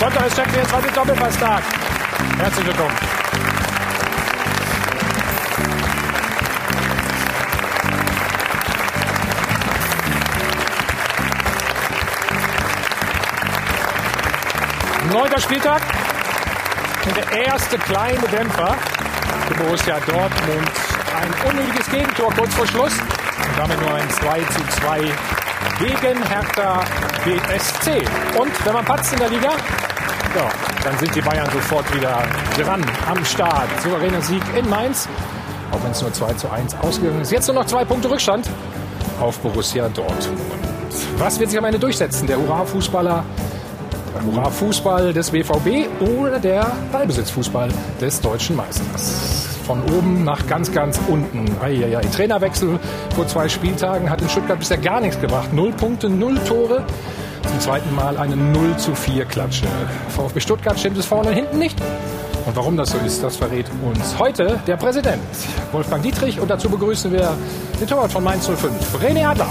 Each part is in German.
Sonntag ist Champions League Doppelpasstag. Herzlich willkommen. Neunter Spieltag. Und der erste kleine Dämpfer für Borussia Dortmund. Ein unnötiges Gegentor kurz vor Schluss. Und damit nur ein 2:2 gegen Hertha BSC. Und wenn man patzt in der Liga, ja, dann sind die Bayern sofort wieder dran am Start. Souveräner Sieg in Mainz, auch wenn es nur 2:1 ausgegangen ist. Jetzt nur noch 2 Punkte Rückstand auf Borussia Dortmund. Was wird sich am Ende durchsetzen? Der Hurra-Fußballer, der Hurra-Fußball des BVB oder der Ballbesitzfußball des deutschen Meisters? Von oben nach ganz, ganz unten. Eieiei. Trainerwechsel vor 2 Spieltagen hat in Stuttgart bisher gar nichts gebracht. 0 Punkte, 0 Tore. Zum zweiten Mal eine 0:4 Klatsche. VfB Stuttgart stimmt es vorne und hinten nicht. Und warum das so ist, das verrät uns heute der Präsident, Wolfgang Dietrich. Und dazu begrüßen wir den Torwart von Mainz 05, René Adler.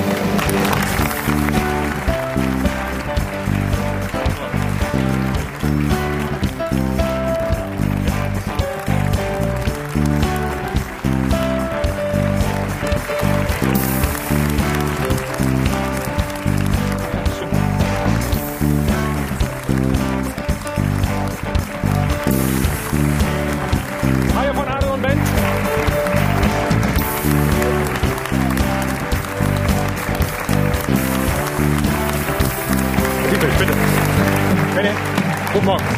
Guten Morgen.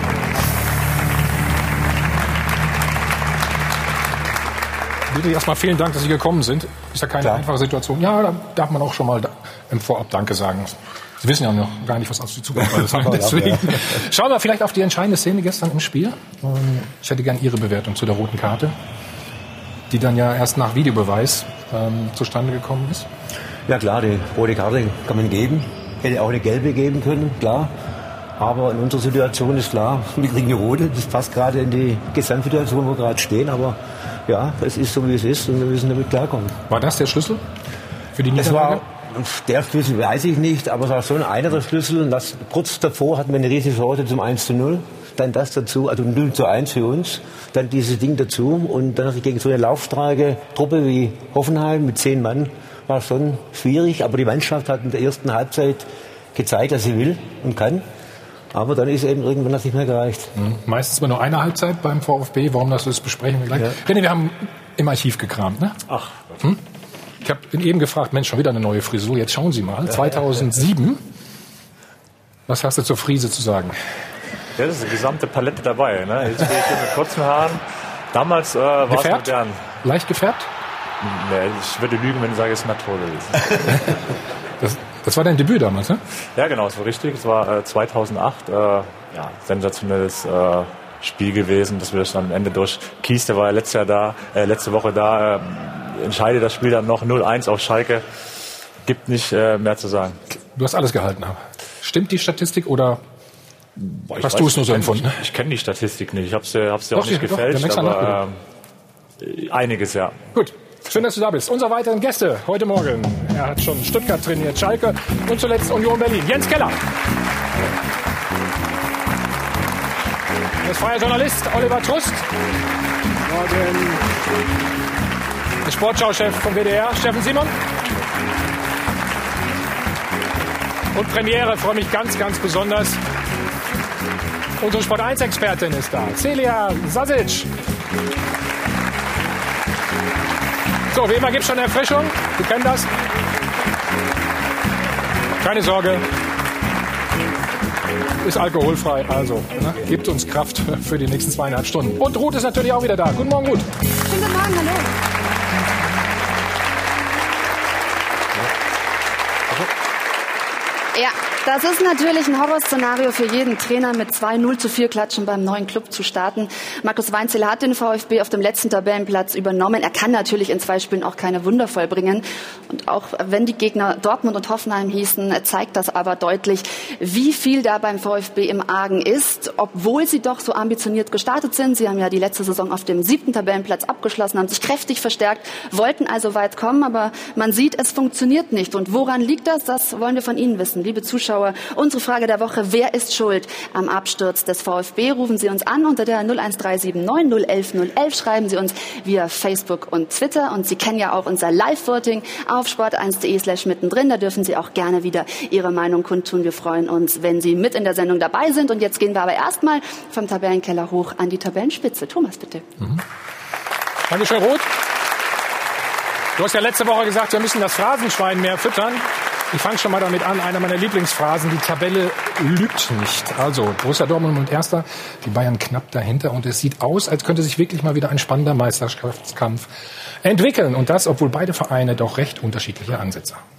Bitte erstmal vielen Dank, dass Sie gekommen sind. Ist ja keine einfache Situation. Ja, da darf man auch schon mal im Vorab Danke sagen. Sie wissen ja noch gar nicht, was auf Sie zukommt. Deswegen schauen wir vielleicht auf die entscheidende Szene gestern im Spiel. Ich hätte gerne Ihre Bewertung zu der roten Karte, die dann ja erst nach Videobeweis zustande gekommen ist. Ja klar, die rote Karte kann man geben. Hätte auch eine gelbe geben können, klar. Aber in unserer Situation ist klar, wir kriegen eine rote. Das passt gerade in die Gesamtsituation, wo wir gerade stehen. Aber ja, es ist so, wie es ist und wir müssen damit klarkommen. War das der Schlüssel für die Niederlage? Der Schlüssel weiß ich nicht, aber es war schon einer der Schlüssel. Und kurz davor hatten wir eine riesige Chance zum 1:0. Dann das dazu, also 0:1 für uns. Dann dieses Ding dazu. Und dann gegen so eine laufstarke Truppe wie Hoffenheim mit 10 Mann war schon schwierig. Aber die Mannschaft hat in der ersten Halbzeit gezeigt, dass sie will und kann. Aber dann ist eben irgendwann das nicht mehr gereicht. Meistens immer nur eine Halbzeit beim VfB. Warum das ist, besprechen wir gleich. Ja. René, wir haben im Archiv gekramt, ne? Ach. Ich habe ihn eben gefragt, Mensch, schon wieder eine neue Frisur. Jetzt schauen Sie mal. 2007. Was hast du zur Frise zu sagen? Ja, das ist die gesamte Palette dabei. Ne? Jetzt stehe ich hier mit kurzen Haaren. Damals war es modern. Leicht gefärbt? Nee, ich würde lügen, wenn ich sage, es ist Methode. Das war dein Debüt damals, ne? Ja, genau, das war richtig. Es war 2008. Sensationelles Spiel gewesen, dass wir das dann am Ende durch Kies, der war ja letzte Woche da, entscheidet das Spiel dann noch 0:1 auf Schalke. Gibt nicht mehr zu sagen. Du hast alles gehalten, aber stimmt die Statistik oder hast du es nur so empfunden? Ich kenne die Statistik nicht. Ich hab's dir auch nicht gefälscht, aber einiges, ja. Gut. Schön, dass du da bist. Unsere weiteren Gäste heute Morgen. Er hat schon Stuttgart trainiert, Schalke und zuletzt Union Berlin. Jens Keller. Er ist freier Journalist. Oliver Trust. Morgen. Der Sportschau-Chef vom WDR, Steffen Simon. Und Premiere, freue mich ganz, ganz besonders. Unsere Sport1-Expertin ist da, Celia Sasic. So, wie immer gibt es schon eine Erfrischung. Sie kennen das. Keine Sorge. Ist alkoholfrei, also ne, gibt uns Kraft für die nächsten 2,5 Stunden. Und Ruth ist natürlich auch wieder da. Guten Morgen, Ruth. Guten Morgen, hallo. Ja, das ist natürlich ein Horrorszenario für jeden Trainer, mit 2 0:4 Klatschen beim neuen Club zu starten. Markus Weinzierl hat den VfB auf dem letzten Tabellenplatz übernommen. Er kann natürlich in 2 Spielen auch keine Wunder vollbringen. Und auch wenn die Gegner Dortmund und Hoffenheim hießen, zeigt das aber deutlich, wie viel da beim VfB im Argen ist, obwohl sie doch so ambitioniert gestartet sind. Sie haben ja die letzte Saison auf dem 7. Tabellenplatz abgeschlossen, haben sich kräftig verstärkt, wollten also weit kommen, aber man sieht, es funktioniert nicht. Und woran liegt das? Das wollen wir von Ihnen wissen. Mannschaften. Liebe Zuschauer, unsere Frage der Woche: Wer ist schuld am Absturz des VfB? Rufen Sie uns an unter der 01379 011 011. Schreiben Sie uns via Facebook und Twitter. Und Sie kennen ja auch unser Live-Voting auf sport1.de/mittendrin. Da dürfen Sie auch gerne wieder Ihre Meinung kundtun. Wir freuen uns, wenn Sie mit in der Sendung dabei sind. Und jetzt gehen wir aber erstmal vom Tabellenkeller hoch an die Tabellenspitze. Thomas, bitte. Dankeschön, Ruth. Du hast ja letzte Woche gesagt, wir müssen das Phrasenschwein mehr füttern. Ich fange schon mal damit an, einer meiner Lieblingsphrasen: Die Tabelle lügt nicht. Also Borussia Dortmund und Erster, die Bayern knapp dahinter. Und es sieht aus, als könnte sich wirklich mal wieder ein spannender Meisterschaftskampf entwickeln. Und das, obwohl beide Vereine doch recht unterschiedliche Ansätze haben.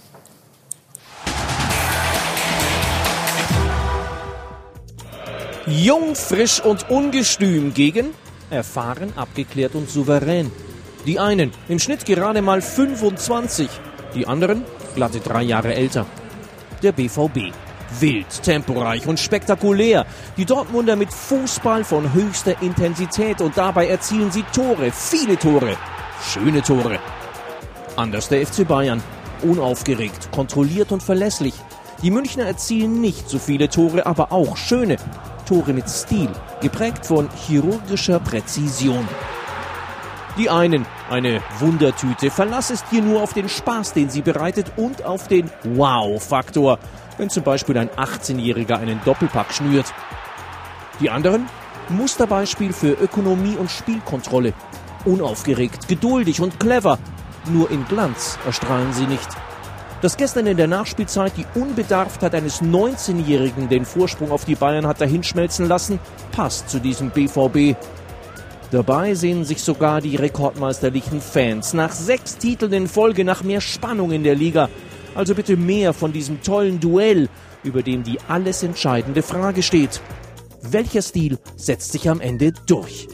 Jung, frisch und ungestüm gegen erfahren, abgeklärt und souverän. Die einen im Schnitt gerade mal 25, die anderen glatte 3 Jahre älter. Der BVB. Wild, temporeich und spektakulär. Die Dortmunder mit Fußball von höchster Intensität und dabei erzielen sie Tore, viele Tore, schöne Tore. Anders der FC Bayern. Unaufgeregt, kontrolliert und verlässlich. Die Münchner erzielen nicht so viele Tore, aber auch schöne Tore mit Stil, geprägt von chirurgischer Präzision. Die einen, eine Wundertüte. Verlass ist hier nur auf den Spaß, den sie bereitet, und auf den Wow-Faktor, wenn zum Beispiel ein 18-Jähriger einen Doppelpack schnürt. Die anderen, Musterbeispiel für Ökonomie und Spielkontrolle. Unaufgeregt, geduldig und clever. Nur in Glanz erstrahlen sie nicht. Dass gestern in der Nachspielzeit die Unbedarftheit eines 19-Jährigen den Vorsprung auf die Bayern hat dahinschmelzen lassen, passt zu diesem BVB. Dabei sehnen sich sogar die rekordmeisterlichen Fans nach 6 Titeln in Folge nach mehr Spannung in der Liga. Also bitte mehr von diesem tollen Duell, über dem die alles entscheidende Frage steht: Welcher Stil setzt sich am Ende durch?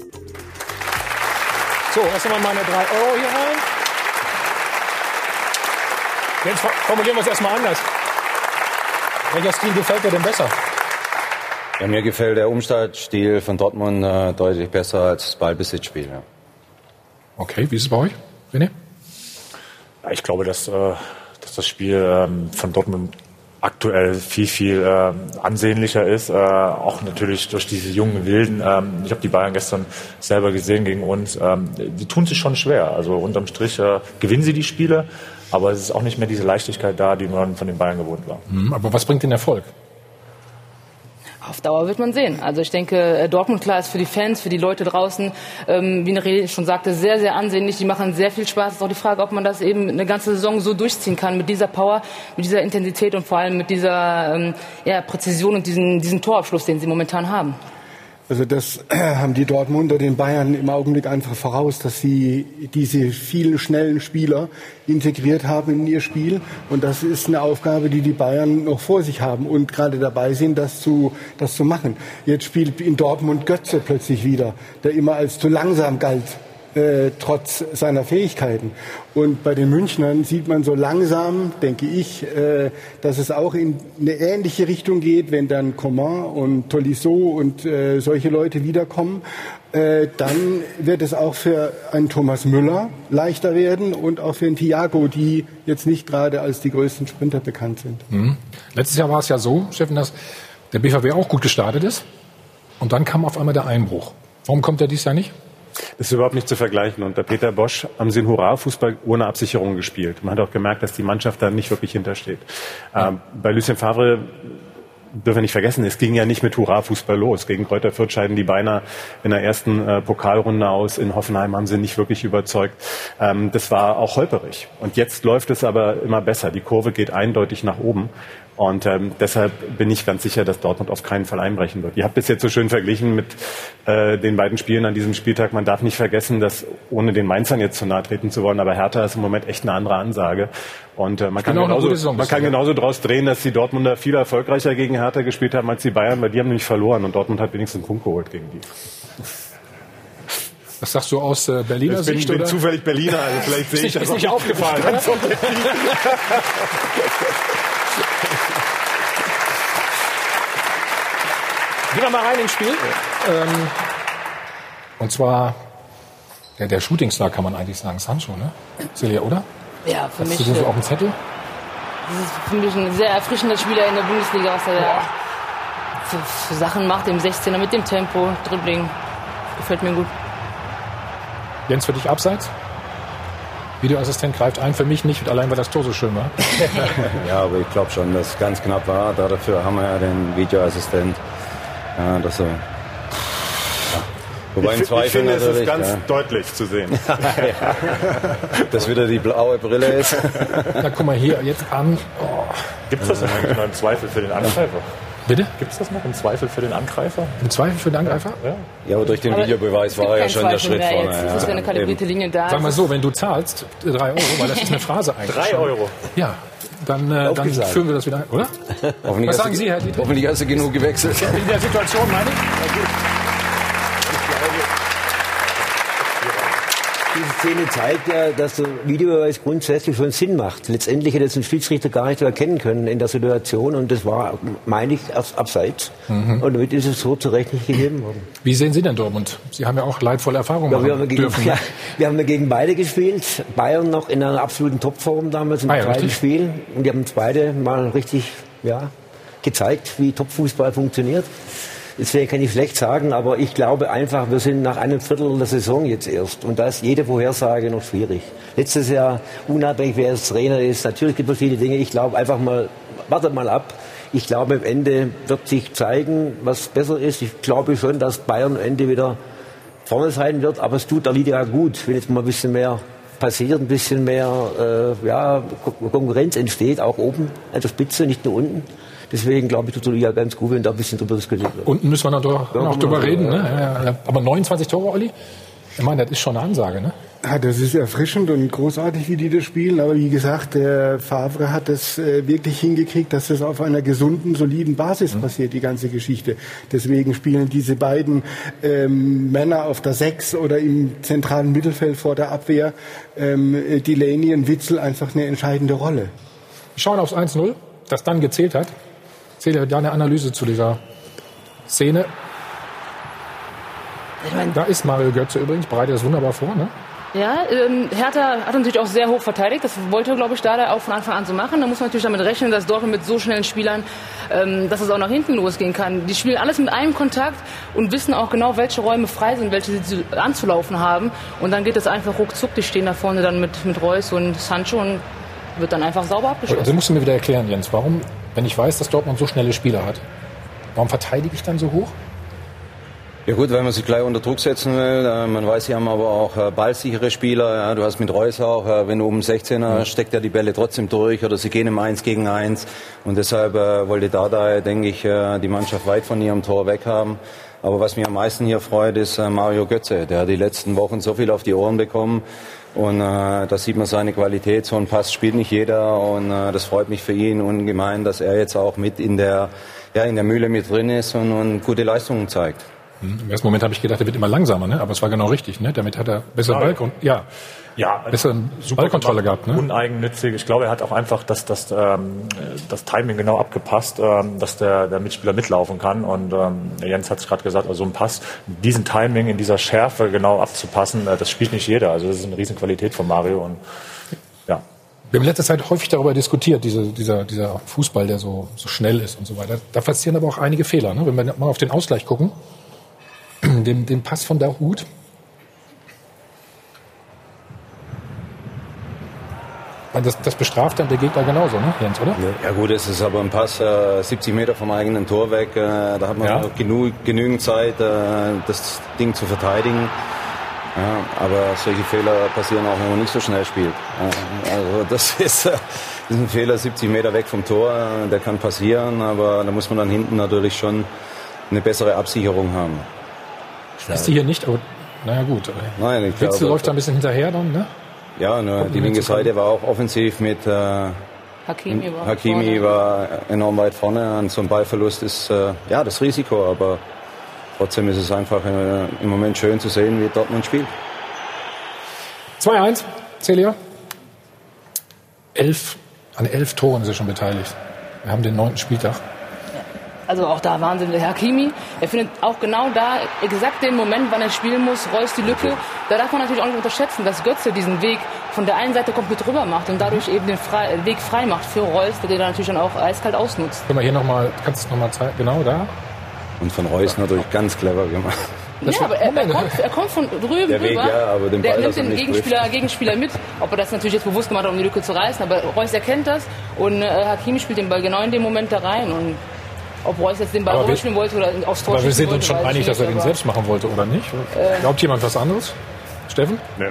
So, erst einmal meine 3 Euro hier rein. Jetzt formulieren wir es erstmal anders. Welcher Stil gefällt dir denn besser? Ja, mir gefällt der Umschaltstil von Dortmund deutlich besser als das Ballbesitzspiel. Ja. Okay, wie ist es bei euch, René? Ja, ich glaube, dass das Spiel von Dortmund aktuell viel ansehnlicher ist. Auch natürlich durch diese jungen Wilden. Ich habe die Bayern gestern selber gesehen gegen uns. Die tun sich schon schwer. Also unterm Strich gewinnen sie die Spiele. Aber es ist auch nicht mehr diese Leichtigkeit da, die man von den Bayern gewohnt war. Aber was bringt den Erfolg? Auf Dauer wird man sehen. Also ich denke, Dortmund, klar, ist für die Fans, für die Leute draußen, wie René schon sagte, sehr, sehr ansehnlich. Die machen sehr viel Spaß. Es ist auch die Frage, ob man das eben eine ganze Saison so durchziehen kann, mit dieser Power, mit dieser Intensität und vor allem mit dieser Präzision und diesen Torabschluss, den sie momentan haben. Also das haben die Dortmunder den Bayern im Augenblick einfach voraus, dass sie diese vielen schnellen Spieler integriert haben in ihr Spiel. Und das ist eine Aufgabe, die die Bayern noch vor sich haben und gerade dabei sind, das zu machen. Jetzt spielt in Dortmund Götze plötzlich wieder, der immer als zu langsam galt, trotz seiner Fähigkeiten. Und bei den Münchnern sieht man so langsam, denke ich, dass es auch in eine ähnliche Richtung geht, wenn dann Coman und Tolisso und solche Leute wiederkommen. Dann wird es auch für einen Thomas Müller leichter werden und auch für einen Thiago, die jetzt nicht gerade als die größten Sprinter bekannt sind. Letztes Jahr war es ja so, Steffen, dass der BVB auch gut gestartet ist und dann kam auf einmal der Einbruch. Warum kommt er dieses Jahr nicht? Das ist überhaupt nicht zu vergleichen. Unter Peter Bosch haben sie einen Hurra-Fußball ohne Absicherung gespielt. Man hat auch gemerkt, dass die Mannschaft da nicht wirklich hintersteht. Bei Lucien Favre dürfen wir nicht vergessen, es ging ja nicht mit Hurra-Fußball los. Gegen Greuther Fürth scheiden die beinahe in der ersten Pokalrunde aus. In Hoffenheim haben sie nicht wirklich überzeugt. Das war auch holperig. Und jetzt läuft es aber immer besser. Die Kurve geht eindeutig nach oben. Und deshalb bin ich ganz sicher, dass Dortmund auf keinen Fall einbrechen wird. Ihr habt es jetzt so schön verglichen mit den beiden Spielen an diesem Spieltag. Man darf nicht vergessen, dass, ohne den Mainzern jetzt zu nahe treten zu wollen, aber Hertha ist im Moment echt eine andere Ansage. Und man kann genauso draus drehen, dass die Dortmunder viel erfolgreicher gegen Hertha gespielt haben als die Bayern, weil die haben nämlich verloren und Dortmund hat wenigstens einen Punkt geholt gegen die. Was sagst du aus Berliner Sicht? Ich bin zufällig Berliner, also vielleicht sehe ich das. Ist nicht aufgefallen, oder? Gehen wir mal rein ins Spiel. Und zwar der Shootingstar, kann man eigentlich sagen, Sancho, ne? Celia, oder? Ja, für mich. Hast du den so auf dem Zettel? Das ist für mich ein sehr erfrischender Spieler in der Bundesliga, was er da für Sachen macht, im 16er mit dem Tempo, Dribbling. Gefällt mir gut. Jens, für dich abseits? Videoassistent greift ein, für mich nicht, allein weil das Tor so schön war. Ja, aber ich glaube schon, dass es ganz knapp war. Dafür haben wir ja den Videoassistent. Ja, das so. Ja. Wobei ich finde, es ist ganz deutlich zu sehen. Dass wieder die blaue Brille ist. Na, guck mal hier jetzt an. Oh. Gibt es das eigentlich noch im Zweifel für den Angreifer? Bitte? Gibt es das noch im Zweifel für den Angreifer? Im Zweifel für den Angreifer? Ja, aber durch den Videobeweis war er ja schon der Schritt vorne. Es ist ja eine kalibrierte Linie da. Sag mal so, wenn du zahlst 3 €, weil das ist eine Phrase eigentlich. 3 €? Ja, dann führen wir das wieder ein, oder? Was sagen Sie, Herr Dietrich? Hoffentlich hast du genug gewechselt. In der Situation meine ich? Diese Szene zeigt ja, dass der Videobeweis grundsätzlich schon Sinn macht. Letztendlich hätte es ein Schiedsrichter gar nicht erkennen können in der Situation und das war, meine ich, erst abseits. Und damit ist es so zu Recht nicht gegeben worden. Wie sehen Sie denn Dortmund? Sie haben ja auch leidvolle Erfahrungen machen dürfen. Ja, wir haben gegen beide gespielt. Bayern noch in einer absoluten Topform damals im zweiten Spiel. Und die haben uns beide mal richtig gezeigt, wie Topfußball funktioniert. Deswegen kann ich schlecht sagen, aber ich glaube einfach, wir sind nach einem Viertel der Saison jetzt erst. Und da ist jede Vorhersage noch schwierig. Letztes Jahr, unabhängig wer jetzt Trainer ist, natürlich gibt es verschiedene Dinge. Ich glaube einfach mal, wartet mal ab. Ich glaube, am Ende wird sich zeigen, was besser ist. Ich glaube schon, dass Bayern am Ende wieder vorne sein wird. Aber es tut der Liga gut, wenn jetzt mal ein bisschen mehr passiert, ein bisschen mehr Konkurrenz entsteht, auch oben an der Spitze, nicht nur unten. Deswegen glaube ich, tut die Liga ganz gut, wenn da ein bisschen drüber diskutiert wird. Unten müssen wir noch drüber reden. Ne? Ja. Aber 29 Tore, Olli? Ich meine, das ist schon eine Ansage, ne? Ja, das ist erfrischend und großartig, wie die das spielen. Aber wie gesagt, der Favre hat es wirklich hingekriegt, dass das auf einer gesunden, soliden Basis passiert, die ganze Geschichte. Deswegen spielen diese beiden Männer auf der 6 oder im zentralen Mittelfeld vor der Abwehr, Delaney und Witzel, einfach eine entscheidende Rolle. Wir schauen aufs 1-0, das dann gezählt hat. Erzähl dir eine Analyse zu dieser Szene. Da ist Mario Götze übrigens, bereitet das wunderbar vor, ne? Ja, Hertha hat natürlich auch sehr hoch verteidigt. Das wollte, glaube ich, Dardai auch von Anfang an so machen. Da muss man natürlich damit rechnen, dass Dortmund mit so schnellen Spielern, dass es auch nach hinten losgehen kann. Die spielen alles mit einem Kontakt und wissen auch genau, welche Räume frei sind, welche sie anzulaufen haben. Und dann geht es einfach ruckzuck. Die stehen da vorne dann mit Reus und Sancho und wird dann einfach sauber abgeschlossen. Also musst du mir wieder erklären, Jens, warum, wenn ich weiß, dass Dortmund so schnelle Spieler hat, warum verteidige ich dann so hoch? Ja gut, weil man sich gleich unter Druck setzen will. Man weiß, sie haben aber auch ballsichere Spieler. Ja, du hast mit Reus auch, wenn du um 16er steckt er die Bälle trotzdem durch oder sie gehen im 1 gegen 1. Und deshalb wollte Dardai, denke ich, die Mannschaft weit von ihrem Tor weg haben. Aber was mich am meisten hier freut, ist Mario Götze. Der hat die letzten Wochen so viel auf die Ohren bekommen. Und da sieht man seine Qualität. So ein Pass spielt nicht jeder. Und das freut mich für ihn ungemein, dass er jetzt auch mit in der Mühle mit drin ist und gute Leistungen zeigt. Im ersten Moment habe ich gedacht, er wird immer langsamer, ne? Aber es war genau richtig, ne? Damit hat er bessere Ballkontrolle gehabt, ne? Uneigennützig. Ich glaube, er hat auch einfach das Timing genau abgepasst, dass der Mitspieler mitlaufen kann. Und Jens hat es gerade gesagt, also ein Pass, diesen Timing in dieser Schärfe genau abzupassen, das spielt nicht jeder. Also das ist eine riesen Qualität von Mario. Und ja. Wir haben in letzter Zeit häufig darüber diskutiert, dieser Fußball, der so schnell ist und so weiter. Da passieren aber auch einige Fehler, ne? Wenn wir mal auf den Ausgleich gucken. Den Pass von Dahoud. Das bestraft dann der Gegner genauso, ne, Jens, oder? Ja gut, es ist aber ein Pass 70 Meter vom eigenen Tor weg. Da hat man noch genügend Zeit, das Ding zu verteidigen. Ja, aber solche Fehler passieren auch, wenn man nicht so schnell spielt. Also das ist ein Fehler 70 Meter weg vom Tor. Der kann passieren, aber da muss man dann hinten natürlich schon eine bessere Absicherung haben. Ist die hier nicht, aber naja gut. Nein, ich glaube, läuft da ein bisschen hinterher dann, ne? Ja, die linke Seite war auch offensiv mit Hakimi war enorm weit vorne. An so einem Ballverlust ist das Risiko, aber trotzdem ist es einfach im Moment schön zu sehen, wie Dortmund spielt. 2-1, Celia. 11 Toren ist er schon beteiligt. Wir haben den 9. Spieltag. Also auch da Wahnsinn. Der Hakimi, er findet auch genau da exakt den Moment, wann er spielen muss. Reus die Lücke. Da darf man natürlich auch nicht unterschätzen, dass Götze diesen Weg von der einen Seite komplett rüber macht und dadurch eben den Weg frei macht für Reus, der den natürlich dann auch eiskalt ausnutzt. Können wir hier nochmal, kannst du es nochmal zeigen? Genau da. Und von Reus natürlich ganz clever gemacht. Ja, aber er kommt von drüben der Weg, rüber, ja, aber den Ball, der nimmt den Gegenspieler mit. Ob er das natürlich jetzt bewusst gemacht hat, um die Lücke zu reißen, aber Reus erkennt das und Hakimi spielt den Ball genau in dem Moment da rein. Und ob Reus jetzt den Ball rüberspielen wollte oder aufs Tor aber wir sind wollte, uns schon einig, dass er den selbst machen wollte, oder nicht? Glaubt jemand was anderes? Steffen? Nee.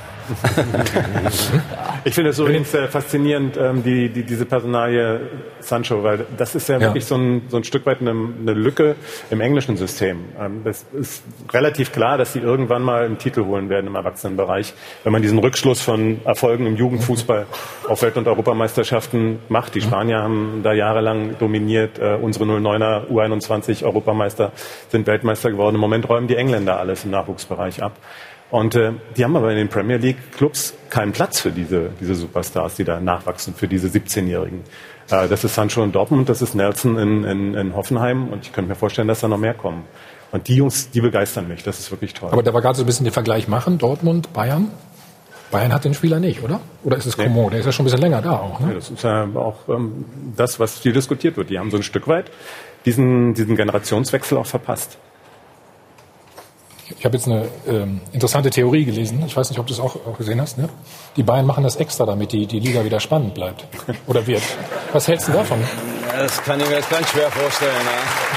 Ich finde es übrigens faszinierend, diese Personalie Sancho, weil das ist ja wirklich so ein Stück weit eine Lücke im englischen System. Das ist relativ klar, dass sie irgendwann mal einen Titel holen werden im Erwachsenenbereich, wenn man diesen Rückschluss von Erfolgen im Jugendfußball auf Welt- und Europameisterschaften macht. Die Spanier haben da jahrelang dominiert, unsere 09er U21 Europameister sind Weltmeister geworden. Im Moment räumen die Engländer alles im Nachwuchsbereich ab. Und die haben aber in den Premier League Clubs keinen Platz für diese Superstars, die da nachwachsen, für diese 17-Jährigen. Das ist Sancho in Dortmund, das ist Nelson in Hoffenheim und ich könnte mir vorstellen, dass da noch mehr kommen. Und die Jungs, die begeistern mich, das ist wirklich toll. Aber da war gerade so ein bisschen den Vergleich machen, Dortmund, Bayern. Bayern hat den Spieler nicht, oder? Oder ist es Coman? Der ist ja schon ein bisschen länger da auch. Ne? Ja, das ist ja auch das, was viel diskutiert wird. Die haben so ein Stück weit diesen Generationswechsel auch verpasst. Ich habe jetzt eine interessante Theorie gelesen. Ich weiß nicht, ob du es auch gesehen hast. Ne? Die Bayern machen das extra, damit die Liga wieder spannend bleibt. Oder wird. Was hältst du davon? Das kann ich mir jetzt ganz schwer vorstellen. Ja.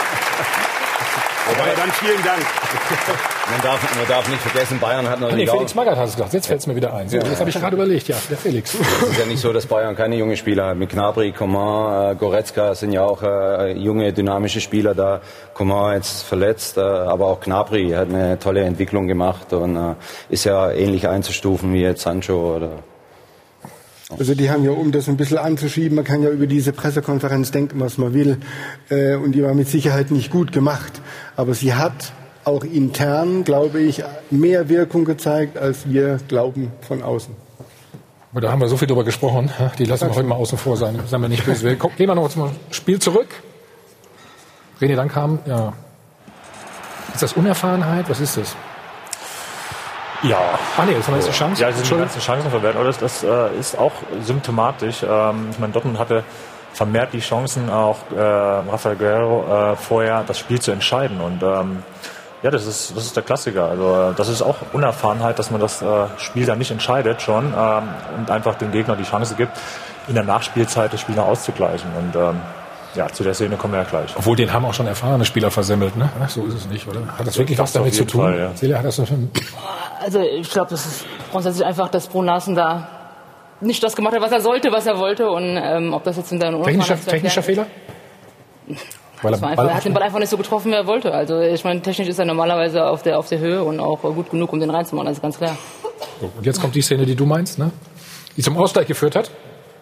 Aber dann vielen Dank. Man darf nicht vergessen, Bayern hat natürlich auch... Felix Magath hat es gesagt, jetzt fällt es mir wieder ein. So, das habe ich gerade überlegt, ja, der Felix. Es ist ja nicht so, dass Bayern keine junge Spieler hat. Mit Gnabry, Coman, Goretzka sind ja auch junge, dynamische Spieler da. Coman jetzt verletzt, aber auch Gnabry hat eine tolle Entwicklung gemacht und ist ja ähnlich einzustufen wie jetzt Sancho oder... Also die haben ja, um das ein bisschen anzuschieben, man kann ja über diese Pressekonferenz denken, was man will. Und die war mit Sicherheit nicht gut gemacht. Aber sie hat auch intern, glaube ich, mehr Wirkung gezeigt, als wir glauben von außen. Aber da haben wir so viel drüber gesprochen, die lassen wir heute mal außen vor sein. Seien wir nicht böse. Gehen wir noch zum Spiel zurück. René Dankam, ja. Ist das Unerfahrenheit? Was ist das? Ja. Ah nee, das haben wir jetzt die Chance. Ja, das sind die ganzen Chancen verwerten. Aber das ist auch symptomatisch. Ich meine, Dortmund hatte vermehrt die Chancen, auch Rafael Guerrero vorher das Spiel zu entscheiden. Und ja, das ist der Klassiker. Also das ist auch Unerfahrenheit, dass man das Spiel dann nicht entscheidet schon und einfach dem Gegner die Chance gibt, in der Nachspielzeit das Spiel noch auszugleichen. Und ja, zu der Szene kommen wir ja gleich. Obwohl, den haben auch schon erfahrene Spieler versemmelt, ne? So ist es nicht, oder? Hat das wirklich was damit zu tun? Fall, ja. Celia, hat das also ich glaube, das ist grundsätzlich einfach, dass Brun Larsen da nicht das gemacht hat, was er wollte. Und ob das jetzt in seiner technischer Fehler? Er hat den Ball einfach nicht so getroffen, wie er wollte. Also ich meine, technisch ist er normalerweise auf der Höhe und auch gut genug, um den reinzumachen, das ist ganz klar. So, und jetzt kommt die Szene, die du meinst, ne? Die zum Ausgleich geführt hat.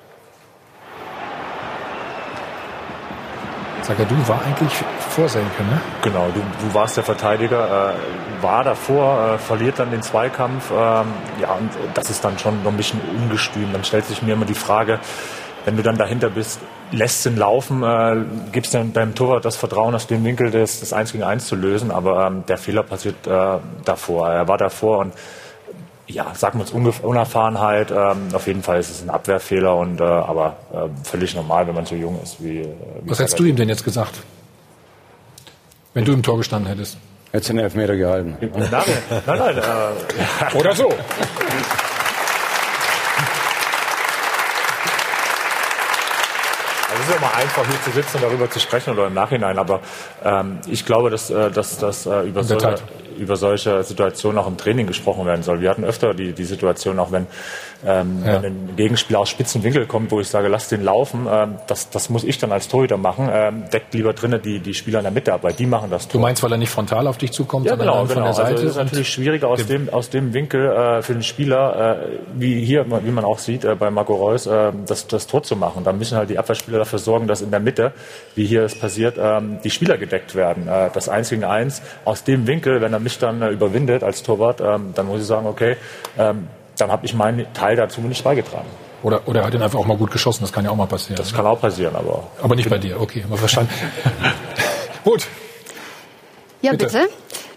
Zagadou war eigentlich vor Selke, ne? Genau, du warst der Verteidiger, war davor, verliert dann den Zweikampf. Ja, und das ist dann schon noch ein bisschen ungestüm. Dann stellt sich mir immer die Frage, wenn du dann dahinter bist, lässt ihn laufen, gibst dann deinem Torwart das Vertrauen, aus dem Winkel das 1-gegen-1 zu lösen. Aber der Fehler passiert davor. Er war davor und ja, sagen wir uns Unerfahrenheit. Auf jeden Fall ist es ein Abwehrfehler und aber völlig normal, wenn man so jung ist wie Was hättest du ihm denn jetzt gesagt, wenn du im Tor gestanden hättest? Hättest du den Elfmeter gehalten. Nein. Oder so. Es ist ja mal einfach, hier zu sitzen und darüber zu sprechen oder im Nachhinein, aber ich glaube, dass über solche Situationen auch im Training gesprochen werden soll. Wir hatten öfter die Situation, auch wenn ein Gegenspieler aus spitzen Winkel kommt, wo ich sage, lass den laufen, das muss ich dann als Torhüter machen, deckt lieber drinnen die Spieler in der Mitte ab, weil die machen das Tor. Du meinst, weil er nicht frontal auf dich zukommt, ja, sondern von der Seite? Also es ist natürlich schwieriger aus dem Winkel für den Spieler, wie man auch sieht bei Marco Reus, das Tor zu machen. Da müssen halt die Abwehrspieler dafür sorgen, dass in der Mitte, wie hier es passiert, die Spieler gedeckt werden. Das 1-gegen-1 aus dem Winkel, wenn er mich dann überwindet als Torwart, dann muss ich sagen, okay, dann habe ich meinen Teil dazu nicht beigetragen. Oder er hat ihn einfach auch mal gut geschossen, das kann ja auch mal passieren. Das kann auch passieren, aber nicht bei dir, okay, mal verstanden. Gut. Ja, bitte.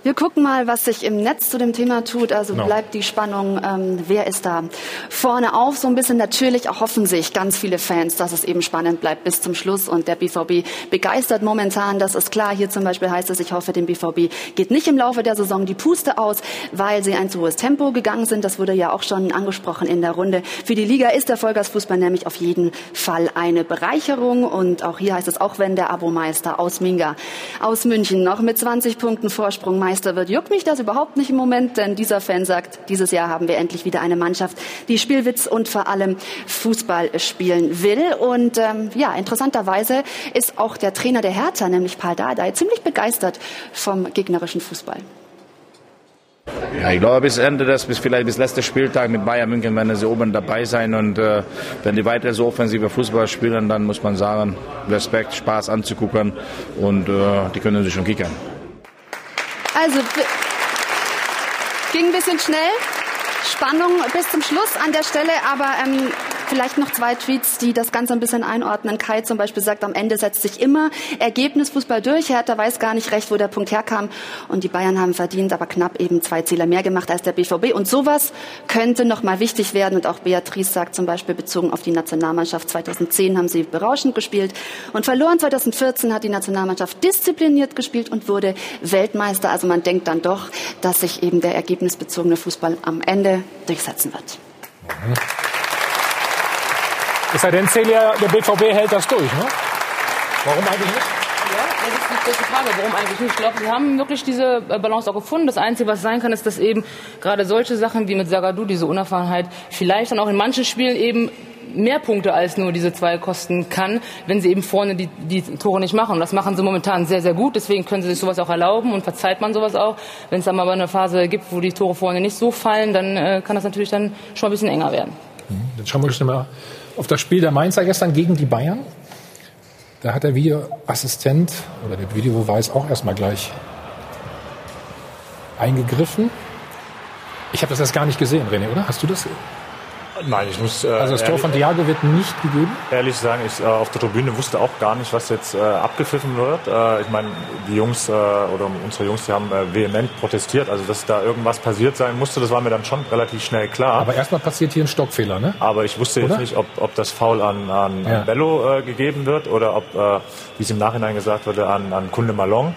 Wir gucken mal, was sich im Netz zu dem Thema tut. Also bleibt die Spannung, wer ist da vorne auf? So ein bisschen natürlich erhoffen sich ganz viele Fans, dass es eben spannend bleibt bis zum Schluss. Und der BVB begeistert momentan, das ist klar. Hier zum Beispiel heißt es, ich hoffe, dem BVB geht nicht im Laufe der Saison die Puste aus, weil sie ein zu hohes Tempo gegangen sind. Das wurde ja auch schon angesprochen in der Runde. Für die Liga ist der Vollgasfußball nämlich auf jeden Fall eine Bereicherung. Und auch hier heißt es, auch wenn der Abomeister aus Minga, aus München noch mit 20 Punkten Vorsprung Meister wird, juckt mich das überhaupt nicht im Moment, denn dieser Fan sagt, dieses Jahr haben wir endlich wieder eine Mannschaft, die Spielwitz und vor allem Fußball spielen will. Und interessanterweise ist auch der Trainer der Hertha, nämlich Paul Dardai, ziemlich begeistert vom gegnerischen Fußball. Ja, ich glaube, bis letzter Spieltag mit Bayern München werden sie oben dabei sein. Und wenn die weiter so offensive Fußball spielen, dann muss man sagen, Respekt, Spaß anzugucken. Und die können sich schon kickern. Also, ging ein bisschen schnell. Spannung bis zum Schluss an der Stelle, aber vielleicht noch 2 Tweets, die das Ganze ein bisschen einordnen. Kai zum Beispiel sagt, am Ende setzt sich immer Ergebnisfußball durch. Hertha weiß gar nicht recht, wo der Punkt herkam. Und die Bayern haben verdient, aber knapp eben 2 Zähler mehr gemacht als der BVB. Und sowas könnte noch mal wichtig werden. Und auch Beatrice sagt zum Beispiel, bezogen auf die Nationalmannschaft, 2010 haben sie berauschend gespielt und verloren. 2014 hat die Nationalmannschaft diszipliniert gespielt und wurde Weltmeister. Also man denkt dann doch, dass sich eben der ergebnisbezogene Fußball am Ende durchsetzen wird. Es sei denn, Celia, der BVB hält das durch, ne? Warum eigentlich nicht? Ja, das ist die Frage, warum eigentlich nicht? Ich glaube, sie haben wirklich diese Balance auch gefunden. Das Einzige, was sein kann, ist, dass eben gerade solche Sachen wie mit Zagadou, diese Unerfahrenheit, vielleicht dann auch in manchen Spielen eben mehr Punkte als nur diese 2 kosten kann, wenn sie eben vorne die Tore nicht machen. Und das machen sie momentan sehr, sehr gut. Deswegen können sie sich sowas auch erlauben und verzeiht man sowas auch. Wenn es dann mal eine Phase gibt, wo die Tore vorne nicht so fallen, dann kann das natürlich dann schon mal ein bisschen enger werden. Dann schauen wir uns mal auf das Spiel der Mainzer gestern gegen die Bayern. Da hat der Videoassistent oder der Videobeweis auch erstmal gleich eingegriffen. Ich habe das erst gar nicht gesehen, René, oder? Hast du das? Nein, ich muss... also das Tor von Thiago wird nicht gegeben? Ehrlich sagen, ich auf der Tribüne wusste auch gar nicht, was jetzt abgepfiffen wird. Ich meine, die Jungs oder unsere Jungs, die haben vehement protestiert. Also, dass da irgendwas passiert sein musste, das war mir dann schon relativ schnell klar. Aber erstmal passiert hier ein Stockfehler, ne? Aber ich wusste jetzt nicht, ob das Foul an Bello gegeben wird oder ob, wie es im Nachhinein gesagt wurde, an Kunde Malong.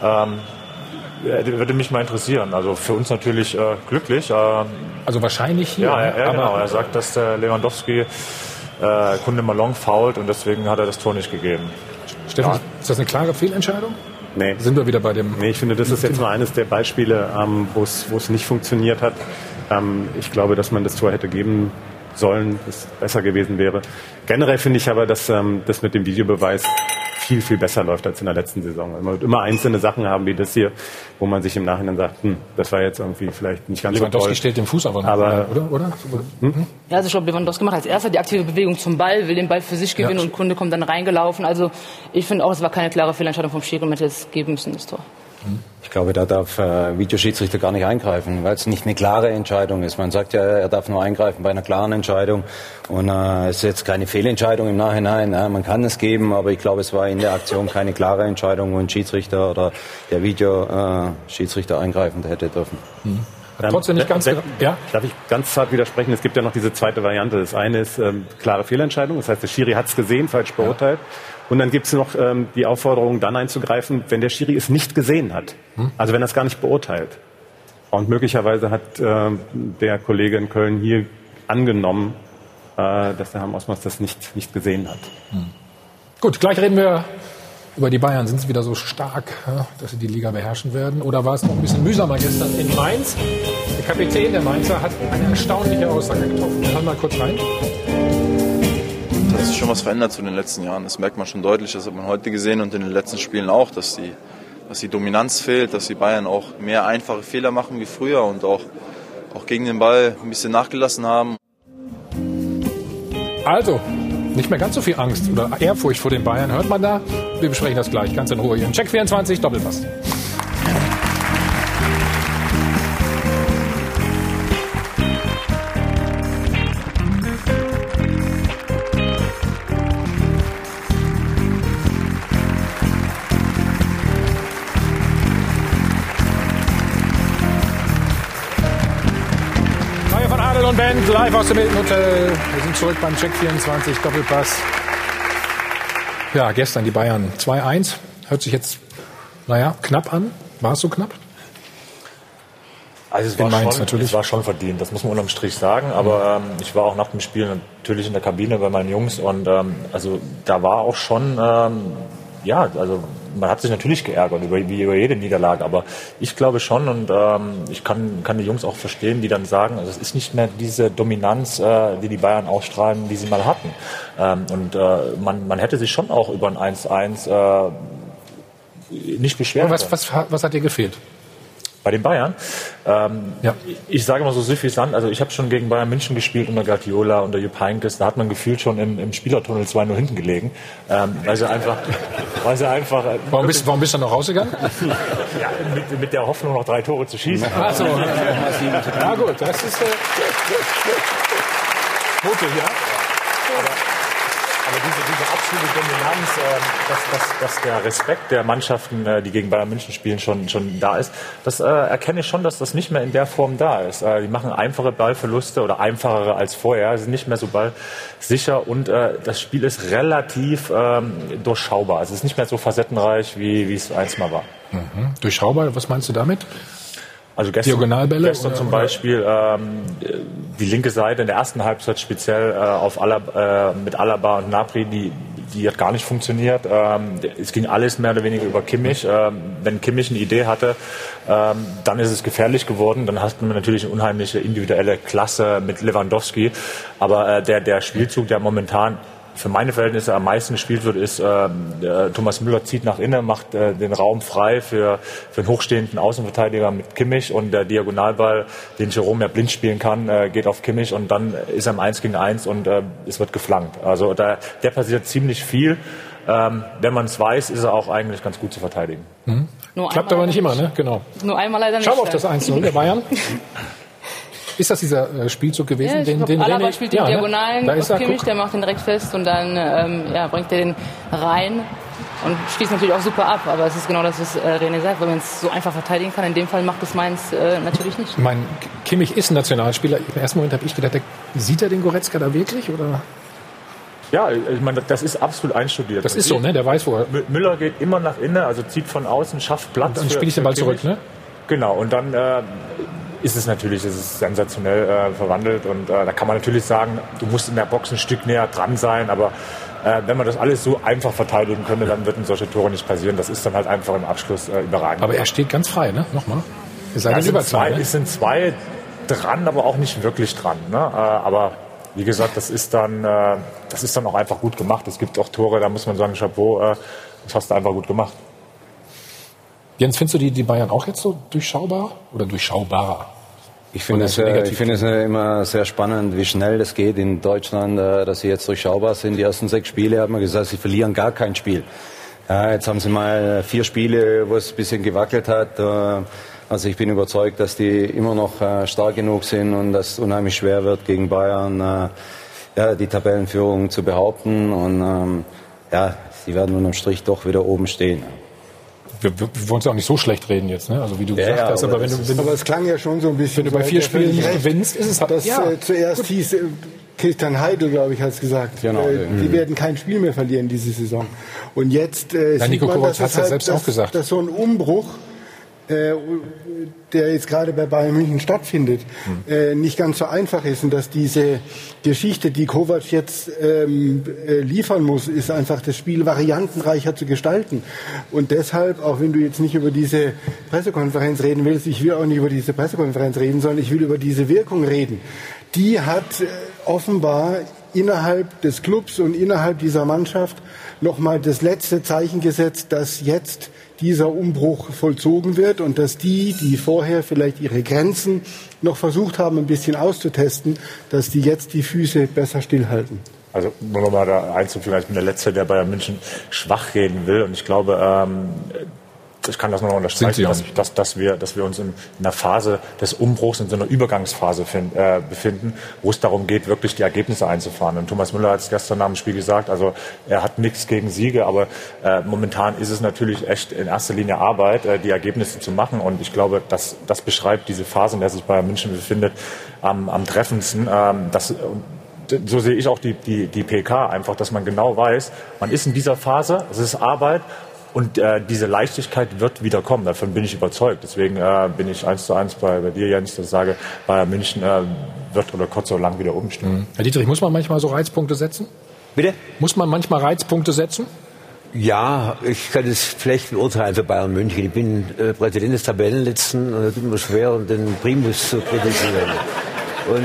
Würde mich mal interessieren. Also für uns natürlich glücklich. Also wahrscheinlich hier. Ja, genau. Er sagt, dass der Lewandowski Kunde Malong foult und deswegen hat er das Tor nicht gegeben. Steffen, ist das eine klare Fehlentscheidung? Nee. Sind wir wieder bei dem... Nee, ich finde, das ist jetzt mal eines der Beispiele, wo es nicht funktioniert hat. Ich glaube, dass man das Tor hätte geben sollen, das besser gewesen wäre. Generell finde ich aber, dass das mit dem Videobeweis viel, viel besser läuft als in der letzten Saison. Man wird immer einzelne Sachen haben wie das hier, wo man sich im Nachhinein sagt, das war jetzt irgendwie vielleicht nicht ganz so toll. Lewandowski steht den Fuß aber noch, oder? Ja, also ich glaube, Lewandowski macht als erster die aktive Bewegung zum Ball, will den Ball für sich gewinnen und Kunde kommt dann reingelaufen. Also ich finde auch, es war keine klare Fehlentscheidung vom Schiri, man hätte es geben müssen, das Tor. Ich glaube, da darf Videoschiedsrichter gar nicht eingreifen, weil es nicht eine klare Entscheidung ist. Man sagt ja, er darf nur eingreifen bei einer klaren Entscheidung. Und es ist jetzt keine Fehlentscheidung im Nachhinein. Man kann es geben, aber ich glaube, es war in der Aktion keine klare Entscheidung, wo ein Schiedsrichter oder der Videoschiedsrichter eingreifen hätte dürfen. Trotzdem nicht ganz... Ja? Darf ich ganz zart widersprechen? Es gibt ja noch diese zweite Variante. Das eine ist klare Fehlentscheidung. Das heißt, der Schiri hat es gesehen, falsch beurteilt. Und dann gibt es noch die Aufforderung, dann einzugreifen, wenn der Schiri es nicht gesehen hat. Also wenn er es gar nicht beurteilt. Und möglicherweise hat der Kollege in Köln hier angenommen, dass der Herr Osmers das nicht gesehen hat. Gut, gleich reden wir über die Bayern. Sind sie wieder so stark, dass sie die Liga beherrschen werden? Oder war es noch ein bisschen mühsamer gestern in Mainz? Der Kapitän der Mainzer hat eine erstaunliche Aussage getroffen. Wir hören mal kurz rein. Da hat sich schon was verändert zu den letzten Jahren. Das merkt man schon deutlich. Das hat man heute gesehen und in den letzten Spielen auch, dass die Dominanz fehlt, dass die Bayern auch mehr einfache Fehler machen wie früher und auch gegen den Ball ein bisschen nachgelassen haben. Also, nicht mehr ganz so viel Angst oder Ehrfurcht vor den Bayern. Hört man da? Wir besprechen das gleich ganz in Ruhe hier. Check 24, Doppelpass. Moment live aus dem Hilton Hotel. Wir sind zurück beim Check 24 Doppelpass. Ja, gestern die Bayern 2-1. Hört sich jetzt, knapp an. War es so knapp? Also es war schon verdient, das muss man unterm Strich sagen. Aber ich war auch nach dem Spiel natürlich in der Kabine bei meinen Jungs. Und also da war auch schon, also man hat sich natürlich geärgert wie über jede Niederlage. Aber ich glaube schon und ich kann die Jungs auch verstehen, die dann sagen, also es ist nicht mehr diese Dominanz, die Bayern ausstrahlen, die sie mal hatten. Man hätte sich schon auch über ein 1-1 nicht beschweren können. Was hat dir gefehlt? Bei den Bayern? Ich sage mal so suffisant, also ich habe schon gegen Bayern München gespielt unter Guardiola, unter Jupp Heynckes, da hat man gefühlt schon im Spielertunnel 2-0 hinten gelegen, weil sie einfach Warum bist du noch rausgegangen? Ja, mit der Hoffnung, noch 3 Tore zu schießen. Ach so. Na gut, das ist mutig, ja. Aber diese absolute Dominanz, dass der Respekt der Mannschaften, die gegen Bayern München spielen, schon da ist, das erkenne ich schon, dass das nicht mehr in der Form da ist. Die machen einfache Ballverluste oder einfachere als vorher, sind nicht mehr so ballsicher und das Spiel ist relativ durchschaubar. Also es ist nicht mehr so facettenreich, wie es einst mal war. Mhm. Durchschaubar, was meinst du damit? Also gestern zum Beispiel die linke Seite in der ersten Halbzeit speziell mit Alaba und Gnabry, die hat gar nicht funktioniert. Es ging alles mehr oder weniger über Kimmich. Wenn Kimmich eine Idee hatte, dann ist es gefährlich geworden. Dann hast du natürlich eine unheimliche individuelle Klasse mit Lewandowski. Aber der Spielzug, der momentan für meine Verhältnisse am meisten gespielt wird, ist Thomas Müller zieht nach innen, macht den Raum frei für einen hochstehenden Außenverteidiger mit Kimmich und der Diagonalball, den Jerome ja blind spielen kann, geht auf Kimmich und dann ist er im 1 gegen 1 und es wird geflankt. Also der passiert ziemlich viel. Wenn man es weiß, ist er auch eigentlich ganz gut zu verteidigen. Mhm. Klappt aber nicht immer, ne? Genau. Nur einmal leider nicht. Schauen wir auf das 1-0 der Bayern. Ist das dieser Spielzug gewesen? Ja, den Alaba spielt den Diagonalen auf Kimmich, der macht den direkt fest und dann bringt er den rein und schließt natürlich auch super ab. Aber es ist genau das, was René sagt, wenn man es so einfach verteidigen kann. In dem Fall macht es Mainz natürlich nicht. Kimmich ist ein Nationalspieler. Im ersten Moment habe ich gedacht, sieht er den Goretzka da wirklich? Oder? Ja, ich meine, das ist absolut einstudiert. Das ist so, ne? Der weiß, wo er... Müller geht immer nach innen, also zieht von außen, schafft Platz. Und dann spiele ich den Ball zurück, ne? Genau, und dann... ist es sensationell verwandelt und da kann man natürlich sagen, du musst in der Box ein Stück näher dran sein, aber wenn man das alles so einfach verteidigen könnte, dann würden solche Tore nicht passieren. Das ist dann halt einfach im Abschluss überragend. Aber er steht ganz frei, ne? Nochmal. Es sind zwei dran, aber auch nicht wirklich dran. Ne? Aber wie gesagt, das ist dann auch einfach gut gemacht. Es gibt auch Tore, da muss man sagen, Chapeau, das hast du einfach gut gemacht. Jens, findest du die Bayern auch jetzt so durchschaubar oder durchschaubarer? Ich finde es immer sehr spannend, wie schnell das geht in Deutschland, dass sie jetzt durchschaubar sind. Die ersten 6 Spiele hat man gesagt, sie verlieren gar kein Spiel. Ja, jetzt haben sie mal 4 Spiele, wo es ein bisschen gewackelt hat. Also ich bin überzeugt, dass die immer noch stark genug sind und dass es unheimlich schwer wird, gegen Bayern die Tabellenführung zu behaupten. Und sie werden unterm Strich doch wieder oben stehen. Wir wollen es auch nicht so schlecht reden jetzt, ne? Also wie du gesagt hast, aber aber es klang ja schon so ein bisschen. Wenn du bei 4 Spielen nicht gewinnst, ist es halt. Das zuerst hieß Christian Heidel, glaube ich, hat es gesagt. Genau, die werden kein Spiel mehr verlieren diese Saison. Und jetzt Nico Kovac hat es ja selbst auch gesagt. Dass so ein Umbruch, der jetzt gerade bei Bayern München stattfindet, nicht ganz so einfach ist. Und dass diese Geschichte, die Kovac jetzt liefern muss, ist einfach das Spiel variantenreicher zu gestalten. Und deshalb, auch wenn du jetzt nicht über diese Pressekonferenz reden willst, ich will auch nicht über diese Pressekonferenz reden, sondern ich will über diese Wirkung reden. Die hat offenbar innerhalb des Clubs und innerhalb dieser Mannschaft nochmal das letzte Zeichen gesetzt, dass jetzt dieser Umbruch vollzogen wird und dass die vorher vielleicht ihre Grenzen noch versucht haben, ein bisschen auszutesten, dass die jetzt die Füße besser stillhalten. Also nur noch mal da einzufügen, ich bin der Letzte, der Bayern München schwach reden will und ich glaube, ich kann das nur noch unterstreichen, dass wir uns in einer Phase des Umbruchs, in so einer Übergangsphase befinden, wo es darum geht, wirklich die Ergebnisse einzufahren. Und Thomas Müller hat es gestern nach dem Spiel gesagt, also er hat nichts gegen Siege, aber momentan ist es natürlich echt in erster Linie Arbeit, die Ergebnisse zu machen. Und ich glaube, das beschreibt diese Phase, in der sich Bayern München befindet, am treffendsten. So sehe ich auch die PK einfach, dass man genau weiß, man ist in dieser Phase, es ist Arbeit. Und diese Leichtigkeit wird wieder kommen, davon bin ich überzeugt. Deswegen bin ich 1:1 bei dir, Jens, dass ich sage, Bayern München wird oder kurz oder lang wieder oben stehen. Herr Dietrich, muss man manchmal so Reizpunkte setzen? Bitte? Muss man manchmal Reizpunkte setzen? Ja, ich kann es schlecht beurteilen für Bayern München. Ich bin Präsident des Tabellenletzten und es tut mir schwer, den Primus zu kritisieren. Und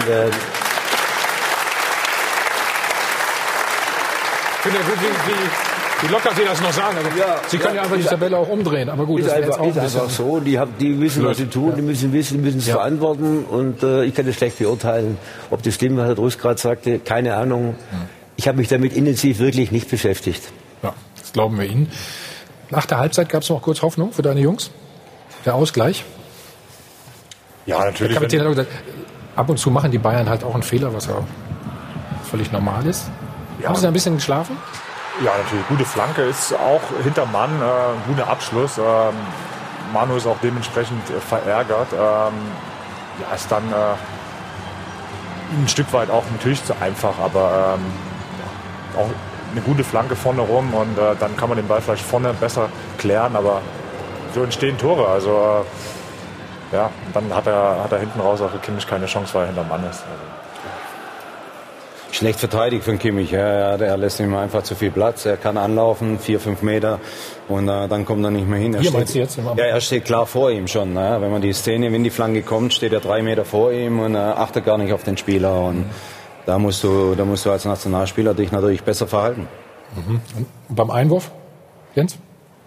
ich finde gut, wie locker Sie das noch sagen. Also, Sie können ja einfach die Tabelle auch umdrehen. Aber gut, ist das ist einfach so. Die wissen, was sie tun. Die müssen wissen, die müssen es verantworten. Und ich kann das schlecht beurteilen, ob das stimmt, was Herr Druss gerade sagte. Keine Ahnung. Ich habe mich damit intensiv wirklich nicht beschäftigt. Ja, das glauben wir Ihnen. Nach der Halbzeit gab es noch kurz Hoffnung für deine Jungs. Der Ausgleich. Ja, natürlich. Der Kapitän hat gesagt, ab und zu machen die Bayern halt auch einen Fehler, was ja völlig normal ist. Ja. Haben Sie da ein bisschen geschlafen? Ja, natürlich. Gute Flanke ist auch hinter Mann, guter Abschluss. Manu ist auch dementsprechend verärgert. Ist dann ein Stück weit auch natürlich zu einfach, aber auch eine gute Flanke vorne rum und dann kann man den Ball vielleicht vorne besser klären, aber so entstehen Tore. Also dann hat er hinten raus auch für Kimmich keine Chance, weil er hinter Mann ist. Schlecht verteidigt von Kimmich. Er lässt ihm einfach zu viel Platz. Er kann anlaufen, 4-5 Meter und dann kommt er nicht mehr hin. Er steht klar vor ihm schon. Wenn man die Szene, wenn die Flanke kommt, steht er 3 Meter vor ihm und achtet gar nicht auf den Spieler. Und da musst du als Nationalspieler dich natürlich besser verhalten. Und beim Einwurf, Jens?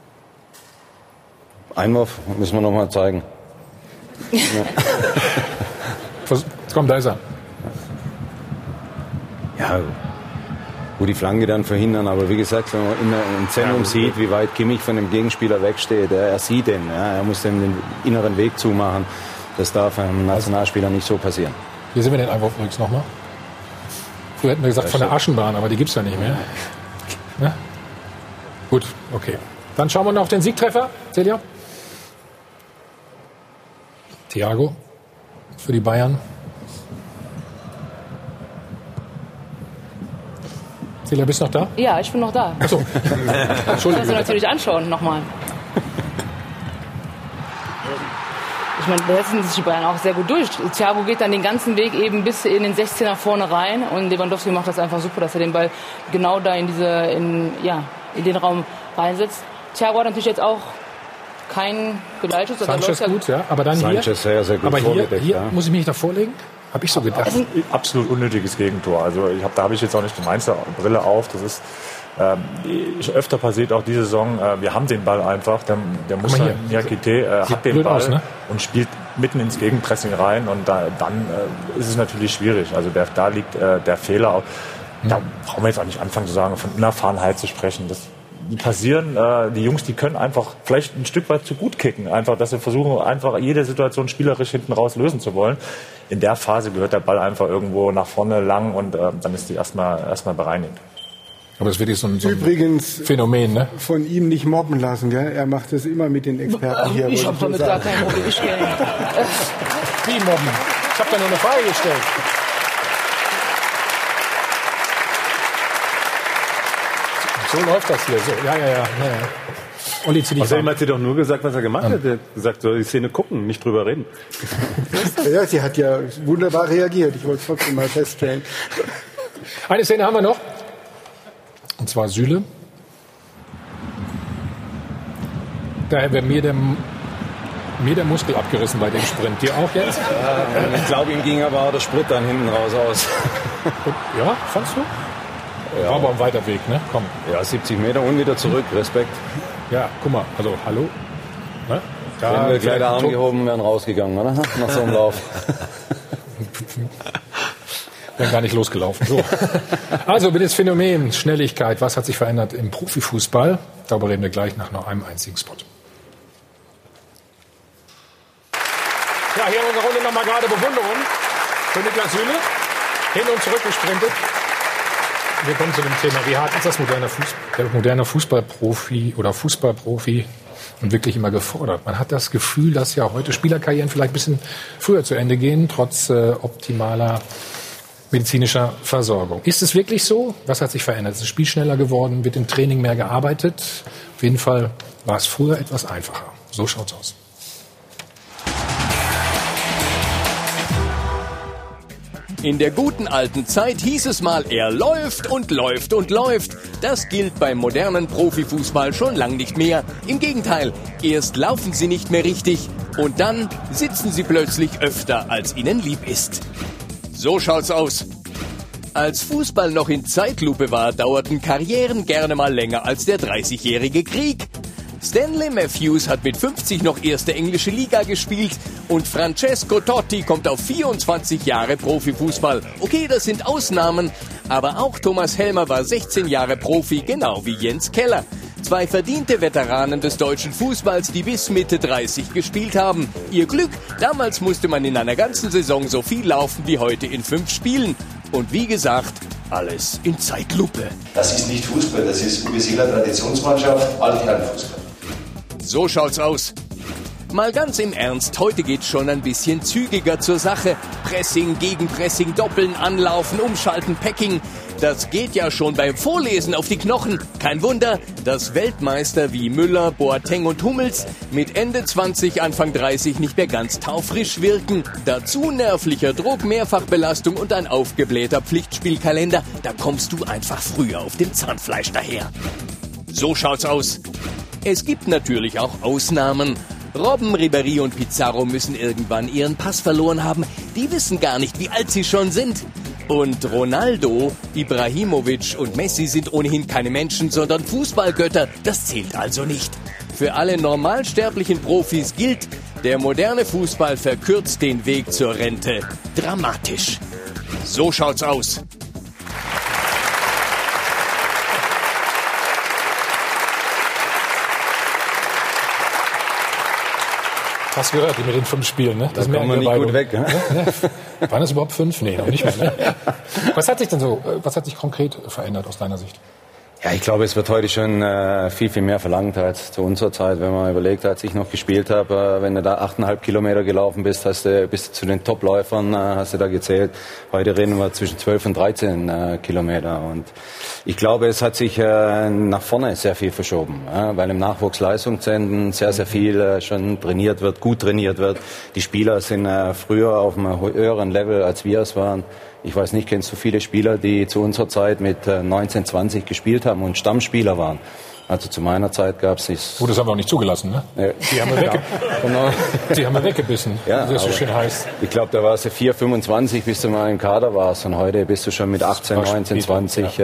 Einwurf müssen wir noch mal zeigen. Komm, da ist er. Ja, wo die Flanke dann verhindern. Aber wie gesagt, wenn man im Zentrum sieht, wie weit Kimmich von dem Gegenspieler wegsteht, er sieht den. Er muss den inneren Weg zumachen. Das darf einem Nationalspieler nicht so passieren. Hier sehen wir den Einwurf übrigens nochmal. Früher hätten wir gesagt von der Aschenbahn, aber die gibt es ja nicht mehr. Ja? Gut, okay. Dann schauen wir noch auf den Siegtreffer. Celia? Thiago für die Bayern. Celia, bist du noch da? Ja, ich bin noch da. Achso. Entschuldigung. Das kannst du natürlich anschauen nochmal. Ich meine, da setzen sich die Bayern auch sehr gut durch. Thiago geht dann den ganzen Weg eben bis in den 16er vorne rein und Lewandowski macht das einfach super, dass er den Ball genau da in den Raum reinsetzt. Thiago hat natürlich jetzt auch keinen Beleitschuss. Sanchez gut, ja. Aber dann Sanchez hier, sehr gut aber hier muss ich mich da vorlegen? Habe ich so gedacht. Das ist ein absolut unnötiges Gegentor. Also da habe ich jetzt auch nicht die Mainzer Brille auf. Das ist öfter passiert auch diese Saison. Wir haben den Ball einfach. Der Musa Niakite hat den Ball aus, ne? Und spielt mitten ins Gegenpressing rein. Und dann ist es natürlich schwierig. Also da liegt der Fehler. Da brauchen wir jetzt auch nicht anfangen zu sagen, von Unerfahrenheit zu sprechen. Die passieren, die Jungs, die können einfach vielleicht ein Stück weit zu gut kicken. Einfach, dass sie versuchen, einfach jede Situation spielerisch hinten raus lösen zu wollen. In der Phase gehört der Ball einfach irgendwo nach vorne lang und dann ist die erstmal bereinigt. Aber das wird jetzt so ein Übrigens Phänomen, ne? Von ihm nicht mobben lassen, gell? Er macht das immer mit den Experten hier. Ich habe damit gar kein Problem. Wie mobben? Ich habe da nur eine Frage gestellt. So läuft das hier. So. Ja. Olli, zieh dich Außerdem hat sie doch nur gesagt, was er gemacht hat. Er hat gesagt, soll die Szene gucken, nicht drüber reden. Ja, sie hat ja wunderbar reagiert. Ich wollte es trotzdem mal feststellen. Eine Szene haben wir noch. Und zwar Süle. Da wäre mir der Muskel abgerissen bei dem Sprint. Dir auch jetzt? Ich glaube, ihm ging aber auch der Sprit dann hinten raus aus. Ja, fandst du? Ja. War aber ein weiter Weg, ne? Komm. Ja, 70 Meter und wieder zurück. Respekt. Ja, guck mal. Also, hallo? Ne? Da haben wir gleich den Arm gehoben, wären rausgegangen, oder? Nach so einem Lauf. Wären gar nicht losgelaufen. So. Also, das Phänomen Schnelligkeit. Was hat sich verändert im Profifußball? Darüber reden wir gleich nach noch einem einzigen Spot. Ja, hier in unserer Runde nochmal gerade Bewunderung für Niklas Süle. Hin und zurück gesprintet. Wir kommen zu dem Thema, wie hart ist das moderne Fußballprofi oder Fußballprofi und wirklich immer gefordert. Man hat das Gefühl, dass ja heute Spielerkarrieren vielleicht ein bisschen früher zu Ende gehen, trotz optimaler medizinischer Versorgung. Ist es wirklich so? Was hat sich verändert? Ist das Spiel schneller geworden? Wird im Training mehr gearbeitet? Auf jeden Fall war es früher etwas einfacher. So schaut's aus. In der guten alten Zeit hieß es mal, er läuft und läuft und läuft. Das gilt beim modernen Profifußball schon lang nicht mehr. Im Gegenteil, erst laufen sie nicht mehr richtig und dann sitzen sie plötzlich öfter, als ihnen lieb ist. So schaut's aus. Als Fußball noch in Zeitlupe war, dauerten Karrieren gerne mal länger als der 30-jährige Krieg. Stanley Matthews hat mit 50 noch erste englische Liga gespielt und Francesco Totti kommt auf 24 Jahre Profifußball. Okay, das sind Ausnahmen, aber auch Thomas Helmer war 16 Jahre Profi, genau wie Jens Keller. Zwei verdiente Veteranen des deutschen Fußballs, die bis Mitte 30 gespielt haben. Ihr Glück, damals musste man in einer ganzen Saison so viel laufen wie heute in 5 Spielen. Und wie gesagt, alles in Zeitlupe. Das ist nicht Fußball, das ist Uwe Traditionsmannschaft, Altherrenfußball. So schaut's aus. Mal ganz im Ernst, heute geht's schon ein bisschen zügiger zur Sache. Pressing, Gegenpressing, Doppeln, Anlaufen, Umschalten, Packing. Das geht ja schon beim Vorlesen auf die Knochen. Kein Wunder, dass Weltmeister wie Müller, Boateng und Hummels mit Ende 20, Anfang 30 nicht mehr ganz taufrisch wirken. Dazu nervlicher Druck, Mehrfachbelastung und ein aufgeblähter Pflichtspielkalender. Da kommst du einfach früher auf dem Zahnfleisch daher. So schaut's aus. Es gibt natürlich auch Ausnahmen. Robben, Ribéry und Pizarro müssen irgendwann ihren Pass verloren haben. Die wissen gar nicht, wie alt sie schon sind. Und Ronaldo, Ibrahimovic und Messi sind ohnehin keine Menschen, sondern Fußballgötter. Das zählt also nicht. Für alle normalsterblichen Profis gilt, der moderne Fußball verkürzt den Weg zur Rente dramatisch. So schaut's aus. Hast gehört, die mit den 5 Spielen, ne? Das kommen wir nicht gut weg, ne? Waren das überhaupt 5? Nee, noch nicht mehr. Ne? Was hat sich konkret verändert aus deiner Sicht? Ja, ich glaube, es wird heute schon viel, viel mehr verlangt als zu unserer Zeit. Wenn man überlegt, als ich noch gespielt habe, wenn du da 8,5 Kilometer gelaufen bist, bist du zu den Topläufern, hast du da gezählt. Heute reden wir zwischen 12 und 13 Kilometer. Und ich glaube, es hat sich nach vorne sehr viel verschoben, weil im Nachwuchs Leistungszentren sehr, sehr viel schon trainiert wird, gut trainiert wird. Die Spieler sind früher auf einem höheren Level, als wir es waren. Ich weiß nicht, kennst du viele Spieler, die zu unserer Zeit mit 19, 20 gespielt haben und Stammspieler waren? Also zu meiner Zeit gab es nichts. Gut, das haben wir auch nicht zugelassen, ne? Ja. Die haben wir weggebissen, ja, wie das so schön heißt. Ich glaube, da warst du 4, 25, bis du mal im Kader warst. Und heute bist du schon mit 18, 19, 20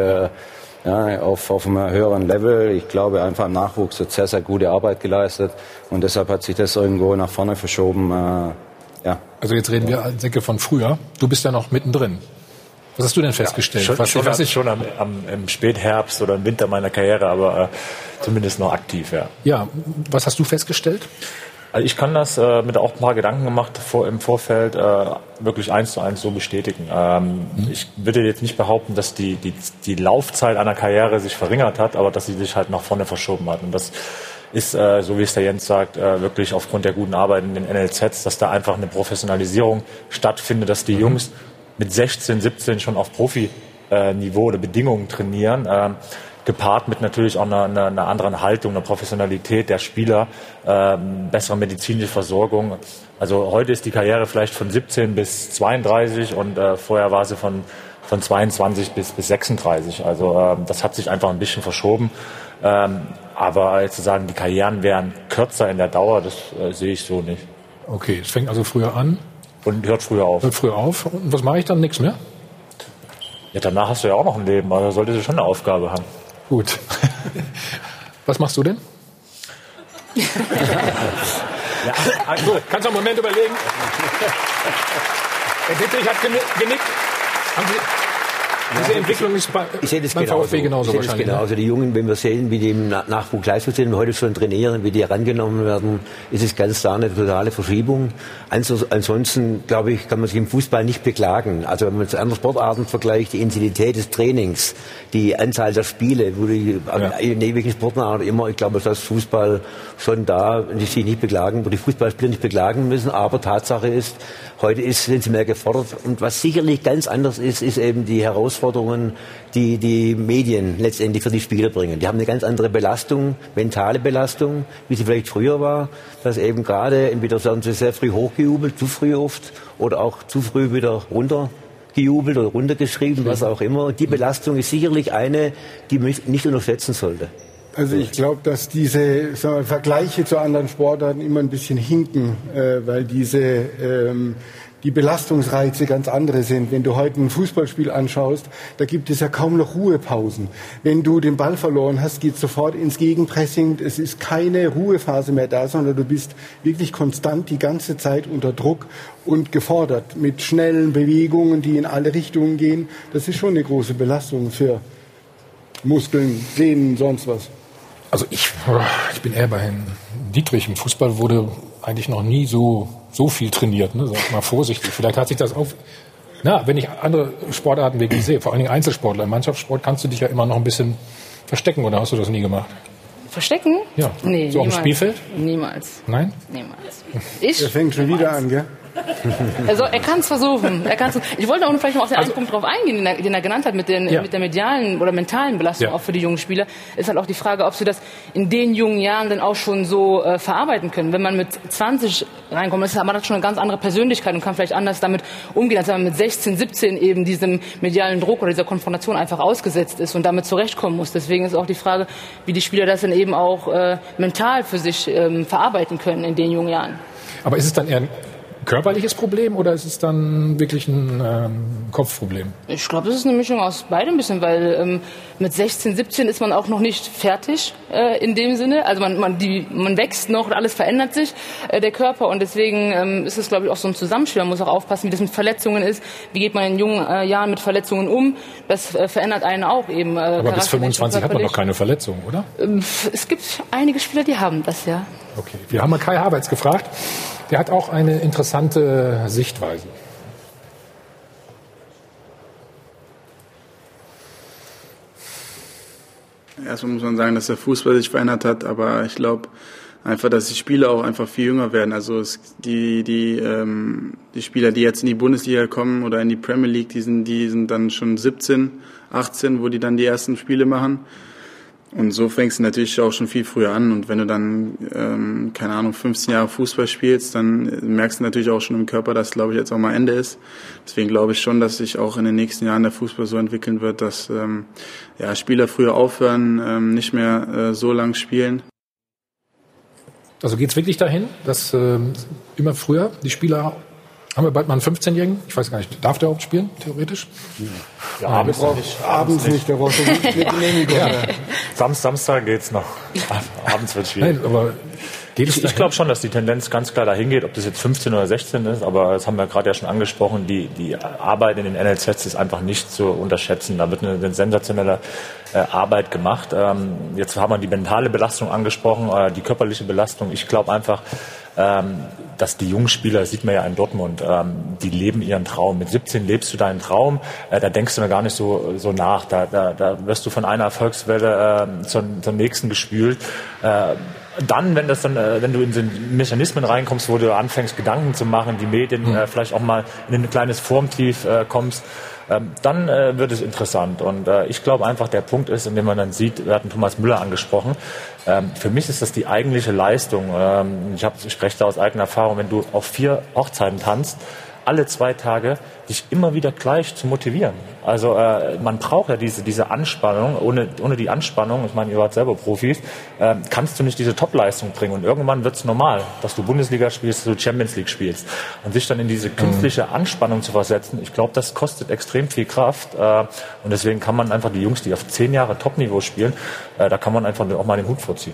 auf einem höheren Level. Ich glaube, einfach im Nachwuchs wird sehr, sehr gute Arbeit geleistet. Und deshalb hat sich das irgendwo nach vorne verschoben. Ja. Also jetzt reden wir, Säcke, von früher. Du bist ja noch mittendrin. Was hast du denn festgestellt? Ja, schon im Spätherbst oder im Winter meiner Karriere, aber zumindest noch aktiv, ja. Ja, was hast du festgestellt? Also ich kann das mit auch ein paar Gedanken gemacht im Vorfeld wirklich 1:1 so bestätigen. Ich würde jetzt nicht behaupten, dass die Laufzeit einer Karriere sich verringert hat, aber dass sie sich halt nach vorne verschoben hat. Und das ist, so wie es der Jens sagt, wirklich aufgrund der guten Arbeit in den NLZs, dass da einfach eine Professionalisierung stattfindet, dass die Jungs mit 16, 17 schon auf Profi-Niveau oder Bedingungen trainieren, gepaart mit natürlich auch einer anderen Haltung, einer Professionalität der Spieler, bessere medizinische Versorgung. Also heute ist die Karriere vielleicht von 17 bis 32 und vorher war sie von 22 bis 36. Also das hat sich einfach ein bisschen verschoben. Aber jetzt zu sagen, die Karrieren wären kürzer in der Dauer, das sehe ich so nicht. Okay, es fängt also früher an. Und hört früher auf. Hört früher auf. Und was mache ich dann? Nichts mehr? Ja, danach hast du ja auch noch ein Leben. Also solltest du schon eine Aufgabe haben. Gut. Was machst du denn? Ja, also, kannst du einen Moment überlegen? Herr Dittrich hat genickt. Diese Entwicklung ist beim VfB genauso wahrscheinlich. Genau. Also die Jungen, wenn wir sehen, wie die im Nachwuchsleistungszentrum heute schon trainieren, wie die herangenommen werden, ist es ganz klar eine totale Verschiebung. Ansonsten, glaube ich, kann man sich im Fußball nicht beklagen. Also wenn man zu anderen Sportarten vergleicht, die Intensität des Trainings, die Anzahl der Spiele, wo die in ewigen Sportarten immer, ich glaube, dass Fußball schon da sich nicht beklagen, wo die Fußballspieler nicht beklagen müssen. Aber Tatsache ist, heute sind sie mehr gefordert. Und was sicherlich ganz anders ist eben die Herausforderungen, die die Medien letztendlich für die Spieler bringen. Die haben eine ganz andere Belastung, mentale Belastung, wie sie vielleicht früher war. Dass eben gerade, entweder werden sie sehr früh hochgejubelt, zu früh oft, oder auch zu früh wieder runtergejubelt oder runtergeschrieben, was auch immer. Und die Belastung ist sicherlich eine, die man nicht unterschätzen sollte. Also ich glaube, dass diese Vergleiche zu anderen Sportarten immer ein bisschen hinken, weil die Belastungsreize ganz andere sind. Wenn du heute ein Fußballspiel anschaust, da gibt es ja kaum noch Ruhepausen. Wenn du den Ball verloren hast, geht sofort ins Gegenpressing. Es ist keine Ruhephase mehr da, sondern du bist wirklich konstant die ganze Zeit unter Druck und gefordert mit schnellen Bewegungen, die in alle Richtungen gehen. Das ist schon eine große Belastung für Muskeln, Sehnen, sonst was. Also ich bin eher bei Herrn Dietrich. Im Fußball wurde eigentlich noch nie so viel trainiert, ne? Sag ich mal vorsichtig. Vielleicht hat sich das auf... wenn ich andere Sportarten wirklich sehe, vor allen Dingen Einzelsportler, im Mannschaftssport kannst du dich ja immer noch ein bisschen verstecken, oder hast du das nie gemacht? Verstecken? Ja. Nee, so niemals. Am Spielfeld? Niemals. Nein? Niemals. Er fängt schon wieder an, gell? Also er kann es versuchen. Ich wollte auch vielleicht noch auf den einen Punkt drauf eingehen, den er genannt hat, mit der medialen oder mentalen Belastung auch für die jungen Spieler. Ist halt auch die Frage, ob sie das in den jungen Jahren dann auch schon so verarbeiten können. Wenn man mit 20 reinkommt, hat man das schon eine ganz andere Persönlichkeit und kann vielleicht anders damit umgehen, als wenn man mit 16, 17 eben diesem medialen Druck oder dieser Konfrontation einfach ausgesetzt ist und damit zurechtkommen muss. Deswegen ist auch die Frage, wie die Spieler das dann eben auch mental für sich verarbeiten können in den jungen Jahren. Aber ist es dann eher ein körperliches Problem oder ist es dann wirklich ein Kopfproblem? Ich glaube, das ist eine Mischung aus beidem ein bisschen, weil mit 16, 17 ist man auch noch nicht fertig in dem Sinne. Also man wächst noch, alles verändert sich, der Körper, und deswegen ist es, glaube ich, auch so ein Zusammenspiel. Man muss auch aufpassen, wie das mit Verletzungen ist. Wie geht man in jungen Jahren mit Verletzungen um? Das verändert einen auch eben. Aber bis 25 hat man noch keine Verletzungen, oder? Es gibt einige Spieler, die haben das, ja. Okay, wir haben mal Kai Havertz gefragt. Der hat auch eine interessante Sichtweise. Erstmal muss man sagen, dass der Fußball sich verändert hat, aber ich glaube einfach, dass die Spieler auch einfach viel jünger werden. Also die Spieler, die jetzt in die Bundesliga kommen oder in die Premier League, die sind dann schon 17, 18, wo die dann die ersten Spiele machen. Und so fängst du natürlich auch schon viel früher an. Und wenn du dann, 15 Jahre Fußball spielst, dann merkst du natürlich auch schon im Körper, dass, glaube ich, jetzt auch mal Ende ist. Deswegen glaube ich schon, dass sich auch in den nächsten Jahren der Fußball so entwickeln wird, dass Spieler früher aufhören, nicht mehr so lang spielen. Also geht es wirklich dahin, dass immer früher die Spieler... Haben wir bald mal einen 15-Jährigen? Ich weiß gar nicht, darf der überhaupt spielen, theoretisch? Ja, abends nicht, der braucht eine Genehmigung. Samstag geht's noch. Abends wird schwierig. Nein, aber ich glaube schon, dass die Tendenz ganz klar dahin geht, ob das jetzt 15 oder 16 ist, aber das haben wir gerade ja schon angesprochen, die Arbeit in den NLZs ist einfach nicht zu unterschätzen. Da wird eine sensationelle Arbeit gemacht. Jetzt haben wir die mentale Belastung angesprochen, die körperliche Belastung. Ich glaube einfach, dass die jungen Spieler, das sieht man ja in Dortmund, die leben ihren Traum. Mit 17 lebst du deinen Traum, da denkst du mir gar nicht so nach. Da wirst du von einer Erfolgswelle zur nächsten gespült. Dann, wenn du in den Mechanismen reinkommst, wo du anfängst, Gedanken zu machen, die Medien vielleicht auch mal in ein kleines Formtief kommst, dann wird es interessant. Und ich glaube einfach, der Punkt ist, indem man dann sieht, wir hatten Thomas Müller angesprochen, für mich ist das die eigentliche Leistung. Ich spreche da aus eigener Erfahrung, wenn du auf 4 Hochzeiten tanzt, alle 2 Tage dich immer wieder gleich zu motivieren. Also man braucht ja diese Anspannung. Ohne die Anspannung, ich meine, ihr wart selber Profis, kannst du nicht diese Top-Leistung bringen. Und irgendwann wird es normal, dass du Bundesliga spielst, dass du Champions League spielst. Und sich dann in diese künstliche Anspannung zu versetzen, ich glaube, das kostet extrem viel Kraft. Und deswegen kann man einfach die Jungs, die auf 10 Jahre Top-Niveau spielen, da kann man einfach auch mal den Hut vorziehen.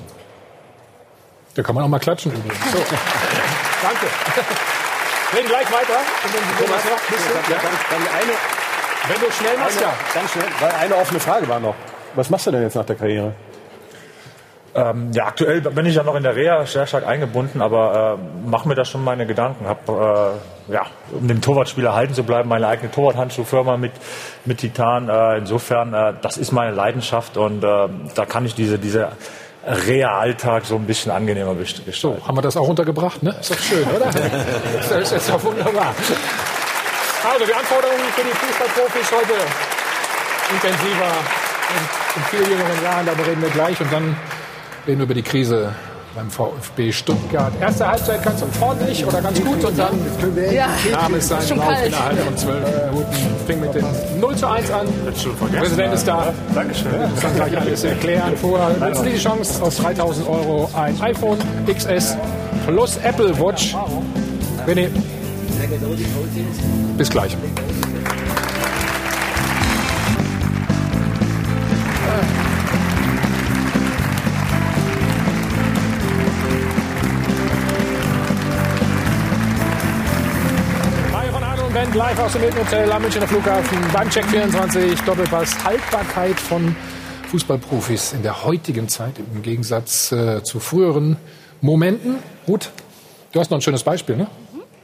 Da kann man auch mal klatschen übrigens. So. Danke. Wir reden gleich weiter. Wenn du schnell machst, ja. Ganz schnell, weil eine offene Frage war noch. Was machst du denn jetzt nach der Karriere? Ja, aktuell bin ich ja noch in der Reha sehr stark eingebunden, aber mache mir da schon meine Gedanken. Um den Torwartspiel erhalten zu bleiben, meine eigene Torwarthandschuhfirma mit Titan. Insofern, das ist meine Leidenschaft und da kann ich diese Reha-Alltag so ein bisschen angenehmer gestalten. So, haben wir das auch untergebracht, ne? Ist doch schön, oder? Das ist doch wunderbar. Also, die Anforderungen für die Fußballprofis heute intensiver und in viel jüngeren Jahren, darüber reden wir gleich und dann reden wir über die Krise beim VfB Stuttgart. Erste Halbzeit ganz ordentlich oder ganz gut und dann nahm es seinen Lauf innerhalb von 12 Minuten. Fing mit dem 0:1 an. Der Präsident ist da. Dankeschön. Ich kann gleich alles erklären. Vorher nutzen Sie die Chance, aus 3.000 € ein iPhone XS plus Apple Watch. René, bis gleich. Live aus dem Hilton Hotel am Münchner Flughafen beim Check 24 Doppelpass. Haltbarkeit von Fußballprofis in der heutigen Zeit im Gegensatz zu früheren Momenten. Ruth, du hast noch ein schönes Beispiel, ne?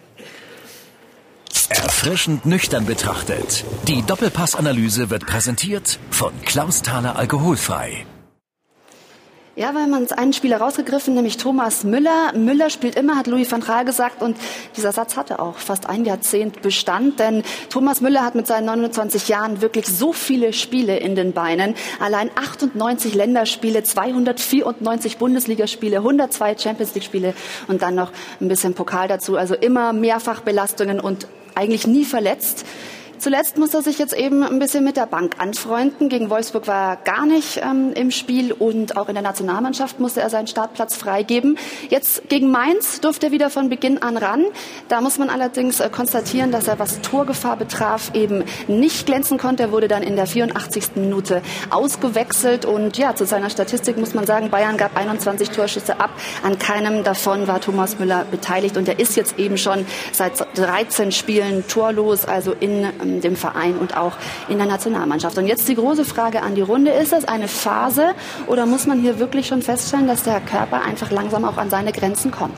Erfrischend nüchtern betrachtet. Die Doppelpass-Analyse wird präsentiert von Klaus Thaler Alkoholfrei. Ja, weil man einen Spieler rausgegriffen, nämlich Thomas Müller. Müller spielt immer, hat Louis van Gaal gesagt. Und dieser Satz hatte auch fast ein Jahrzehnt Bestand. Denn Thomas Müller hat mit seinen 29 Jahren wirklich so viele Spiele in den Beinen. Allein 98 Länderspiele, 294 Bundesligaspiele, 102 Champions-League-Spiele und dann noch ein bisschen Pokal dazu. Also immer Mehrfachbelastungen und eigentlich nie verletzt. Zuletzt muss er sich jetzt eben ein bisschen mit der Bank anfreunden. Gegen Wolfsburg war er gar nicht im Spiel und auch in der Nationalmannschaft musste er seinen Startplatz freigeben. Jetzt gegen Mainz durfte er wieder von Beginn an ran. Da muss man allerdings konstatieren, dass er, was Torgefahr betraf, eben nicht glänzen konnte. Er wurde dann in der 84. Minute ausgewechselt und ja, zu seiner Statistik muss man sagen, Bayern gab 21 Torschüsse ab. An keinem davon war Thomas Müller beteiligt und er ist jetzt eben schon seit 13 Spielen torlos, also in dem Verein und auch in der Nationalmannschaft. Und jetzt die große Frage an die Runde. Ist das eine Phase oder muss man hier wirklich schon feststellen, dass der Körper einfach langsam auch an seine Grenzen kommt?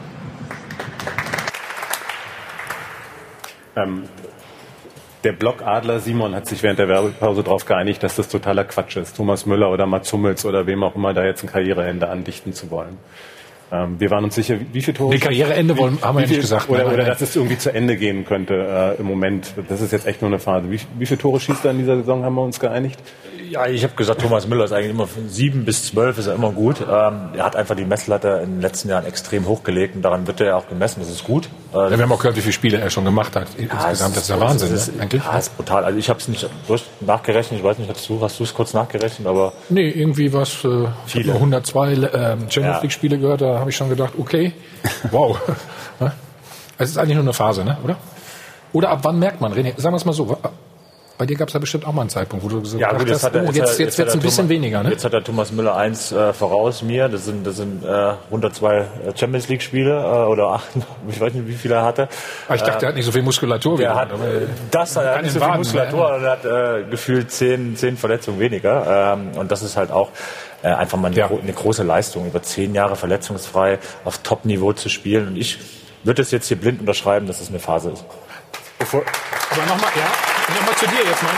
Der Blockadler Simon hat sich während der Werbepause darauf geeinigt, dass das totaler Quatsch ist, Thomas Müller oder Mats Hummels oder wem auch immer da jetzt ein Karriereende andichten zu wollen. Wir waren uns sicher, wie viele Tore... Die Karriereende haben wir ja nicht gesagt. Oder dass es irgendwie zu Ende gehen könnte im Moment. Das ist jetzt echt nur eine Phase. Wie viele Tore schießt er in dieser Saison, haben wir uns geeinigt? Ja, ich habe gesagt, Thomas Müller ist eigentlich immer von 7 bis 12 ist er immer gut. Er hat einfach die Messlatte in den letzten Jahren extrem hochgelegt und daran wird er ja auch gemessen. Das ist gut. Ja, wir haben auch gehört, wie viele Spiele er schon gemacht hat. Insgesamt, das ist ja Wahnsinn, eigentlich. Ja, ist brutal. Also ich habe es nicht nachgerechnet. Ich weiß nicht, hast du es kurz nachgerechnet? Aber nee, irgendwie was. Ich habe 102 Champions League Spiele gehört. Da habe ich schon gedacht, okay, wow. Es ist eigentlich nur eine Phase, ne? Oder ab wann merkt man, René? Sagen wir es mal so. Bei dir gab es ja bestimmt auch mal einen Zeitpunkt, wo du gesagt hast, jetzt wird es ein bisschen weniger. Ne? Jetzt hat der Thomas Müller eins voraus mir. Das sind 102 Champions League Spiele oder 8, ich weiß nicht, wie viele er hatte. Aber ich dachte, er hat nicht so viel Muskulatur wie er hat. Er hat nicht so viel Muskulatur, aber er hat gefühlt 10 Verletzungen weniger. Und das ist halt auch einfach mal eine große Leistung, über 10 Jahre verletzungsfrei auf Top-Niveau zu spielen. Und ich würde es jetzt hier blind unterschreiben, dass es eine Phase ist. Aber nochmal zu dir jetzt mal.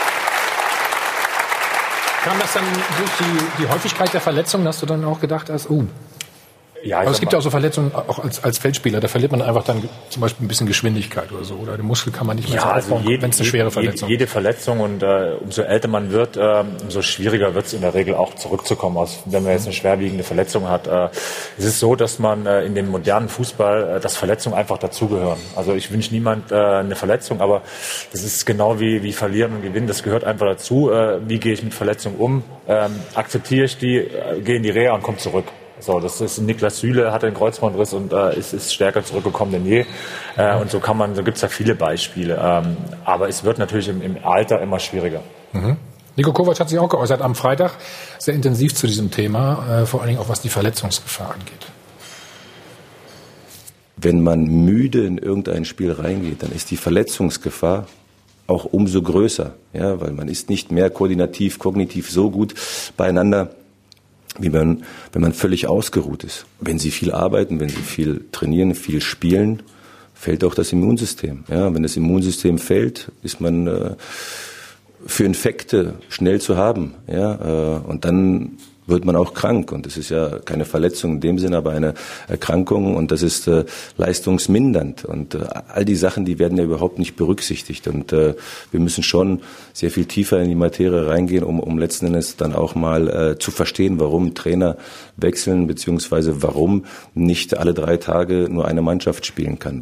Kam das dann durch die Häufigkeit der Verletzungen, dass du dann auch gedacht hast, Ja, aber es gibt ja auch so Verletzungen, auch als Feldspieler, da verliert man einfach dann zum Beispiel ein bisschen Geschwindigkeit oder so. Oder den Muskel kann man nicht mehr so aufbauen, wenn es eine schwere Verletzung ist. Jede Verletzung und umso älter man wird, umso schwieriger wird es in der Regel auch zurückzukommen. Wenn man jetzt eine schwerwiegende Verletzung hat. Es ist so, dass man in dem modernen Fußball, dass Verletzungen einfach dazugehören. Also ich wünsche niemand eine Verletzung, aber das ist genau wie Verlieren und Gewinnen. Das gehört einfach dazu. Wie gehe ich mit Verletzungen um? Akzeptiere ich die, gehe in die Reha und komme zurück. So, das ist Niklas Süle, hatte einen Kreuzbandriss und ist stärker zurückgekommen denn je. Und so gibt's da viele Beispiele. Aber es wird natürlich im Alter immer schwieriger. Mhm. Niko Kovac hat sich auch geäußert am Freitag, sehr intensiv zu diesem Thema, vor allen Dingen auch was die Verletzungsgefahr angeht. Wenn man müde in irgendein Spiel reingeht, dann ist die Verletzungsgefahr auch umso größer, ja, weil man ist nicht mehr koordinativ, kognitiv so gut beieinander, wie wenn man völlig ausgeruht ist. Wenn Sie viel arbeiten, wenn Sie viel trainieren, viel spielen, fällt auch das Immunsystem. Ja, wenn das Immunsystem fällt, ist man für Infekte schnell zu haben. Ja, und dann wird man auch krank. Und das ist ja keine Verletzung in dem Sinne, aber eine Erkrankung. Und das ist leistungsmindernd. Und all die Sachen, die werden ja überhaupt nicht berücksichtigt. Und wir müssen schon sehr viel tiefer in die Materie reingehen, um letzten Endes dann auch mal zu verstehen, warum Trainer wechseln, beziehungsweise warum nicht alle 3 Tage nur eine Mannschaft spielen kann.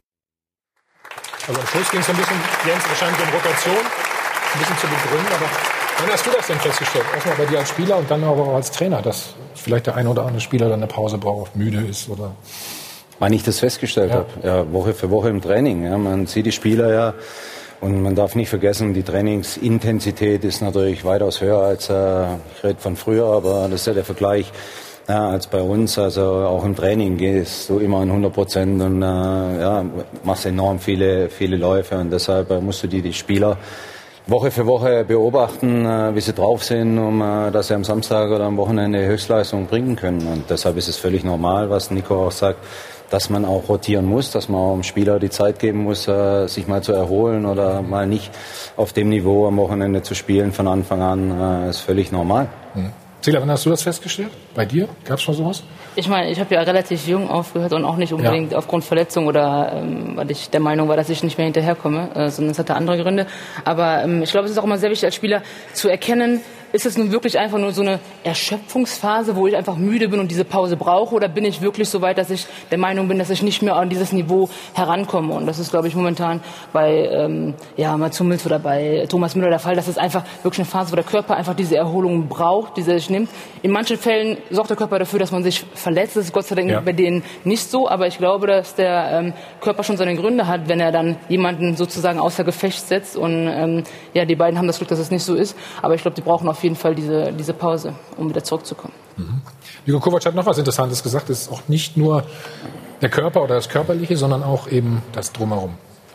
Also am Schluss ging es ein bisschen, Jens, wahrscheinlich um Rotation, ein bisschen zu begründen, aber wann hast du das denn festgestellt? Erstmal bei dir als Spieler und dann auch als Trainer, dass vielleicht der ein oder andere Spieler dann eine Pause braucht, müde ist oder? Wann ich das festgestellt habe, ja, Woche für Woche im Training. Ja, man sieht die Spieler ja und man darf nicht vergessen, die Trainingsintensität ist natürlich weitaus höher als, ich rede von früher, aber das ist ja der Vergleich. Ja, als bei uns, also auch im Training gehst du immer an 100% und machst enorm viele Läufe und deshalb musst du die Spieler Woche für Woche beobachten, wie sie drauf sind, dass sie am Samstag oder am Wochenende Höchstleistung bringen können. Und deshalb ist es völlig normal, was Nico auch sagt, dass man auch rotieren muss, dass man auch dem Spieler die Zeit geben muss, sich mal zu erholen oder mal nicht auf dem Niveau am Wochenende zu spielen von Anfang an, ist völlig normal. Zila, wann hast du das festgestellt? Bei dir? Gab es schon sowas? Ich meine, ich habe ja relativ jung aufgehört und auch nicht unbedingt aufgrund Verletzung oder weil ich der Meinung war, dass ich nicht mehr hinterherkomme, sondern es hatte andere Gründe. Aber ich glaube, es ist auch immer sehr wichtig als Spieler zu erkennen, ist es nun wirklich einfach nur so eine Erschöpfungsphase, wo ich einfach müde bin und diese Pause brauche, oder bin ich wirklich so weit, dass ich der Meinung bin, dass ich nicht mehr an dieses Niveau herankomme? Und das ist, glaube ich, momentan bei Mats Hummels oder bei Thomas Müller der Fall, dass es einfach wirklich eine Phase, wo der Körper einfach diese Erholung braucht, die er sich nimmt. In manchen Fällen sorgt der Körper dafür, dass man sich verletzt. Das ist Gott sei Dank bei denen nicht so, aber ich glaube, dass der Körper schon seine Gründe hat, wenn er dann jemanden sozusagen außer Gefecht setzt. Und die beiden haben das Glück, dass es nicht so ist. Aber ich glaube, die brauchen auf jeden Fall diese Pause, um wieder zurückzukommen. Niko Kovac hat noch was Interessantes gesagt. Es ist auch nicht nur der Körper oder das Körperliche, sondern auch eben das Drumherum.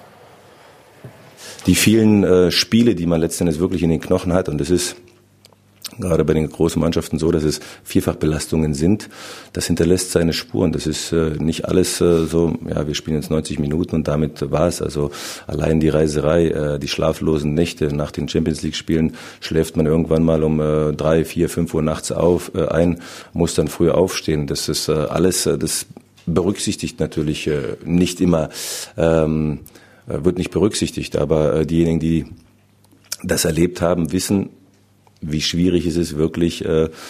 Die vielen Spiele, die man letzten Endes wirklich in den Knochen hat, und das ist gerade bei den großen Mannschaften so, dass es Vierfachbelastungen sind, das hinterlässt seine Spuren. Das ist nicht alles wir spielen jetzt 90 Minuten und damit war's. Also allein die Reiserei, die schlaflosen Nächte nach den Champions-League-Spielen schläft man irgendwann mal um 3, 4, 5 Uhr nachts ein, muss dann früh aufstehen. Das ist alles, das berücksichtigt natürlich nicht immer, wird nicht berücksichtigt. Aber diejenigen, die das erlebt haben, wissen, wie schwierig es ist, wirklich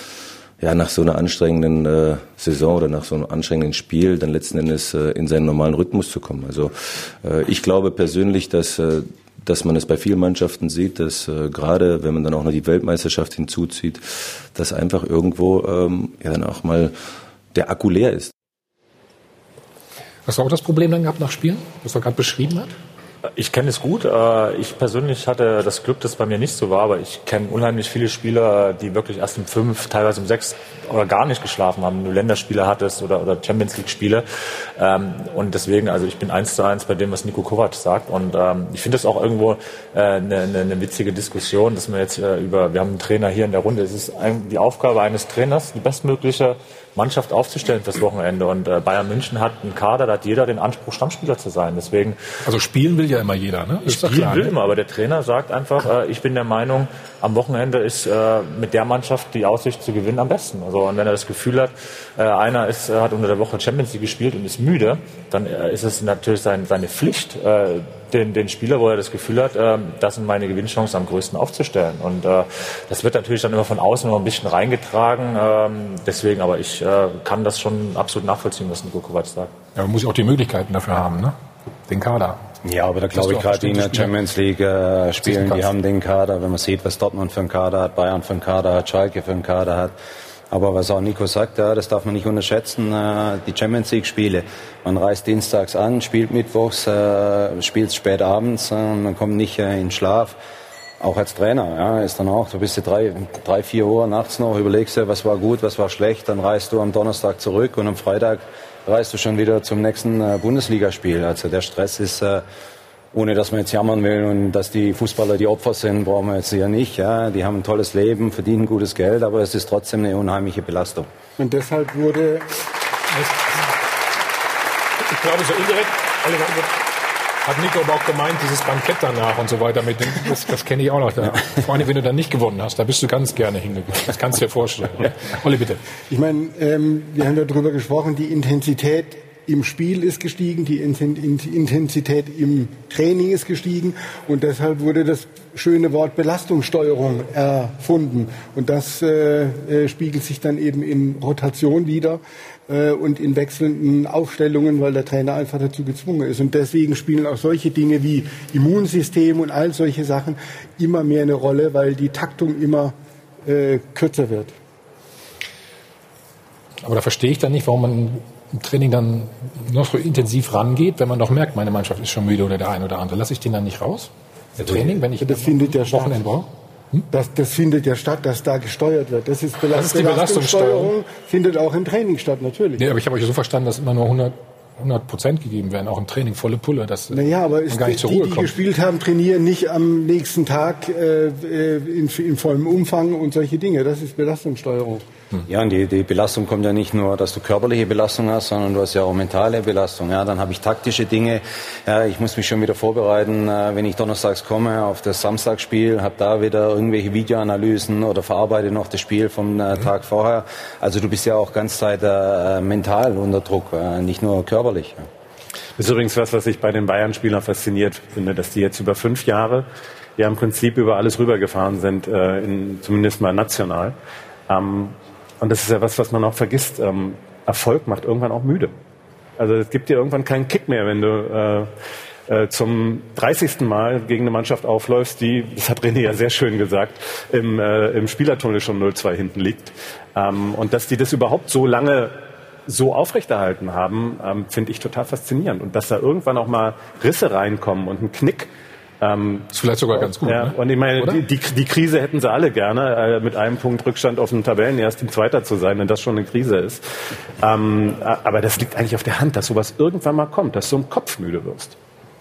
nach so einer anstrengenden Saison oder nach so einem anstrengenden Spiel dann letzten Endes in seinen normalen Rhythmus zu kommen. Also ich glaube persönlich, dass man es bei vielen Mannschaften sieht, dass gerade wenn man dann auch noch die Weltmeisterschaft hinzuzieht, dass einfach irgendwo dann auch mal der Akku leer ist. Hast du auch das Problem dann gehabt nach Spielen, was er gerade beschrieben hat? Ich kenne es gut. Ich persönlich hatte das Glück, dass es bei mir nicht so war, aber ich kenne unheimlich viele Spieler, die wirklich erst um 5, teilweise um 6 oder gar nicht geschlafen haben, wenn du Länderspiele hattest oder Champions League Spiele. Und deswegen, also ich bin 1:1 bei dem, was Niko Kovac sagt. Und ich finde das auch irgendwo eine witzige Diskussion, dass wir jetzt wir haben einen Trainer hier in der Runde. Es ist die Aufgabe eines Trainers, die bestmögliche Mannschaft aufzustellen fürs Wochenende. Und Bayern München hat einen Kader, da hat jeder den Anspruch, Stammspieler zu sein. Deswegen. Also spielen will ja immer jeder, ne? Spielen will immer, aber der Trainer sagt einfach, ich bin der Meinung, am Wochenende ist mit der Mannschaft die Aussicht zu gewinnen am besten. Also und wenn er das Gefühl hat, einer hat unter der Woche Champions League gespielt und ist müde, dann ist es natürlich seine Pflicht, den Spieler, wo er das Gefühl hat, das sind meine Gewinnchancen am größten aufzustellen. Und das wird natürlich dann immer von außen noch ein bisschen reingetragen. Deswegen, aber ich kann das schon absolut nachvollziehen, was Niko Kovac sagt. Ja, man muss ja auch die Möglichkeiten dafür haben, ne? Den Kader. Ja, aber da glaube ich gerade, die in der Champions League spielen, die haben den Kader, wenn man sieht, was Dortmund für einen Kader hat, Bayern für einen Kader hat, Schalke für einen Kader hat. Aber was auch Nico sagt, das darf man nicht unterschätzen, die Champions League Spiele. Man reist dienstags an, spielt mittwochs, spielt spät abends und man kommt nicht in Schlaf. Auch als Trainer, ist dann auch, du bist 3, 4 Uhr nachts noch, überlegst dir, was war gut, was war schlecht, dann reist du am Donnerstag zurück und am Freitag reist du schon wieder zum nächsten Bundesligaspiel. Also der Stress ist ohne dass man jetzt jammern will und dass die Fußballer die Opfer sind, brauchen wir jetzt hier nicht. Ja. Die haben ein tolles Leben, verdienen gutes Geld, aber es ist trotzdem eine unheimliche Belastung. Und deshalb wurde... Ich glaube, so indirekt, hat Nico aber auch gemeint, dieses Bankett danach und so weiter, das kenne ich auch noch. Ja. Vor allem, wenn du dann nicht gewonnen hast, da bist du ganz gerne hingegangen. Das kannst du dir vorstellen. Olli, bitte. Ich meine, wir haben darüber gesprochen, die Intensität im Spiel ist gestiegen, die Intensität im Training ist gestiegen und deshalb wurde das schöne Wort Belastungssteuerung erfunden. Und das spiegelt sich dann eben in Rotation wider und in wechselnden Aufstellungen, weil der Trainer einfach dazu gezwungen ist. Und deswegen spielen auch solche Dinge wie Immunsystem und all solche Sachen immer mehr eine Rolle, weil die Taktung immer kürzer wird. Aber da verstehe ich dann nicht, warum man im Training dann noch so intensiv rangeht, wenn man doch merkt, meine Mannschaft ist schon müde oder der eine oder andere. Lasse ich den dann nicht raus? Der Training, wenn ich das findet ja Wochenende brauche? Das findet ja statt, dass da gesteuert wird. Das ist die Belastungssteuerung, findet auch im Training statt, natürlich. Nee, aber ich habe euch so verstanden, dass immer nur 100% gegeben werden, auch im Training, volle Pulle, dass man gar nicht zur Ruhe kommt. Die gespielt haben, trainieren nicht am nächsten Tag in vollem Umfang und solche Dinge. Das ist Belastungssteuerung. Ja, und die Belastung kommt ja nicht nur, dass du körperliche Belastung hast, sondern du hast ja auch mentale Belastung. Ja, dann habe ich taktische Dinge. Ja, ich muss mich schon wieder vorbereiten, wenn ich donnerstags komme auf das Samstagsspiel, habe da wieder irgendwelche Videoanalysen oder verarbeite noch das Spiel vom Tag vorher. Also du bist ja auch ganze Zeit mental unter Druck, nicht nur körperlich. Ja. Das ist übrigens was ich bei den Bayern-Spielern fasziniert finde, dass die jetzt über 5 Jahre ja im Prinzip über alles rübergefahren sind, zumindest mal national. Und das ist ja was man auch vergisst. Erfolg macht irgendwann auch müde. Also es gibt dir irgendwann keinen Kick mehr, wenn du zum 30. Mal gegen eine Mannschaft aufläufst, die, das hat René ja sehr schön gesagt, im Spielertunnel schon 0-2 hinten liegt. Und dass die das überhaupt so lange so aufrechterhalten haben, finde ich total faszinierend. Und dass da irgendwann auch mal Risse reinkommen und ein Knick. Ist vielleicht sogar ganz gut. Ja, ne? Und ich meine, die Krise hätten sie alle gerne, mit einem Punkt Rückstand auf den Tabellenersten Zweiter zu sein, wenn das schon eine Krise ist. Aber das liegt eigentlich auf der Hand, dass sowas irgendwann mal kommt, dass du im Kopf müde wirst.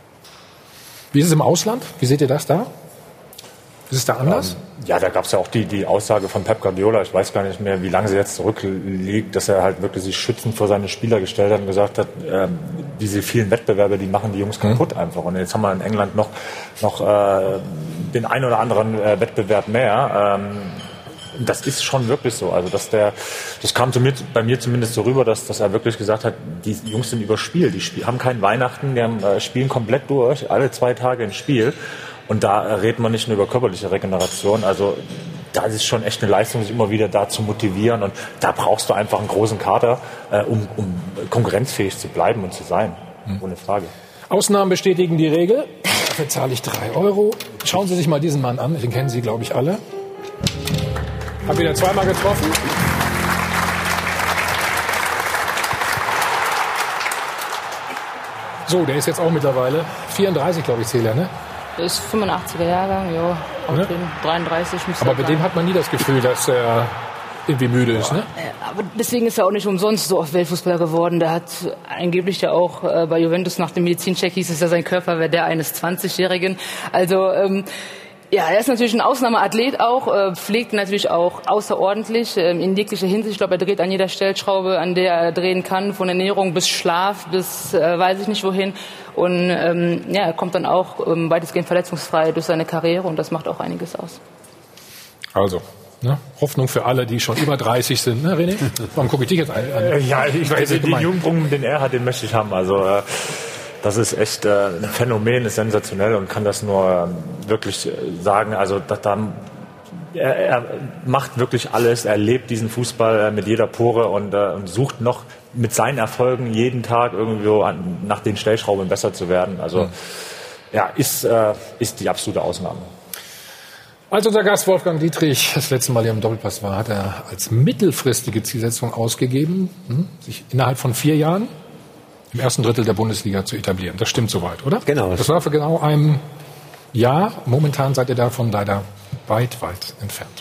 Wie ist es im Ausland? Wie seht ihr das da? Ist es da anders? Ja, da gab es ja auch die Aussage von Pep Guardiola, ich weiß gar nicht mehr, wie lange sie jetzt zurückliegt, dass er halt wirklich sich schützend vor seine Spieler gestellt hat und gesagt hat, diese vielen Wettbewerbe, die machen die Jungs kaputt einfach. Und jetzt haben wir in England noch den einen oder anderen Wettbewerb mehr. Das ist schon wirklich so. Also das kam bei mir zumindest so rüber, dass er wirklich gesagt hat, die Jungs sind überspielt. Die haben kein Weihnachten, die spielen komplett durch, alle 2 Tage ein Spiel. Und da redet man nicht nur über körperliche Regeneration. Also da ist es schon echt eine Leistung, sich immer wieder da zu motivieren. Und da brauchst du einfach einen großen Kader, um konkurrenzfähig zu bleiben und zu sein. Ohne Frage. Ausnahmen bestätigen die Regel. Dafür zahle ich 3 Euro. Schauen Sie sich mal diesen Mann an. Den kennen Sie, glaube ich, alle. Hab wieder 2-mal getroffen. So, der ist jetzt auch mittlerweile 34, glaube ich, Zähler, ne? Ist 85er Jahrgang, ja. Ne? 33 müsste Aber bei dem hat man nie das Gefühl, dass er irgendwie müde ist, ne? Aber deswegen ist er auch nicht umsonst so oft Weltfußballer geworden. Der hat angeblich ja auch bei Juventus nach dem Medizincheck hieß es ja, sein Körper wäre der eines 20-Jährigen. Also ja, er ist natürlich ein Ausnahmeathlet auch, pflegt natürlich auch außerordentlich in jeglicher Hinsicht. Ich glaube, er dreht an jeder Stellschraube, an der er drehen kann, von Ernährung bis Schlaf, bis weiß ich nicht wohin. Und ja, er kommt dann auch weitestgehend verletzungsfrei durch seine Karriere und das macht auch einiges aus. Also, ne? Hoffnung für alle, die schon über 30 sind, ne, René? Warum gucke ich dich jetzt an? Ja, ich weiß, den Jungbrunnen, den er hat, den möchte ich haben. Also das ist echt ein Phänomen, ist sensationell und kann das nur wirklich sagen. Also er macht wirklich alles, er lebt diesen Fußball mit jeder Pore und sucht noch mit seinen Erfolgen jeden Tag irgendwo nach den Stellschrauben besser zu werden. Also ja, ist die absolute Ausnahme. Als unser Gast Wolfgang Dietrich das letzte Mal hier im Doppelpass war, hat er als mittelfristige Zielsetzung ausgegeben, sich innerhalb von 4 Jahren im ersten Drittel der Bundesliga zu etablieren. Das stimmt soweit, oder? Genau. Das war für genau ein Jahr. Momentan seid ihr davon leider weit, weit entfernt.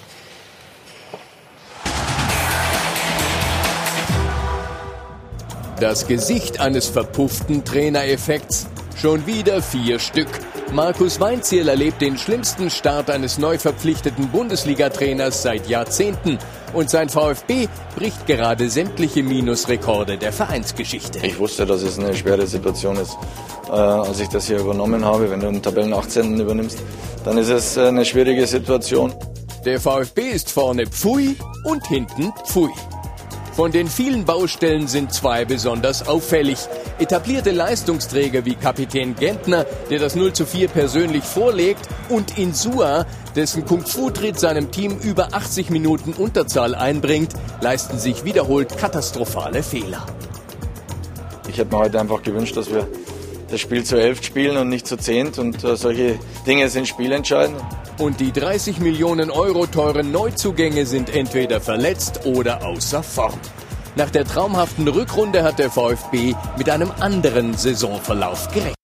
Das Gesicht eines verpufften Trainereffekts. Schon wieder 4 Stück. Markus Weinzierl erlebt den schlimmsten Start eines neu verpflichteten Bundesliga-Trainers seit Jahrzehnten. Und sein VfB bricht gerade sämtliche Minusrekorde der Vereinsgeschichte. Ich wusste, dass es eine schwere Situation ist, als ich das hier übernommen habe. Wenn du einen Tabellen 18. übernimmst, dann ist es eine schwierige Situation. Der VfB ist vorne Pfui und hinten Pfui. Von den vielen Baustellen sind 2 besonders auffällig. Etablierte Leistungsträger wie Kapitän Gentner, der das 0:4 persönlich vorlegt, und Insua, dessen Kung-Fu-Tritt seinem Team über 80 Minuten Unterzahl einbringt, leisten sich wiederholt katastrophale Fehler. Ich hätte mir heute einfach gewünscht, dass wir das Spiel zu 11 spielen und nicht zu 10. Und solche Dinge sind spielentscheidend. Und die 30 Millionen Euro teuren Neuzugänge sind entweder verletzt oder außer Form. Nach der traumhaften Rückrunde hat der VfB mit einem anderen Saisonverlauf gerechnet.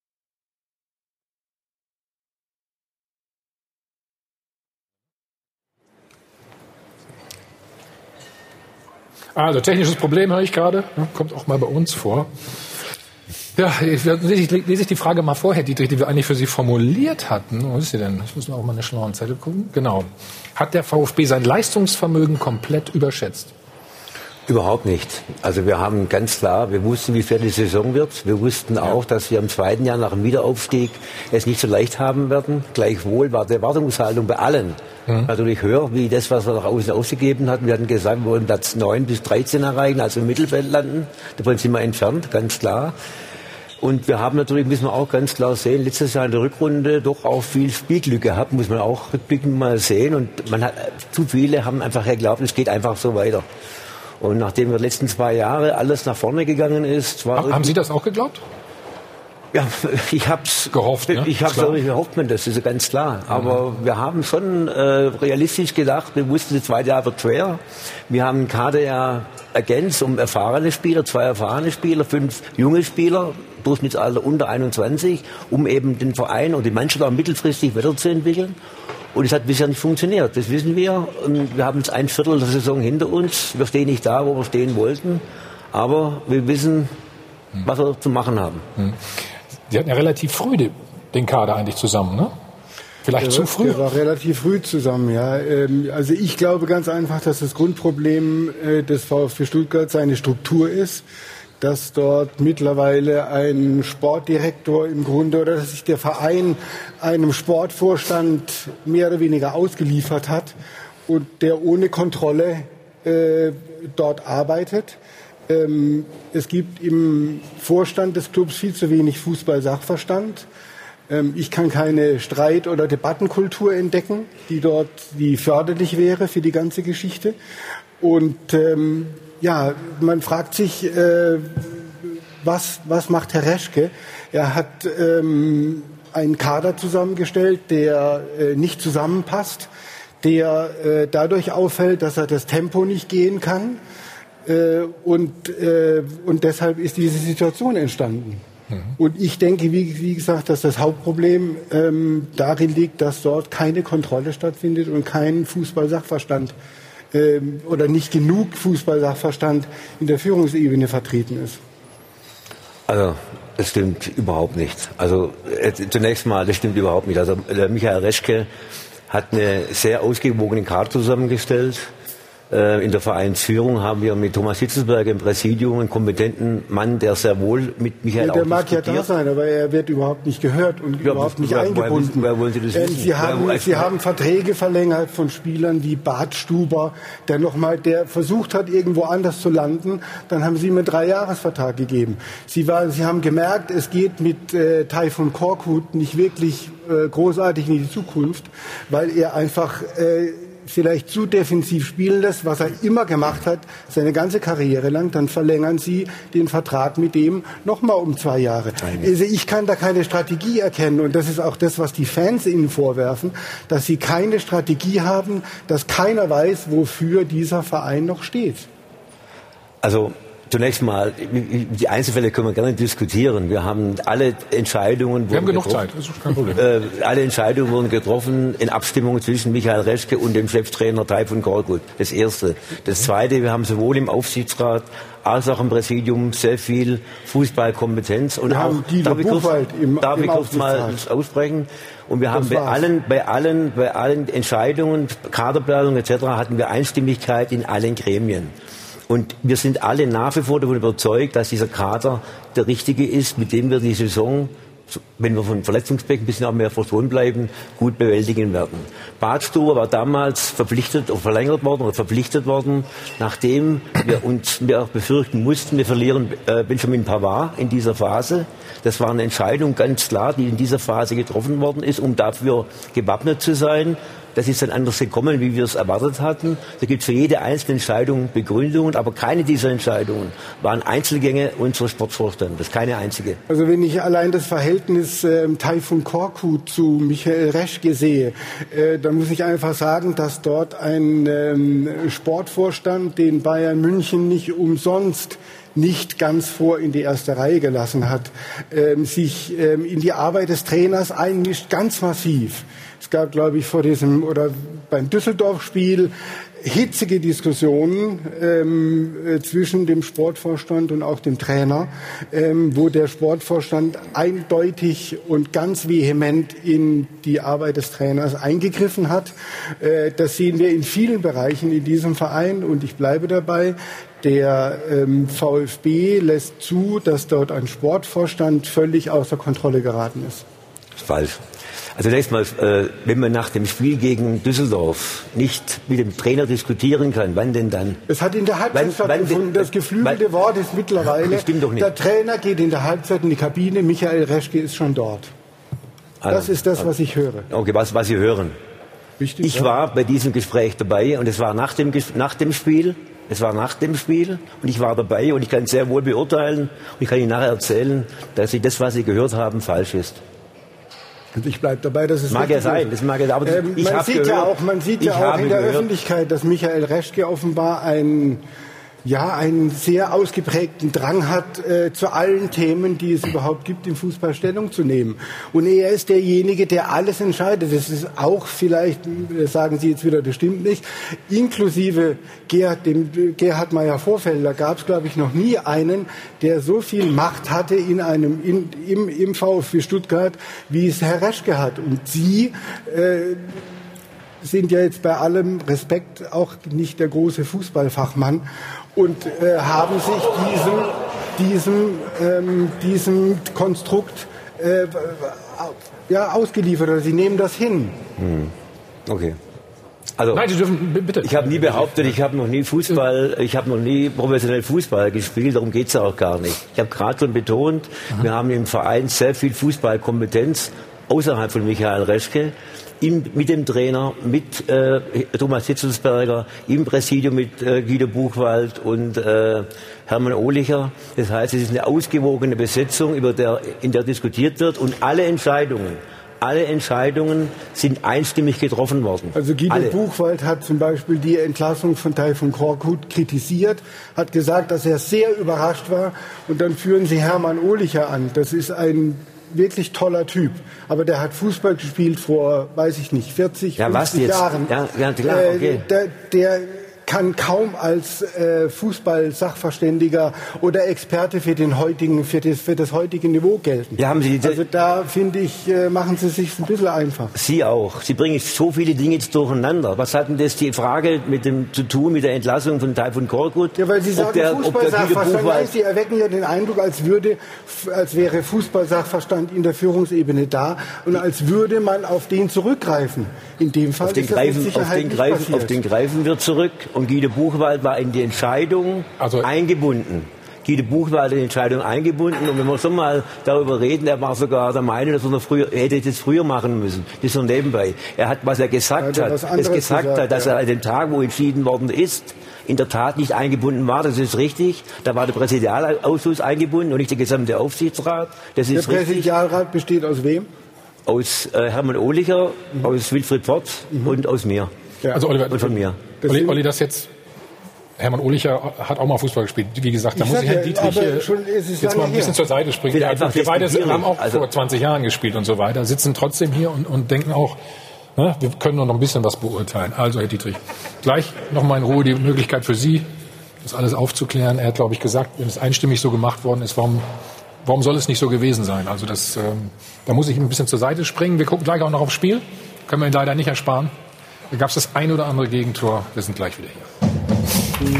Also technisches Problem höre ich gerade, kommt auch mal bei uns vor. Ja, lese ich die Frage mal vorher, Dietrich, die wir eigentlich für Sie formuliert hatten. Wo ist sie denn? Ich muss mal auf meine schlauen Zettel gucken. Genau. Hat der VfB sein Leistungsvermögen komplett überschätzt? Überhaupt nicht. Also wir haben ganz klar, wir wussten, wie fair die Saison wird. Wir wussten auch, dass wir im zweiten Jahr nach dem Wiederaufstieg es nicht so leicht haben werden. Gleichwohl war die Erwartungshaltung bei allen natürlich höher, wie das, was wir nach außen ausgegeben hatten. Wir hatten gesagt, wir wollen Platz 9 bis 13 erreichen, also im Mittelfeld landen. Davon sind wir entfernt, ganz klar. Und wir haben natürlich, müssen wir auch ganz klar sehen, letztes Jahr in der Rückrunde doch auch viel Spielglück gehabt, muss man auch rückblickend mal sehen. Und zu viele haben einfach geglaubt, es geht einfach so weiter. Und nachdem wir die letzten 2 Jahre alles nach vorne gegangen ist, haben Sie das auch geglaubt? Ja, ich hab's gehofft. Ne? Ich hab's auch gehofft, das ist ja ganz klar. Aber wir haben schon realistisch gedacht, wir wussten, das zweite Jahr wird schwer. Wir haben den Kader ja ergänzt um erfahrene Spieler, 2 erfahrene Spieler, 5 junge Spieler, Durchschnittsalter unter 21, um eben den Verein und die Mannschaft auch mittelfristig weiterzuentwickeln. Und es hat bisher nicht funktioniert, das wissen wir. Und wir haben jetzt 1/4 der Saison hinter uns. Wir stehen nicht da, wo wir stehen wollten. Aber wir wissen, was wir zu machen haben. Sie hatten ja relativ früh den Kader eigentlich zusammen, ne? Vielleicht zu früh? Der war relativ früh zusammen, ja. Also ich glaube ganz einfach, dass das Grundproblem des VfB Stuttgart seine Struktur ist. Dass dort mittlerweile ein Sportdirektor im Grunde oder dass sich der Verein einem Sportvorstand mehr oder weniger ausgeliefert hat und der ohne Kontrolle dort arbeitet. Es gibt im Vorstand des Clubs viel zu wenig Fußball-Sachverstand. Ich kann keine Streit- oder Debattenkultur entdecken, die förderlich wäre für die ganze Geschichte. Und ja, man fragt sich, was macht Herr Reschke? Er hat einen Kader zusammengestellt, der nicht zusammenpasst, der dadurch auffällt, dass er das Tempo nicht gehen kann. Und deshalb ist diese Situation entstanden. Und ich denke, wie gesagt, dass das Hauptproblem darin liegt, dass dort keine Kontrolle stattfindet und kein Fußball-Sachverstand oder nicht genug Fußball-Sachverstand in der Führungsebene vertreten ist. Also, das stimmt überhaupt nicht. Also, zunächst mal, das stimmt überhaupt nicht. Also, Michael Reschke hat eine sehr ausgewogene Kader zusammengestellt. In der Vereinsführung haben wir mit Thomas Hitzelsberger im Präsidium einen kompetenten Mann, der sehr wohl mit Michael auch der mag ja da sein, aber er wird überhaupt nicht gehört und überhaupt nicht eingebunden. Woher wollen Sie das wissen? Sie haben Verträge verlängert von Spielern wie Bart Stuber, der versucht hat, irgendwo anders zu landen. Dann haben Sie ihm einen 3-Jahres-Vertrag gegeben. Sie haben gemerkt, es geht mit Taifun Korkut nicht wirklich großartig in die Zukunft, weil er einfach vielleicht zu defensiv spielen lässt, was er immer gemacht hat, seine ganze Karriere lang, dann verlängern Sie den Vertrag mit dem nochmal um 2 Jahre. Also ich kann da keine Strategie erkennen und das ist auch das, was die Fans Ihnen vorwerfen, dass Sie keine Strategie haben, dass keiner weiß, wofür dieser Verein noch steht. Also Zunächst mal, die Einzelfälle können wir gerne diskutieren. Wir haben alle Entscheidungen... Wir haben genug Zeit, das ist kein Problem. Alle Entscheidungen wurden getroffen in Abstimmung zwischen Michael Reschke und dem Cheftrainer Tayfun Korkut. Das Erste. Das Zweite, wir haben sowohl im Aufsichtsrat als auch im Präsidium sehr viel Fußballkompetenz. Und auch, darf ich kurz mal aussprechen? Und wir haben bei allen Entscheidungen, Kaderplanung etc. hatten wir Einstimmigkeit in allen Gremien. Und wir sind alle nach wie vor davon überzeugt, dass dieser Kader der richtige ist, mit dem wir die Saison, wenn wir von Verletzungsbecken ein bisschen auch mehr verschont bleiben, gut bewältigen werden. Badstuber war damals verpflichtet worden, nachdem wir auch befürchten mussten, wir verlieren Benjamin Pavard in dieser Phase. Das war eine Entscheidung ganz klar, die in dieser Phase getroffen worden ist, um dafür gewappnet zu sein. Das ist dann anders gekommen, wie wir es erwartet hatten. Da gibt es für jede einzelne Entscheidung Begründungen, aber keine dieser Entscheidungen waren Einzelgänge unseres Sportvorstandes, keine einzige. Also wenn ich allein das Verhältnis Tayfun Korkut zu Michael Reschke sehe, dann muss ich einfach sagen, dass dort ein Sportvorstand den Bayern München nicht umsonst nicht ganz vor in die erste Reihe gelassen hat, sich in die Arbeit des Trainers einmischt, ganz massiv. Es gab, glaube ich, beim Düsseldorf-Spiel hitzige Diskussionen zwischen dem Sportvorstand und auch dem Trainer, wo der Sportvorstand eindeutig und ganz vehement in die Arbeit des Trainers eingegriffen hat. Das sehen wir in vielen Bereichen in diesem Verein und ich bleibe dabei. Der VfB lässt zu, dass dort ein Sportvorstand völlig außer Kontrolle geraten ist. Falsch. Also zunächst mal, wenn man nach dem Spiel gegen Düsseldorf nicht mit dem Trainer diskutieren kann, wann denn dann? Es hat in der Halbzeit stattgefunden. Das geflügelte Wort ist mittlerweile, das stimmt doch nicht. Der Trainer geht in der Halbzeit in die Kabine, Michael Reschke ist schon dort. Das ist das, was ich höre. Okay, was Sie hören. Wichtig, ich war bei diesem Gespräch dabei und es war nach dem Spiel. Es war nach dem Spiel und ich war dabei und ich kann sehr wohl beurteilen und ich kann Ihnen nachher erzählen, dass das, was Sie gehört haben, falsch ist. Und ich bleibe dabei, dass es mag ja sein. Das mag ja, aber man sieht ja auch in der Öffentlichkeit, dass Michael Reschke offenbar einen sehr ausgeprägten Drang hat, zu allen Themen, die es überhaupt gibt, im Fußball Stellung zu nehmen. Und er ist derjenige, der alles entscheidet. Das ist auch vielleicht, sagen Sie jetzt wieder, das stimmt nicht, inklusive Gerhard Meyer-Vorfelder gab es, glaube ich, noch nie einen, der so viel Macht hatte im VfB Stuttgart, wie es Herr Reschke hat. Und Sie sind ja jetzt bei allem Respekt auch nicht der große Fußballfachmann und haben sich diesem Konstrukt ausgeliefert. Oder Sie nehmen das hin. Okay. Also, nein, Sie dürfen, bitte. Ich habe nie behauptet, ich habe noch nie professionell Fußball gespielt, darum geht es ja auch gar nicht. Ich habe gerade schon betont, wir haben im Verein sehr viel Fußballkompetenz außerhalb von Michael Reschke. Mit dem Trainer, mit Thomas Hitzelsberger, im Präsidium mit Guido Buchwald und Hermann Ohlicher. Das heißt, es ist eine ausgewogene Besetzung, in der diskutiert wird und alle Entscheidungen sind einstimmig getroffen worden. Also Guido Buchwald hat zum Beispiel die Entlassung von Tayfun Korkut kritisiert, hat gesagt, dass er sehr überrascht war und dann führen Sie Hermann Ohlicher an. Das ist ein wirklich toller Typ. Aber der hat Fußball gespielt vor, weiß ich nicht, 40, 50 Jahren. Ja, klar, okay. Der kann kaum als Fußball-Sachverständiger oder Experte für das heutige Niveau gelten. Ja, also da, finde ich, machen Sie es sich ein bisschen einfach. Sie auch. Sie bringen so viele Dinge jetzt durcheinander. Was hat denn das die Frage zu tun mit der Entlassung von Tayfun Korkut? Ja, weil Sie sagen Fußball-Sachverstand. Sie erwecken ja den Eindruck, als wäre Fußball-Sachverstand in der Führungsebene da und als würde man auf den zurückgreifen. In dem Fall auf den greifen wir zurück. Und Guido Buchwald war in die Entscheidung eingebunden. Guido Buchwald in die Entscheidung eingebunden. Und wenn wir so mal darüber reden, er war sogar der Meinung, dass hätte das früher machen müssen. Das ist nur nebenbei. Was er gesagt hat, dass er an dem Tag, wo entschieden worden ist, in der Tat nicht eingebunden war. Das ist richtig. Da war der Präsidialausschuss eingebunden und nicht der gesamte Aufsichtsrat. Das ist der Präsidialrat besteht aus wem? Aus Hermann Ohlicher, aus Wilfried Pott und aus mir. Ja. Also Oliver, und von mir. Olli, das jetzt Hermann Ohlicher hat auch mal Fußball gespielt. Wie gesagt, da muss ich Herrn Dietrich jetzt mal ein bisschen zur Seite springen. Wir beide haben auch vor 20 Jahren gespielt und so weiter, sitzen trotzdem hier und denken auch, ne, wir können noch ein bisschen was beurteilen. Also, Herr Dietrich, gleich noch mal in Ruhe die Möglichkeit für Sie, das alles aufzuklären. Er hat, glaube ich, gesagt, wenn es einstimmig so gemacht worden ist, warum soll es nicht so gewesen sein? Also da muss ich ein bisschen zur Seite springen. Wir gucken gleich auch noch aufs Spiel. Können wir ihn leider nicht ersparen. Da gab es das ein oder andere Gegentor. Wir sind gleich wieder hier.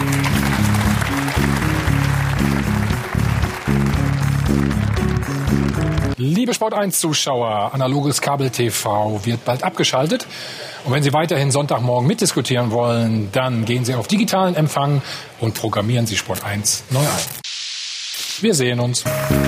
Liebe Sport1-Zuschauer, analoges Kabel-TV wird bald abgeschaltet. Und wenn Sie weiterhin Sonntagmorgen mitdiskutieren wollen, dann gehen Sie auf digitalen Empfang und programmieren Sie Sport1 neu ein. Wir sehen uns.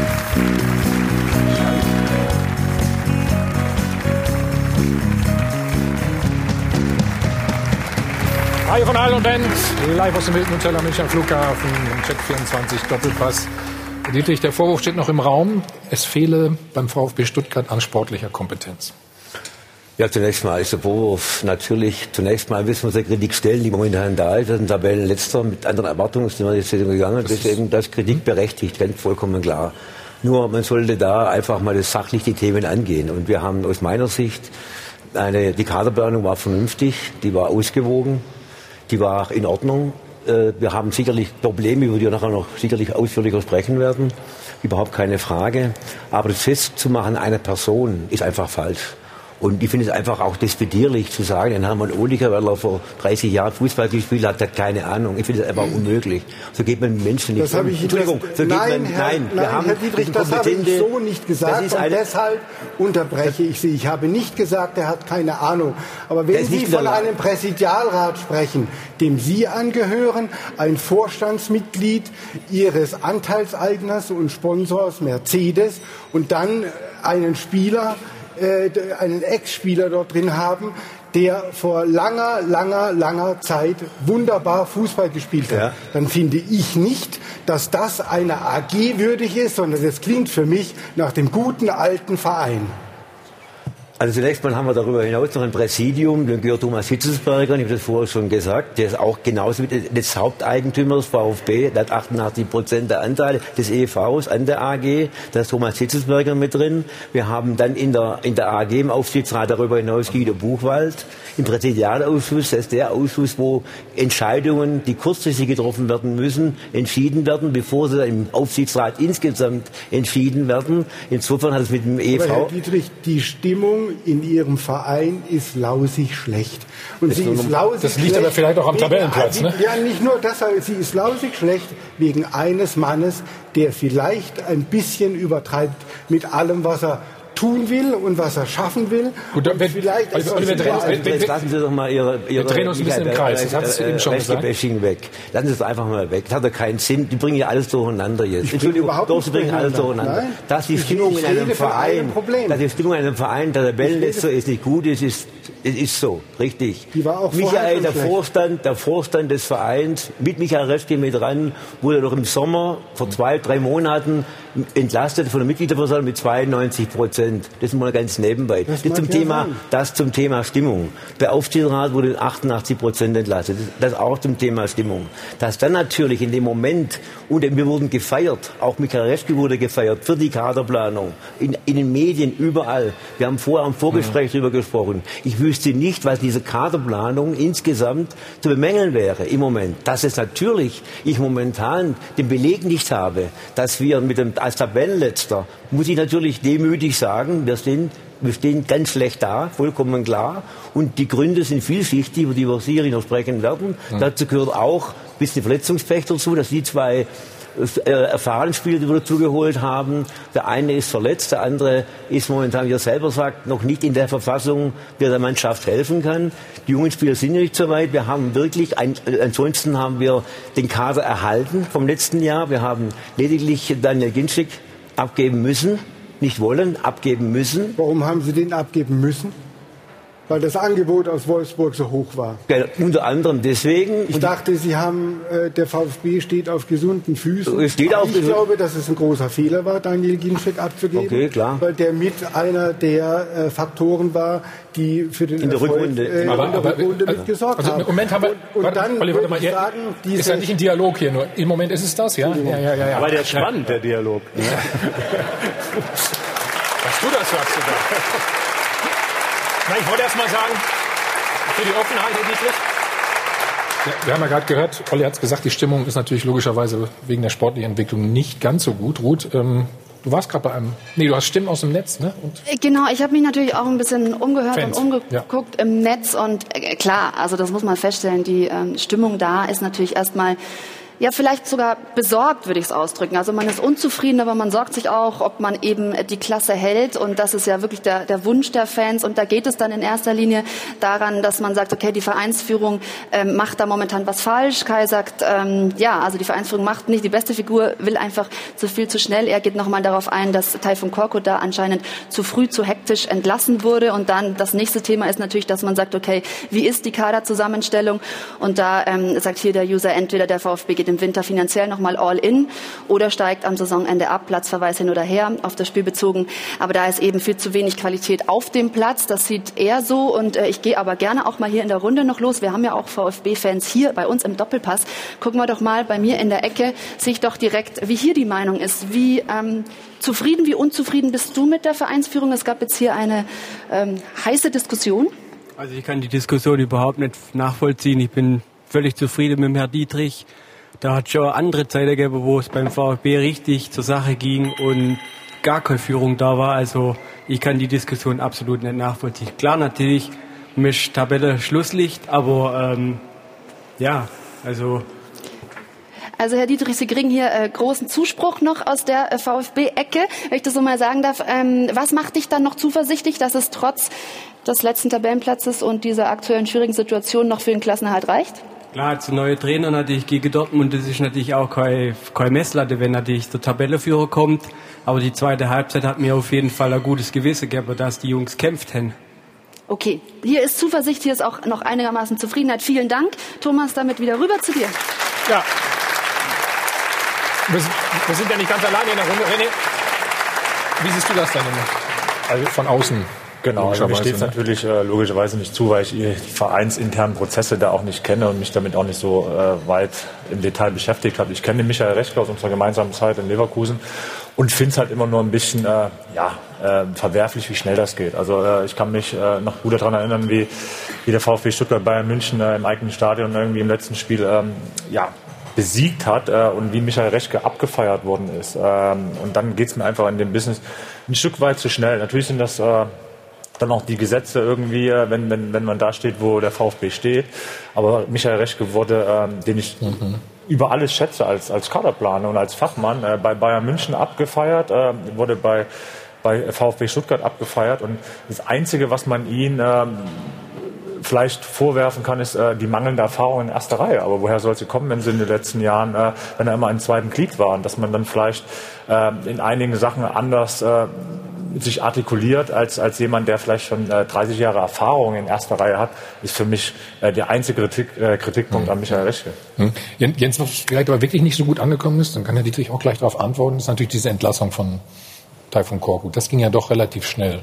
Hi von Hall und Band, live aus dem Hilton Hotel am Münchner Flughafen, im Check 24 Doppelpass. Dietrich, der Vorwurf steht noch im Raum, es fehle beim VfB Stuttgart an sportlicher Kompetenz. Ja, zunächst mal ist der Vorwurf natürlich, zunächst mal müssen wir uns der Kritik stellen, die momentan da ist. Das ist ein Tabellenletzter mit anderen Erwartungen, sind wir jetzt gegangen. Das ist eben das Kritik berechtigt, ganz vollkommen klar. Nur man sollte da einfach mal sachlich die Themen angehen. Und wir haben aus meiner Sicht, die Kaderplanung war vernünftig, die war ausgewogen, die war in Ordnung. Wir haben sicherlich Probleme, über die wir nachher noch sicherlich ausführlicher sprechen werden. Überhaupt keine Frage. Aber das festzumachen einer Person ist einfach falsch. Und ich finde es einfach auch despektierlich zu sagen, den Hermann Ohlicher, weil er vor 30 Jahren Fußball gespielt hat, hat keine Ahnung. Ich finde es einfach unmöglich. So geht man mit Menschen nicht um. Entschuldigung, so nein, Herr Dietrich, das habe ich so nicht gesagt. Und deshalb unterbreche ich Sie. Ich habe nicht gesagt, er hat keine Ahnung. Aber wenn Sie von einem Präsidialrat sprechen, dem Sie angehören, ein Vorstandsmitglied Ihres Anteilseigners und Sponsors Mercedes und dann einen Spieler, einen Ex-Spieler dort drin haben, der vor langer Zeit wunderbar Fußball gespielt hat, dann finde ich nicht, dass das einer AG würdig ist, sondern das klingt für mich nach dem guten alten Verein. Also zunächst mal haben wir darüber hinaus noch ein Präsidium, dem gehört Thomas Hitzelsberger, ich habe das vorher schon gesagt, der ist auch genauso wie des Haupteigentümers VfB, der hat 88% der Anteile des EVs an der AG, da ist Thomas Hitzelsberger mit drin. Wir haben dann in der AG im Aufsichtsrat darüber hinaus Guido Buchwald, im Präsidialausschuss, das ist der Ausschuss, wo Entscheidungen, die kurzfristig getroffen werden müssen, entschieden werden, bevor sie im Aufsichtsrat insgesamt entschieden werden. Insofern hat es mit dem EV... Aber Herr Dietrich, die Stimmung in Ihrem Verein ist lausig schlecht. Und sie ist lausig das liegt aber vielleicht auch am Tabellenplatz, ne? Ja, nicht nur das, aber sie ist lausig schlecht wegen eines Mannes, der vielleicht ein bisschen übertreibt mit allem, was er tun will und was er schaffen will. Gut, lassen Sie doch mal Ihre drehen uns ein bisschen im Kreis. Das hat es eben schon gesagt. Bashing weg. Lassen Sie es einfach mal weg. Das hat ja keinen Sinn. Die bringen ja alles durcheinander jetzt. Entschuldigung, doch, Sie bringen alles durcheinander. Dass die Stimmung in einem Verein, der Tabellenletzter ist nicht gut ist, ist so, richtig. Die war auch Michael, der Vorstand des Vereins, mit Michael Reschke mit dran, wurde doch im Sommer vor 2-3 Monaten entlastet von der Mitgliederversammlung mit 92%. Das ist mal ganz nebenbei. Das zum Thema Stimmung. Der Aufsichtsrat wurde 88% entlastet. Das auch zum Thema Stimmung. Dass dann natürlich in dem Moment, und wir wurden gefeiert, auch Michael Reschke wurde gefeiert für die Kaderplanung, in den Medien, überall. Wir haben vorher im Vorgespräch darüber gesprochen. Ich wüsste nicht, was diese Kaderplanung insgesamt zu bemängeln wäre im Moment. Dass es natürlich, ich momentan den Beleg nicht habe, dass wir als Tabellenletzter, muss ich natürlich demütig sagen, wir stehen ganz schlecht da, vollkommen klar. Und die Gründe sind vielschichtig, über die wir sicherlich noch sprechen werden. Dazu gehört auch ein bisschen Verletzungspech dazu, dass die zwei erfahrenen Spieler, die wir dazu geholt haben, der eine ist verletzt, der andere ist momentan, wie er selber sagt, noch nicht in der Verfassung, wie er der Mannschaft helfen kann. Die jungen Spieler sind nicht so weit. Wir haben wirklich, ansonsten haben wir den Kader erhalten vom letzten Jahr. Wir haben lediglich Daniel Ginczek abgeben müssen, nicht wollen, abgeben müssen. Warum haben Sie den abgeben müssen? Weil das Angebot aus Wolfsburg so hoch war. Ja, unter anderem deswegen. Ich dachte, Sie haben, der VfB steht auf gesunden Füßen. Ich glaube, dass es ein großer Fehler war, Daniel Ginczek abzugeben. Okay, klar. Weil der mit einer der Faktoren war, die für den Erfolg in der Rückrunde mitgesorgt haben. Im Moment haben wir, und dann warte mal, sagen, ist ja nicht ein Dialog hier nur. Im Moment ist es das, ja? Ja. Aber der ist spannend, der Dialog. Dass du das sagst sogar. Na, ich wollte erst mal sagen, für die Offenheit, Herr Dietrich. Ja, wir haben ja gerade gehört, Olli hat es gesagt, die Stimmung ist natürlich logischerweise wegen der sportlichen Entwicklung nicht ganz so gut. Ruth, du warst gerade bei einem... Nee, du hast Stimmen aus dem Netz, ne? Und genau, ich habe mich natürlich auch ein bisschen umgehört Fans, und umgeguckt im Netz. Und klar, also das muss man feststellen, die Stimmung da ist natürlich erstmal... Ja, vielleicht sogar besorgt, würde ich es ausdrücken. Also man ist unzufrieden, aber man sorgt sich auch, ob man eben die Klasse hält. Und das ist ja wirklich der Wunsch der Fans. Und da geht es dann in erster Linie daran, dass man sagt, okay, die Vereinsführung macht da momentan was falsch. Kai sagt, also die Vereinsführung macht nicht die beste Figur, will einfach zu viel, zu schnell. Er geht nochmal darauf ein, dass Tayfun Korkut da anscheinend zu früh, zu hektisch entlassen wurde. Und dann das nächste Thema ist natürlich, dass man sagt, okay, wie ist die Kaderzusammenstellung? Und da sagt hier der User, entweder der VfB geht im Winter finanziell nochmal all in oder steigt am Saisonende ab, Platzverweis hin oder her, auf das Spiel bezogen. Aber da ist eben viel zu wenig Qualität auf dem Platz, das sieht er so und ich gehe aber gerne auch mal hier in der Runde noch los. Wir haben ja auch VfB-Fans hier bei uns im Doppelpass. Gucken wir doch mal bei mir in der Ecke, sehe ich doch direkt, wie hier die Meinung ist. Wie zufrieden, wie unzufrieden bist du mit der Vereinsführung? Es gab jetzt hier eine heiße Diskussion. Also ich kann die Diskussion überhaupt nicht nachvollziehen. Ich bin völlig zufrieden mit dem Herrn Dietrich. Da hat schon andere Zeiten gegeben, wo es beim VfB richtig zur Sache ging und gar keine Führung da war. Also ich kann die Diskussion absolut nicht nachvollziehen. Klar, natürlich ist Tabelle Schlusslicht, aber Also Herr Dietrich, Sie kriegen hier großen Zuspruch noch aus der VfB-Ecke, wenn ich das so mal sagen darf. Was macht dich dann noch zuversichtlich, dass es trotz des letzten Tabellenplatzes und dieser aktuellen schwierigen Situation noch für den Klassenerhalt reicht? Klar, zu neue Trainer natürlich gegen Dortmund, das ist natürlich auch keine Messlatte, wenn natürlich der Tabellenführer kommt. Aber die zweite Halbzeit hat mir auf jeden Fall ein gutes Gewissen gegeben, dass die Jungs kämpft haben. Okay, hier ist Zuversicht, hier ist auch noch einigermaßen Zufriedenheit. Vielen Dank. Thomas, damit wieder rüber zu dir. Ja. Wir sind ja nicht ganz alleine in der Runde. René, wie siehst du das denn immer? Also von außen? Genau, also mir steht es natürlich logischerweise nicht zu, weil ich die vereinsinternen Prozesse da auch nicht kenne und mich damit auch nicht so weit im Detail beschäftigt habe. Ich kenne Michael Rechke aus unserer gemeinsamen Zeit in Leverkusen und finde es halt immer nur ein bisschen verwerflich, wie schnell das geht. Also ich kann mich noch gut daran erinnern, wie der VfB Stuttgart Bayern München im eigenen Stadion irgendwie im letzten Spiel besiegt hat und wie Michael Rechke abgefeiert worden ist. Und dann geht es mir einfach in dem Business ein Stück weit zu schnell. Natürlich sind das dann auch die Gesetze irgendwie, wenn man da steht, wo der VfB steht. Aber Michael Rechke wurde, den ich über alles schätze als Kaderplaner und als Fachmann, bei Bayern München abgefeiert, wurde bei VfB Stuttgart abgefeiert. Und das Einzige, was man ihn vielleicht vorwerfen kann, ist die mangelnde Erfahrung in erster Reihe. Aber woher soll sie kommen, wenn sie in den letzten Jahren, wenn er immer im zweiten Glied war, und dass man dann vielleicht in einigen Sachen anders sich artikuliert als jemand, der vielleicht schon 30 Jahre Erfahrung in erster Reihe hat, ist für mich der einzige Kritikpunkt an Michael Rechke. Jens, was vielleicht aber wirklich nicht so gut angekommen ist, dann kann Herr Dietrich auch gleich darauf antworten, ist natürlich diese Entlassung von Tayfun Korkut. Das ging ja doch relativ schnell.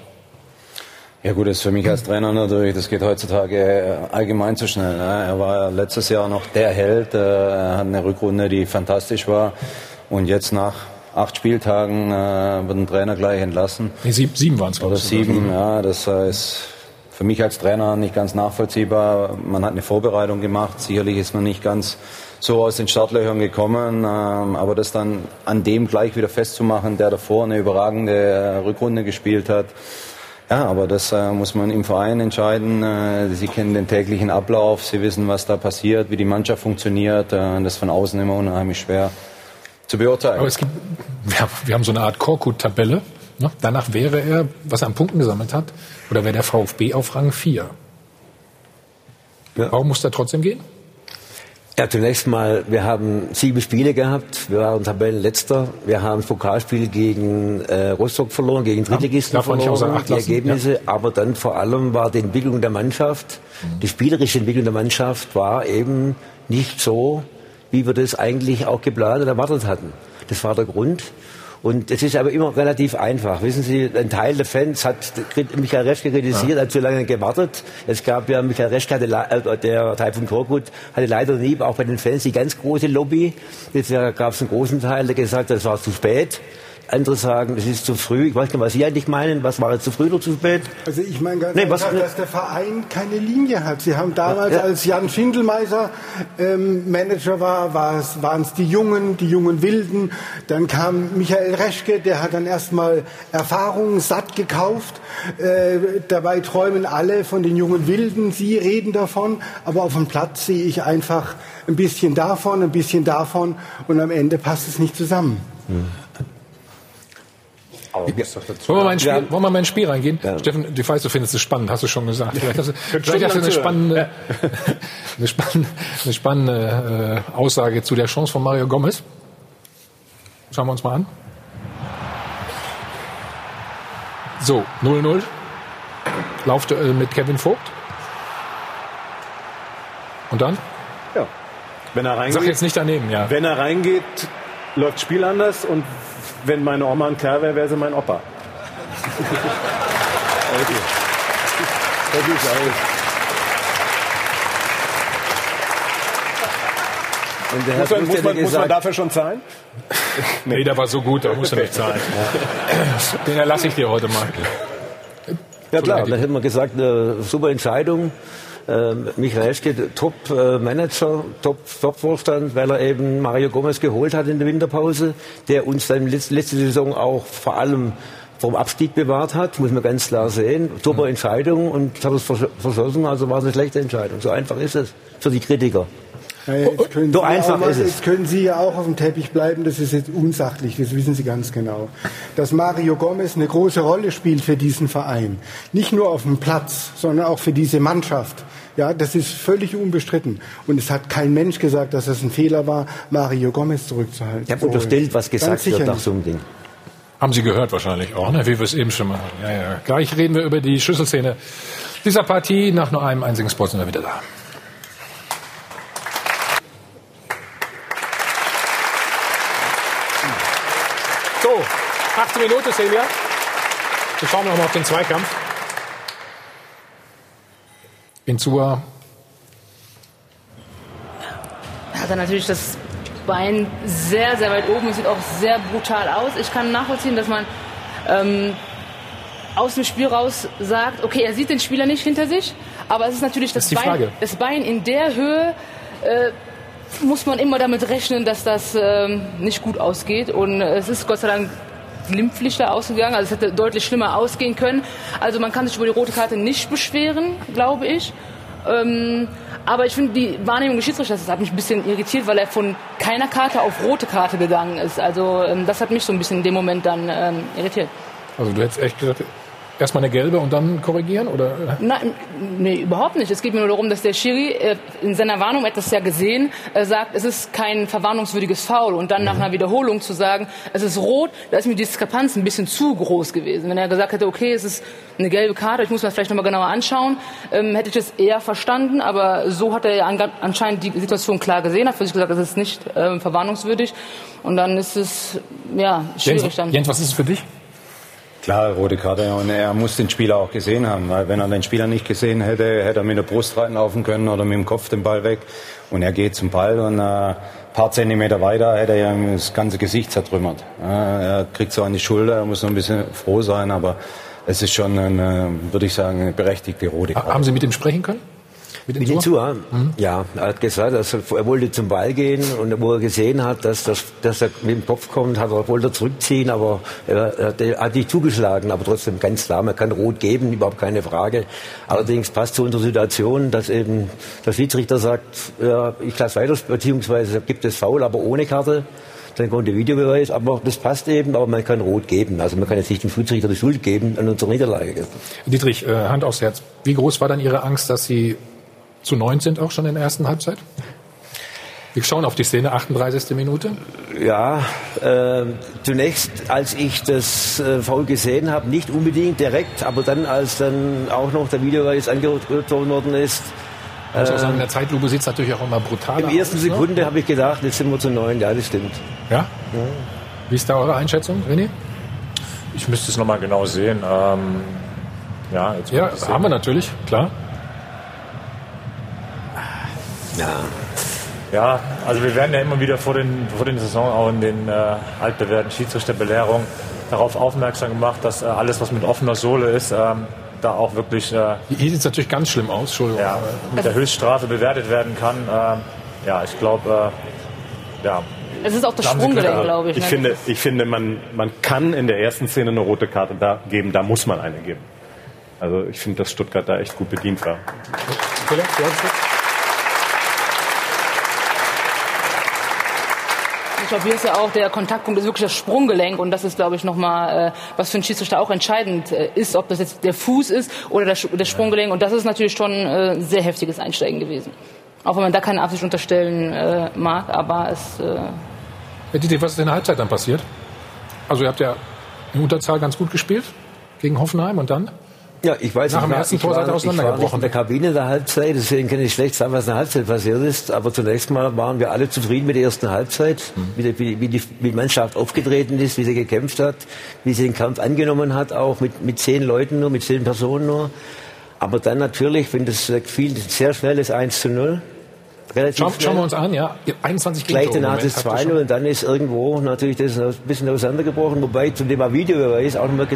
Ja gut, das ist für mich als Trainer natürlich, das geht heutzutage allgemein zu schnell. Ne? Er war letztes Jahr noch der Held, er hat eine Rückrunde, die fantastisch war, und jetzt nach 8 Spieltagen wird ein Trainer gleich entlassen. Nee, 7 waren es, glaube ich. Oder 7, ja, das ist für mich als Trainer nicht ganz nachvollziehbar. Man hat eine Vorbereitung gemacht, sicherlich ist man nicht ganz so aus den Startlöchern gekommen, aber das dann an dem gleich wieder festzumachen, der davor eine überragende Rückrunde gespielt hat. Ja, aber das muss man im Verein entscheiden. Sie kennen den täglichen Ablauf, Sie wissen, was da passiert, wie die Mannschaft funktioniert. Das ist von außen immer unheimlich schwer zu beurteilen. Aber wir haben so eine Art Korkut-Tabelle. Ne? Danach wäre er, was er an Punkten gesammelt hat, oder wäre der VfB auf Rang 4. Ja. Warum muss er trotzdem gehen? Ja, zunächst mal, wir haben 7 Spiele gehabt, wir waren Tabellenletzter, wir haben das Pokalspiel gegen Rostock verloren, gegen Drittligisten verloren, die Ergebnisse, aber dann vor allem war die Entwicklung der Mannschaft, die spielerische Entwicklung der Mannschaft war eben nicht so, wie wir das eigentlich auch geplant und erwartet hatten. Das war der Grund. Und es ist aber immer relativ einfach. Wissen Sie, ein Teil der Fans hat Michael Reschke kritisiert, hat zu lange gewartet. Es gab ja, Michael Reschke der Taifun Korkut hatte leider nie, auch bei den Fans, die ganz große Lobby. Jetzt gab es einen großen Teil, der gesagt hat, es war zu spät. Andere sagen, es ist zu früh. Ich weiß nicht, was Sie eigentlich meinen. Was war jetzt zu früh oder zu spät? Also ich meine ganz einfach, dass der Verein keine Linie hat. Sie haben damals, als Jan Schindelmeiser Manager war, waren es die jungen Wilden. Dann kam Michael Reschke, der hat dann erstmal Erfahrungen satt gekauft. Dabei träumen alle von den jungen Wilden. Sie reden davon. Aber auf dem Platz sehe ich einfach ein bisschen davon und am Ende passt es nicht zusammen. Wollen wir mal in ein Spiel reingehen? Ja. Steffen, ich weiß, du findest es spannend, hast du schon gesagt. Vielleicht hast du eine spannende Aussage zu der Chance von Mario Gomez. Schauen wir uns mal an. So, 0-0. Laufduell mit Kevin Vogt. Und dann? Ja. Wenn er reingeht, sag jetzt nicht daneben, ja. Wenn er reingeht, läuft das Spiel anders und wenn meine Oma ein Kerl wäre, wäre sie mein Opa. Muss man dafür schon zahlen? Nee, der war so gut, da musst du nicht zahlen. Den erlasse ich dir heute mal. Ja klar, dann hätten wir gesagt, super Entscheidung. Michael Reschke, Top-Manager, Top-Vorstand, weil er eben Mario Gomez geholt hat in der Winterpause, der uns dann letzte Saison auch vor allem vom Abstieg bewahrt hat, muss man ganz klar sehen. Super Entscheidung und hat es verschossen, also war es eine schlechte Entscheidung. So einfach ist es für die Kritiker. Ja, jetzt können Sie ja auch auf dem Teppich bleiben, das ist jetzt unsachlich, das wissen Sie ganz genau. Dass Mario Gomez eine große Rolle spielt für diesen Verein, nicht nur auf dem Platz, sondern auch für diese Mannschaft. Ja, das ist völlig unbestritten. Und es hat kein Mensch gesagt, dass es ein Fehler war, Mario Gomez zurückzuhalten. Ich habe unterstellt, was gesagt wird nach so einem Ding. Haben Sie gehört wahrscheinlich auch, ne? Wie wir es eben schon mal hatten. Ja. Gleich reden wir über die Schlüsselszene dieser Partie. Nach nur einem einzigen Spot sind wir wieder da. So, 18 Minuten, Celia. Wir schauen noch mal auf den Zweikampf. Insua. Hat er natürlich das Bein sehr, sehr weit oben. Es sieht auch sehr brutal aus. Ich kann nachvollziehen, dass man aus dem Spiel raus sagt, okay, er sieht den Spieler nicht hinter sich, aber es ist natürlich das Bein in der Höhe, muss man immer damit rechnen, dass das nicht gut ausgeht. Und es ist Gott sei Dank glimpflich da ausgegangen. Also es hätte deutlich schlimmer ausgehen können. Also man kann sich über die rote Karte nicht beschweren, glaube ich. Aber ich finde, die Wahrnehmung des Schiedsrichters, das hat mich ein bisschen irritiert, weil er von keiner Karte auf rote Karte gegangen ist. Also das hat mich so ein bisschen in dem Moment dann irritiert. Also du hättest echt gesagt, erstmal eine gelbe und dann korrigieren? Oder? Nein, nee, überhaupt nicht. Es geht mir nur darum, dass der Schiri in seiner Warnung, er hat das ja gesehen, sagt, es ist kein verwarnungswürdiges Foul. Und dann nach einer Wiederholung zu sagen, es ist rot, da ist mir die Diskrepanz ein bisschen zu groß gewesen. Wenn er gesagt hätte, okay, es ist eine gelbe Karte, ich muss mir das vielleicht nochmal genauer anschauen, hätte ich das eher verstanden. Aber so hat er ja anscheinend die Situation klar gesehen, hat für sich gesagt, es ist nicht verwarnungswürdig. Und dann ist es, ja, schwierig dann. Jens, was ist es für dich? Klar, rote Karte, und er muss den Spieler auch gesehen haben, weil wenn er den Spieler nicht gesehen hätte, hätte er mit der Brust reinlaufen können oder mit dem Kopf den Ball weg, und er geht zum Ball und ein paar Zentimeter weiter hätte er ja das ganze Gesicht zertrümmert. Er kriegt so an die Schulter, er muss noch ein bisschen froh sein, aber es ist schon, würde ich sagen, eine berechtigte rote Karte. Haben Sie mit ihm sprechen können? Mit Insua? Ja, er hat gesagt, er wollte zum Ball gehen, und wo er gesehen hat, dass er mit dem Kopf kommt, wollte er zurückziehen, aber er hat nicht zugeschlagen, aber trotzdem ganz klar, man kann rot geben, überhaupt keine Frage. Allerdings passt zu unserer Situation, dass eben der Schiedsrichter sagt, ja, ich lasse weiter, beziehungsweise gibt es Foul, aber ohne Karte. Dann kommt der Videobeweis, aber das passt eben, aber man kann rot geben. Also man kann jetzt nicht dem Schiedsrichter die Schuld geben an unserer Niederlage. Dietrich, Hand aufs Herz. Wie groß war dann Ihre Angst, dass Sie zu 9 sind auch schon in der ersten Halbzeit? Wir schauen auf die Szene, 38. Minute. Ja, zunächst, als ich das Foul gesehen habe, nicht unbedingt direkt, aber dann, als dann auch noch der Videobeweis angerührt worden ist. Ich muss auch sagen, in der Zeitlupe sieht es natürlich auch immer brutal aus. In der ersten Sekunde habe ich gedacht, jetzt sind wir zu 9. Ja, das stimmt. Ja? Wie ist da eure Einschätzung, René? Ich müsste es nochmal genau sehen. Jetzt haben wir natürlich, klar. Ja, also wir werden ja immer wieder vor den Saison auch in den altbewährten Schiedsrichterbelehrungen darauf aufmerksam gemacht, dass alles, was mit offener Sohle ist, da auch wirklich... Hier sieht es natürlich ganz schlimm aus, Entschuldigung. Ja, mit der Höchststrafe bewertet werden kann. Ich glaube... Es ist auch das Sprunggelenk, glaube ich. Ich finde, man kann in der ersten Szene eine rote Karte geben, da muss man eine geben. Also ich finde, dass Stuttgart da echt gut bedient war. Ich glaube, hier ist ja auch der Kontaktpunkt, ist wirklich das Sprunggelenk. Und das ist, glaube ich, nochmal, was für einen Schiedsrichter auch entscheidend ist, ob das jetzt der Fuß ist oder das Sprunggelenk. Und das ist natürlich schon ein sehr heftiges Einsteigen gewesen. Auch wenn man da keine Absicht unterstellen mag, aber es... Dieter, was ist in der Halbzeit dann passiert? Also ihr habt ja in Unterzahl ganz gut gespielt gegen Hoffenheim und dann? Ja, ich weiß nach dem ersten Tor seid ihr auseinandergebrochen. Ich war in der Kabine der Halbzeit, deswegen kann ich schlecht sagen, was in der Halbzeit passiert ist. Aber zunächst mal waren wir alle zufrieden mit der ersten Halbzeit, wie die Mannschaft aufgetreten ist, wie sie gekämpft hat, wie sie den Kampf angenommen hat, auch mit 10 Leuten nur, mit 10 Personen nur. Aber dann natürlich, wenn das fiel, sehr schnell das 1:0. Schauen wir uns an, ja. 21 gleich danach das 2:0 und dann ist irgendwo natürlich das ein bisschen auseinandergebrochen. Wobei zum Thema Videobeweis auch nochmal...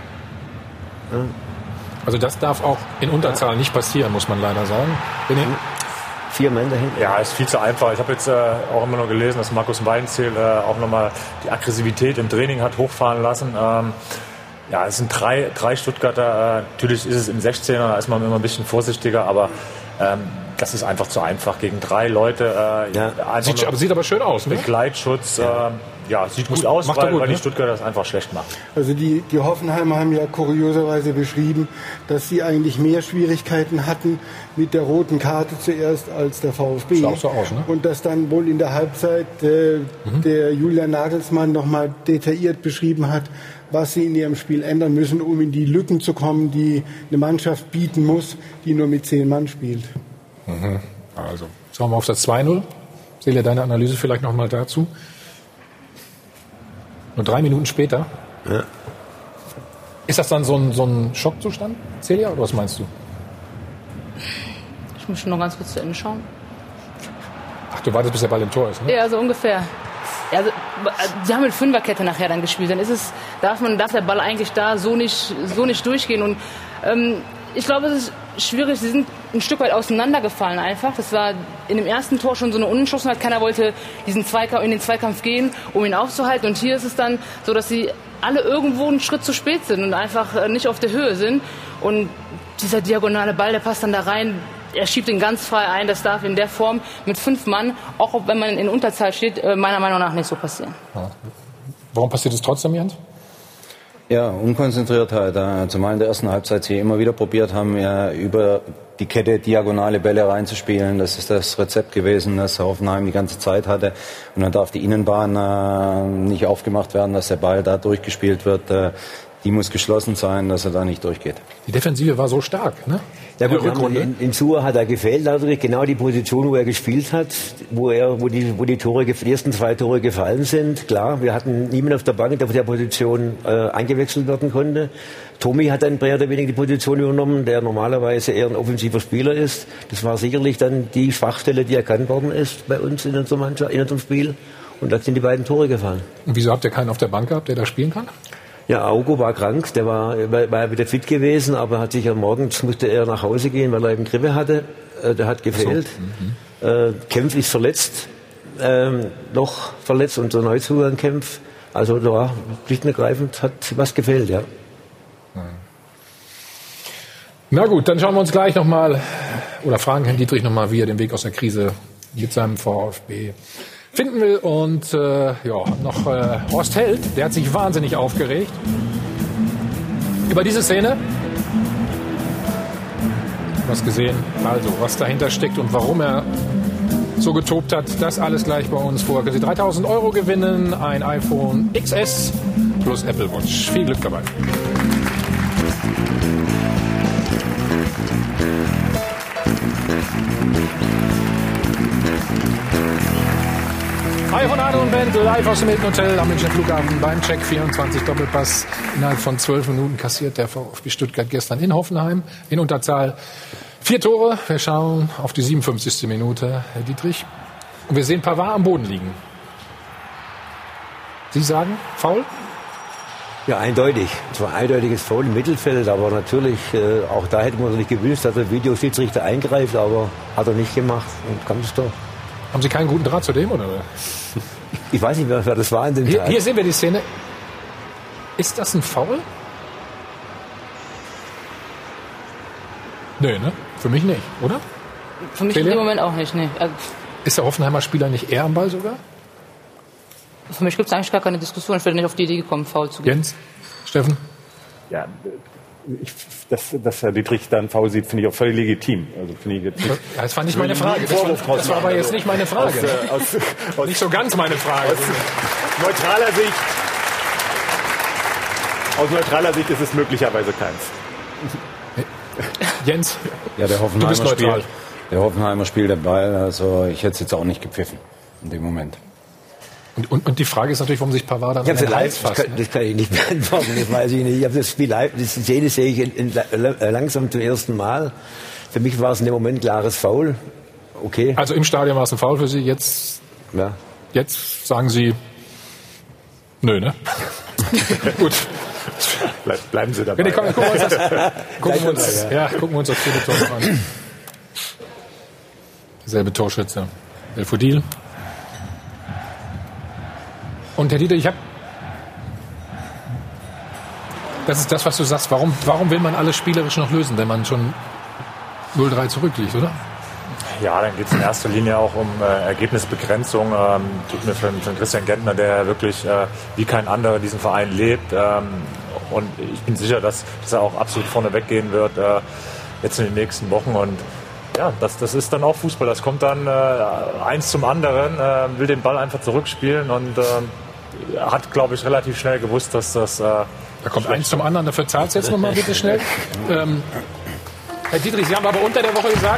Also das darf auch in Unterzahl nicht passieren, muss man leider sagen. 4 Mann dahinten. Ja, ist viel zu einfach. Ich habe jetzt auch immer noch gelesen, dass Markus Weinzierl auch nochmal die Aggressivität im Training hat hochfahren lassen. Es sind drei Stuttgarter. Natürlich ist es im 16er, da ist man immer ein bisschen vorsichtiger, aber das ist einfach zu einfach gegen 3 Leute. Sieht aber schön aus, ne? Mit Gleitschutz. Sieht gut aus, weil die Stuttgarter das einfach schlecht machen. Also die Hoffenheimer haben ja kurioserweise beschrieben, dass sie eigentlich mehr Schwierigkeiten hatten mit der roten Karte zuerst als der VfB. Sieht auch so aus, ne? Und dass dann wohl in der Halbzeit der Julian Nagelsmann nochmal detailliert beschrieben hat, was sie in ihrem Spiel ändern müssen, um in die Lücken zu kommen, die eine Mannschaft bieten muss, die nur mit 10 Mann spielt. Also, schauen wir auf das 2:0. Celia, deine Analyse vielleicht nochmal dazu. Nur 3 Minuten später. Ja. Ist das dann so ein Schockzustand, Celia, oder was meinst du? Ich muss schon noch ganz kurz zu Ende schauen. Ach, du wartest, bis der Ball im Tor ist, ne? Ja, so ungefähr. Ja, also, sie haben mit Fünferkette nachher dann gespielt. Dann darf der Ball eigentlich da so nicht durchgehen. Und ich glaube, es ist schwierig. Sie sind ein Stück weit auseinandergefallen einfach. Das war in dem ersten Tor schon so eine Unentschlossenheit. Keiner wollte in den Zweikampf gehen, um ihn aufzuhalten. Und hier ist es dann so, dass sie alle irgendwo einen Schritt zu spät sind und einfach nicht auf der Höhe sind. Und dieser diagonale Ball, der passt dann da rein. Er schiebt ihn ganz frei ein. Das darf in der Form mit 5 Mann, auch wenn man in Unterzahl steht, meiner Meinung nach nicht so passieren. Ja. Warum passiert es trotzdem, Jens? Ja, Unkonzentriertheit. Zumal in der ersten Halbzeit sie immer wieder probiert haben, über die Kette diagonale Bälle reinzuspielen. Das ist das Rezept gewesen, das Hoffenheim die ganze Zeit hatte. Und dann darf die Innenbahn nicht aufgemacht werden, dass der Ball da durchgespielt wird. Die muss geschlossen sein, dass er da nicht durchgeht. Die Defensive war so stark, ne? Ja gut, in Suhr hat er gefehlt, natürlich genau die Position, wo er gespielt hat, wo die ersten 2 Tore gefallen sind. Klar, wir hatten niemanden auf der Bank, der auf der Position eingewechselt werden konnte. Tommy hat dann mehr oder weniger die Position übernommen, der normalerweise eher ein offensiver Spieler ist. Das war sicherlich dann die Schwachstelle, die erkannt worden ist bei uns in unserer Mannschaft, in unserem Spiel. Und da sind die beiden Tore gefallen. Und wieso habt ihr keinen auf der Bank gehabt, der da spielen kann? Ja, Augo war krank, der war wieder fit gewesen, aber hat sich morgens musste er nach Hause gehen, weil er eben Grippe hatte. Der hat gefehlt. So. Kempf ist verletzt, noch verletzt, unser Neuzugang Kempf. Also da schlicht und ergreifend hat was gefehlt, ja. Na gut, dann schauen wir uns gleich nochmal oder fragen Herrn Dietrich nochmal, wie er den Weg aus der Krise mit seinem VfB finden will. Und noch Horst Held, der hat sich wahnsinnig aufgeregt über diese Szene. Du hast gesehen, also was dahinter steckt und warum er so getobt hat. Das alles gleich bei uns. Vorher können Sie 3.000 € gewinnen, ein iPhone XS plus Apple Watch. Viel Glück dabei. Hi von Arne und Bent, live aus dem Hilton Hotel am Münchner Flughafen beim Check 24 Doppelpass. Innerhalb von 12 Minuten kassiert der VfB Stuttgart gestern in Hoffenheim in Unterzahl 4 Tore. Wir schauen auf die 57. Minute, Herr Dietrich. Und wir sehen Pavard am Boden liegen. Sie sagen, Foul? Ja, eindeutig. Es war ein eindeutiges Foul im Mittelfeld, aber natürlich, auch da hätte man sich gewünscht, dass der Videoschiedsrichter eingreift, aber hat er nicht gemacht und kann es doch. Haben Sie keinen guten Draht zu dem, oder? Ich weiß nicht mehr, wer das war in dem Tag. Hier sehen wir die Szene. Ist das ein Foul? Nö, ne? Für mich nicht, oder? Für mich in dem Moment auch nicht, ne. Also ist der Hoffenheimer Spieler nicht eher am Ball sogar? für mich gibt es eigentlich gar keine Diskussion. Ich wäre nicht auf die Idee gekommen, faul zu gehen. Jens? Steffen? Ja, dass Herr Dietrich dann faul sieht, finde ich auch völlig legitim. Also finde ich jetzt nicht, das war nicht meine Frage. Das war aber jetzt nicht meine Frage. Nicht so ganz meine Frage. Aus neutraler Sicht ist es möglicherweise keins. Jens? Ja, der Hoffenheimer spielt der Ball. Also ich hätte es jetzt auch nicht gepfiffen in dem Moment. Und die Frage ist natürlich, warum sich Pavard dann an den Hals fasst. Das kann ich nicht beantworten, das weiß ich nicht. Ich habe das Spiel live, die Szene sehe ich langsam zum ersten Mal. Für mich war es in dem Moment klares Foul. Okay. Also im Stadion war es ein Foul für Sie, jetzt sagen Sie, nö, ne? Gut. Bleiben Sie dabei. Gucken wir uns das vierte Tor noch an. Selbe Torschütze. Belfodil. Und Herr Dieter, das ist das, was du sagst. Warum will man alles spielerisch noch lösen, wenn man schon 0-3 zurückliegt, oder? Ja, dann geht es in erster Linie auch um Ergebnisbegrenzung. Tut mir für Christian Gentner, der wirklich wie kein anderer diesen Verein lebt. Und ich bin sicher, dass er auch absolut vorne weggehen wird jetzt in den nächsten Wochen. Und ja, das ist dann auch Fußball. Das kommt dann eins zum anderen, will den Ball einfach zurückspielen und hat, glaube ich, relativ schnell gewusst, dass das... da kommt eins zum anderen, dafür zahlt es jetzt nochmal bitte schnell. Herr Dietrich, Sie haben aber unter der Woche gesagt,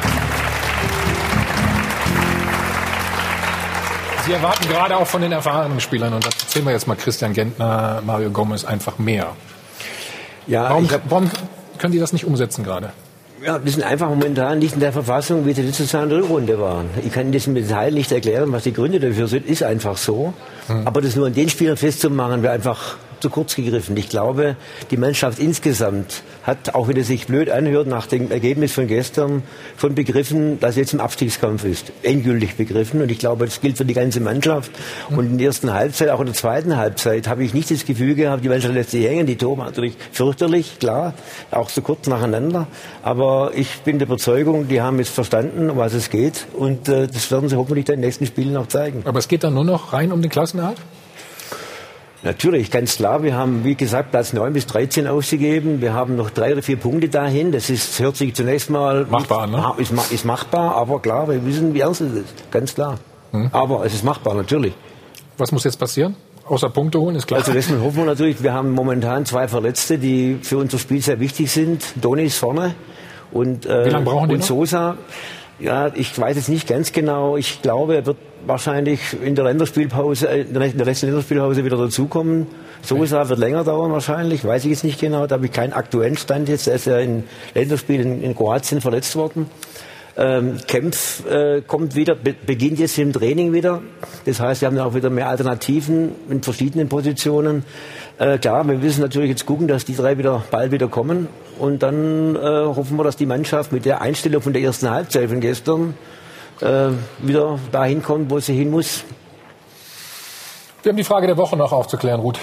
Sie erwarten gerade auch von den erfahrenen Spielern, und dazu zählen wir jetzt mal Christian Gentner, Mario Gomez, einfach mehr. Ja, warum können die das nicht umsetzen gerade? Ja, wir sind einfach momentan nicht in der Verfassung, wie die letzte Jahr in der Rückrunde waren. Ich kann das im Detail nicht erklären, was die Gründe dafür sind. Ist einfach so. Aber das nur an den Spielern festzumachen, wäre einfach zu kurz gegriffen. Ich glaube, die Mannschaft insgesamt hat, auch wenn es sich blöd anhört, nach dem Ergebnis von gestern schon begriffen, dass jetzt im Abstiegskampf ist. Endgültig begriffen. Und ich glaube, das gilt für die ganze Mannschaft. Und in der ersten Halbzeit, auch in der zweiten Halbzeit, habe ich nicht das Gefühl gehabt, die Mannschaft lässt sich hängen. Die Tore waren natürlich fürchterlich, klar, auch so kurz nacheinander. Aber ich bin der Überzeugung, die haben jetzt verstanden, um was es geht. Und das werden sie hoffentlich dann in den nächsten Spielen auch zeigen. Aber es geht dann nur noch rein um den Klassenerhalt? Natürlich, ganz klar. Wir haben, wie gesagt, Platz 9 bis 13 ausgegeben. Wir haben noch 3 oder 4 Punkte dahin. Das hört sich zunächst mal... Machbar an, ne? Ist machbar, aber klar, wir wissen, wie ernst es ist. Ganz klar. Aber es ist machbar, natürlich. Was muss jetzt passieren? Außer Punkte holen, ist klar. Also deswegen hoffen wir natürlich, wir haben momentan 2 Verletzte, die für unser Spiel sehr wichtig sind. Doni ist vorne. Und, wie lange brauchen die noch? Sosa, ja, ich weiß es nicht ganz genau. Ich glaube, er wird wahrscheinlich in der Länderspielpause, in der letzten Länderspielpause wieder dazukommen. Sosa wird länger dauern wahrscheinlich, weiß ich jetzt nicht genau. Da habe ich keinen aktuellen Stand jetzt. Er ist ja in Länderspielen in Kroatien verletzt worden. Kempf kommt wieder, beginnt jetzt im Training wieder. Das heißt, wir haben auch wieder mehr Alternativen in verschiedenen Positionen. Klar, wir müssen natürlich jetzt gucken, dass die 3 bald wieder kommen. Und dann hoffen wir, dass die Mannschaft mit der Einstellung von der ersten Halbzeit von gestern wieder dahin kommt, wo sie hin muss. Wir haben die Frage der Woche noch aufzuklären, Ruth. Genau,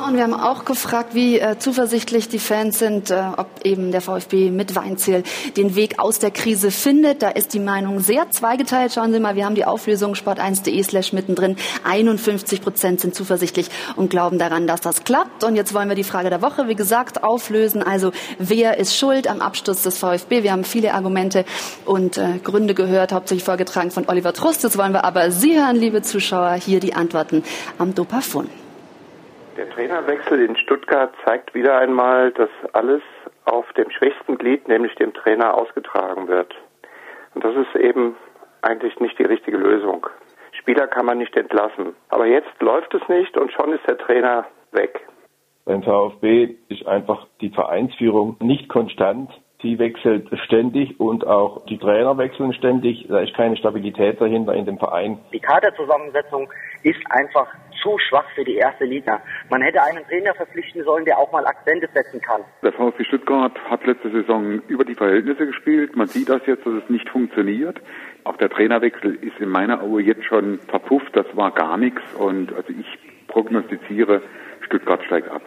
Und wir haben auch gefragt, wie zuversichtlich die Fans sind, ob eben der VfB mit Weinzierl den Weg aus der Krise findet. Da ist die Meinung sehr zweigeteilt. Schauen Sie mal, wir haben die Auflösung sport1.de/mittendrin. 51% sind zuversichtlich und glauben daran, dass das klappt. Und jetzt wollen wir die Frage der Woche, wie gesagt, auflösen. Also, wer ist schuld am Absturz des VfB? Wir haben viele Argumente und Gründe gehört, hauptsächlich vorgetragen von Oliver Trust. Jetzt wollen wir aber Sie hören, liebe Zuschauer, hier die Antworten am Dopafon. Der Trainerwechsel in Stuttgart zeigt wieder einmal, dass alles auf dem schwächsten Glied, nämlich dem Trainer, ausgetragen wird. Und das ist eben eigentlich nicht die richtige Lösung. Spieler kann man nicht entlassen. Aber jetzt läuft es nicht und schon ist der Trainer weg. Beim VfB ist einfach die Vereinsführung nicht konstant. Die wechselt ständig und auch die Trainer wechseln ständig. Da ist keine Stabilität dahinter in dem Verein. Die Kaderzusammensetzung ist einfach zu schwach für die erste Liga. Man hätte einen Trainer verpflichten sollen, der auch mal Akzente setzen kann. Der VfB Stuttgart hat letzte Saison über die Verhältnisse gespielt. Man sieht das jetzt, dass es nicht funktioniert. Auch der Trainerwechsel ist in meiner Augen jetzt schon verpufft. Das war gar nichts. Und also ich prognostiziere, Stuttgart steigt ab.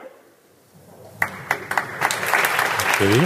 Okay.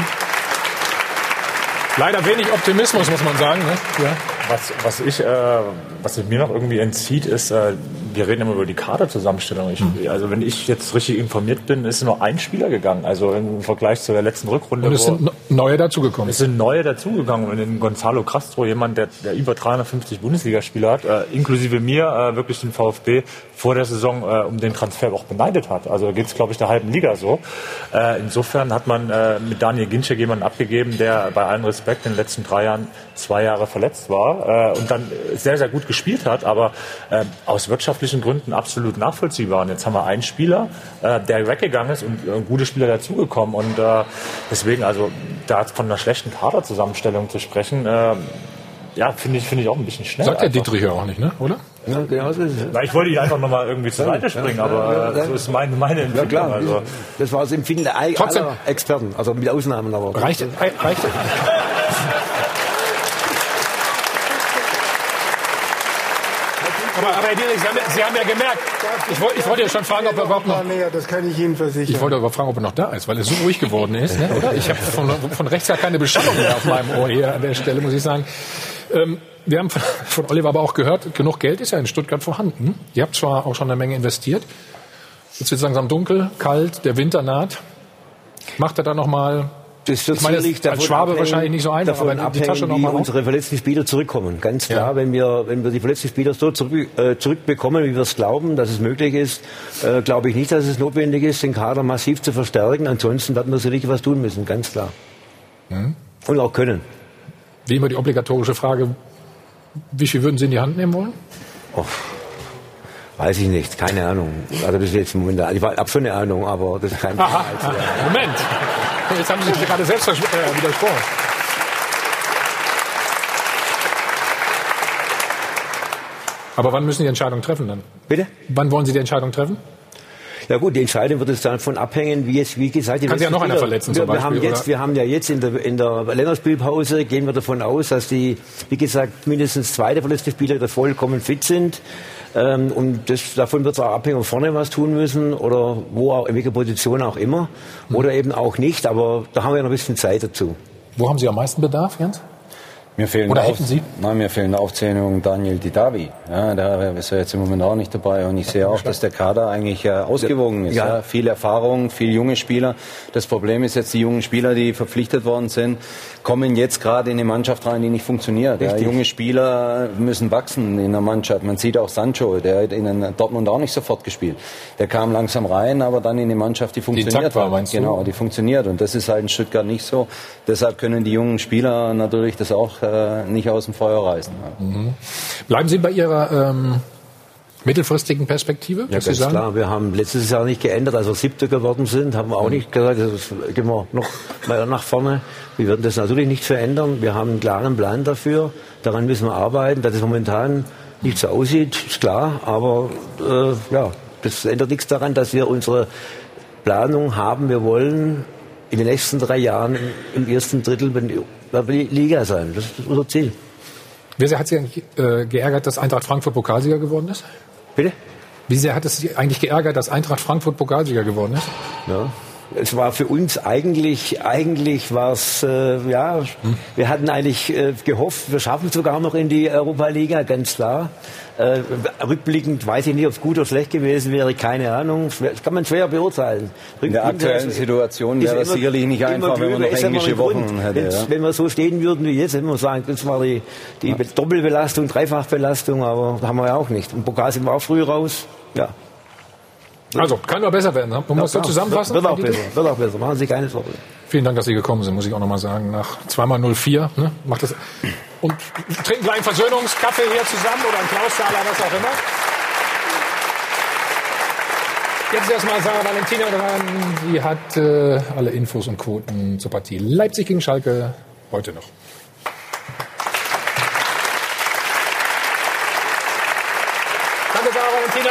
Leider wenig Optimismus, muss man sagen. Ne? Ja. Was sich mir noch irgendwie entzieht, ist, wir reden immer über die Kaderzusammenstellung. Also wenn ich jetzt richtig informiert bin, ist nur ein Spieler gegangen. Also im Vergleich zu der letzten Rückrunde. Und es sind neue dazugekommen. Es sind neue dazugegangen. Und in Gonzalo Castro, jemand, der über 350 Bundesligaspieler hat, inklusive mir, wirklich den VfB vor der Saison um den Transfer auch beneidet hat. Also geht es, glaube ich, der halben Liga so. Insofern hat man mit Daniel Ginczek jemanden abgegeben, der bei allem Respekt in den letzten 3 Jahren 2 Jahre verletzt war und dann sehr, sehr gut gespielt hat, aber aus wirtschaftlichen Gründen absolut nachvollziehbar. Und jetzt haben wir einen Spieler, der weggegangen ist und gute Spieler dazugekommen. Und deswegen, also da von einer schlechten Kaderzusammenstellung zu sprechen, ja, finde ich auch ein bisschen schnell. Sagt der Dietrich ja auch nicht, ne? Oder? Ja, genau so ist es. Na, ich wollte ihn einfach nochmal irgendwie zur Seite springen, aber so ist meine Empfindung. Ja, klar. Also. Das war das Empfinden aller Experten, also mit Ausnahmen. Aber reicht. Aber Herr Dietrich, Sie haben ja gemerkt, ich wollte ja schon fragen, ob er überhaupt noch... Das kann ich Ihnen versichern. Ich wollte aber fragen, ob er noch da ist, weil er so ruhig geworden ist. Ne? Oder? Ich habe von rechts ja keine Beschallung mehr auf meinem Ohr hier an der Stelle, muss ich sagen. Wir haben von Oliver aber auch gehört, genug Geld ist ja in Stuttgart vorhanden. Ihr habt zwar auch schon eine Menge investiert. Jetzt wird es langsam dunkel, kalt, der Winter naht. Macht er da noch mal... Das wird als Schwabe wahrscheinlich nicht so einfach, aber die Tasche noch mal unsere verletzten Spieler zurückkommen. Ganz klar, wenn wir die verletzten Spieler so zurückbekommen, wie wir es glauben, dass es möglich ist, glaube ich nicht, dass es notwendig ist, den Kader massiv zu verstärken. Ansonsten werden wir sicherlich was tun müssen, ganz klar. Und auch können. Wie immer die obligatorische Frage, wie viel würden Sie in die Hand nehmen wollen? Weiß ich nicht, keine Ahnung. Also das ist jetzt im Moment, ich habe schon eine Ahnung, aber das ist kein Moment. Jetzt haben Sie sich gerade selbst widersprochen. Aber wann müssen Sie die Entscheidung treffen dann? Bitte? Wann wollen Sie die Entscheidung treffen? Ja gut, die Entscheidung wird jetzt davon abhängen, wie gesagt... Kann sich ja noch einer verletzen zum Beispiel, wir haben ja jetzt in der Länderspielpause, gehen wir davon aus, dass die, wie gesagt, mindestens 2 der verletzten Spieler wieder vollkommen fit sind. Und davon wird es auch abhängen, ob wir vorne was tun müssen oder wo auch, in welcher Position auch immer. Oder eben auch nicht, aber da haben wir noch ein bisschen Zeit dazu. Wo haben Sie am meisten Bedarf, Jens? Mir fehlen mir fehlen Aufzählungen Daniel Didavi. Ja, der ist ja jetzt im Moment auch nicht dabei. Und ich sehe auch, dass der Kader eigentlich ausgewogen ist. Ja. Viel Erfahrung, viel junge Spieler. Das Problem ist jetzt, die jungen Spieler, die verpflichtet worden sind, kommen jetzt gerade in eine Mannschaft rein, die nicht funktioniert. Ja, junge Spieler müssen wachsen in der Mannschaft. Man sieht auch Sancho, der hat in Dortmund auch nicht sofort gespielt. Der kam langsam rein, aber dann in eine Mannschaft, die funktioniert. Genau, die funktioniert. Und das ist halt in Stuttgart nicht so. Deshalb können die jungen Spieler natürlich das auch nicht aus dem Feuer reißen. Mhm. Bleiben Sie bei Ihrer mittelfristigen Perspektive? Ja, ganz klar. Wir haben letztes Jahr nicht geändert, als wir 7. geworden sind, haben wir auch nicht gesagt, das gehen wir noch weiter nach vorne. Wir werden das natürlich nicht verändern. Wir haben einen klaren Plan dafür. Daran müssen wir arbeiten. Dass es momentan nicht so aussieht, ist klar. Aber das ändert nichts daran, dass wir unsere Planung haben. Wir wollen in den nächsten 3 Jahren im ersten Drittel der Liga sein. Das ist unser Ziel. Wer hat Sie eigentlich geärgert, dass Eintracht Frankfurt Pokalsieger geworden ist? Bitte? Wie sehr hat es Sie eigentlich geärgert, dass Eintracht Frankfurt Pokalsieger geworden ist? Ja. Es war für uns eigentlich war es, wir hatten eigentlich gehofft, wir schaffen es sogar noch in die Europa-Liga, ganz klar. Rückblickend weiß ich nicht, ob es gut oder schlecht gewesen wäre, keine Ahnung. Das kann man schwer beurteilen. In der aktuellen Situation wäre es sicherlich nicht einfach, wenn man noch englische Wochen hätte. Ja. Wenn wir so stehen würden wie jetzt, hätten wir sagen, das war die Doppelbelastung, Dreifachbelastung, aber haben wir ja auch nicht. Im Pokal sind wir auch früh raus. Ja. Also, kann nur besser werden. Man muss so zusammenfassen. Wird auch besser. Machen Sie keine Sorgen. Vielen Dank, dass Sie gekommen sind, muss ich auch nochmal sagen. Nach 2x04, ne? Macht das. Und trinken gleich einen Versöhnungskaffee hier zusammen oder einen Klausthaler, was auch immer. Jetzt erstmal Sarah Valentina dran. Sie hat alle Infos und Quoten zur Partie Leipzig gegen Schalke heute noch. Danke, Sarah Valentina.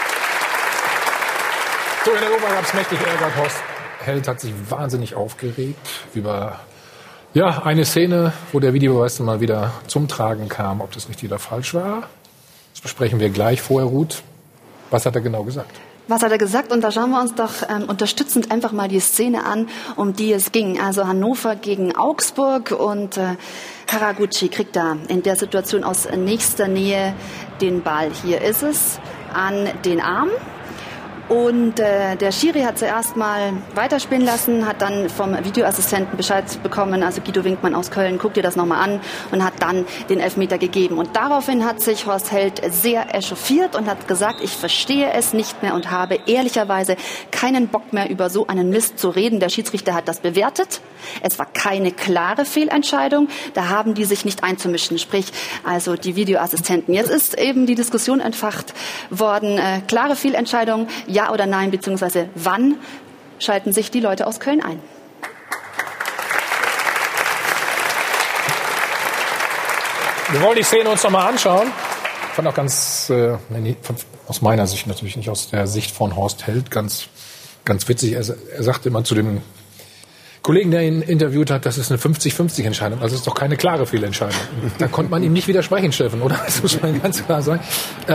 So, in der Ober gab es mächtig Ärger. Horst Held hat sich wahnsinnig aufgeregt über eine Szene, wo der Videobeweis mal wieder zum Tragen kam. Ob das richtig oder falsch war, das besprechen wir gleich. Vorher, Ruth, was hat er genau gesagt? Was hat er gesagt? Und da schauen wir uns doch unterstützend einfach mal die Szene an, um die es ging. Also Hannover gegen Augsburg und Haraguchi kriegt da in der Situation aus nächster Nähe den Ball. Hier ist es an den Arm. Und der Schiri hat zuerst mal weiterspielen lassen, hat dann vom Videoassistenten Bescheid bekommen, also Guido Winkmann aus Köln, guck dir das nochmal an, und hat dann den Elfmeter gegeben. Und daraufhin hat sich Horst Held sehr echauffiert und hat gesagt, ich verstehe es nicht mehr und habe ehrlicherweise keinen Bock mehr, über so einen Mist zu reden. Der Schiedsrichter hat das bewertet. Es war keine klare Fehlentscheidung. Da haben die sich nicht einzumischen, sprich also die Videoassistenten. Jetzt ist eben die Diskussion entfacht worden. Klare Fehlentscheidung, ja oder nein, beziehungsweise wann schalten sich die Leute aus Köln ein? Wir wollen die Szene uns nochmal anschauen. Ich fand auch ganz, aus meiner Sicht natürlich, nicht aus der Sicht von Horst Held, ganz witzig. Er sagte immer zu dem Kollegen, der ihn interviewt hat, das ist eine 50-50-Entscheidung. Also es ist doch keine klare Fehlentscheidung. Da konnte man ihm nicht widersprechen, Steffen, oder? Das muss man ganz klar sagen.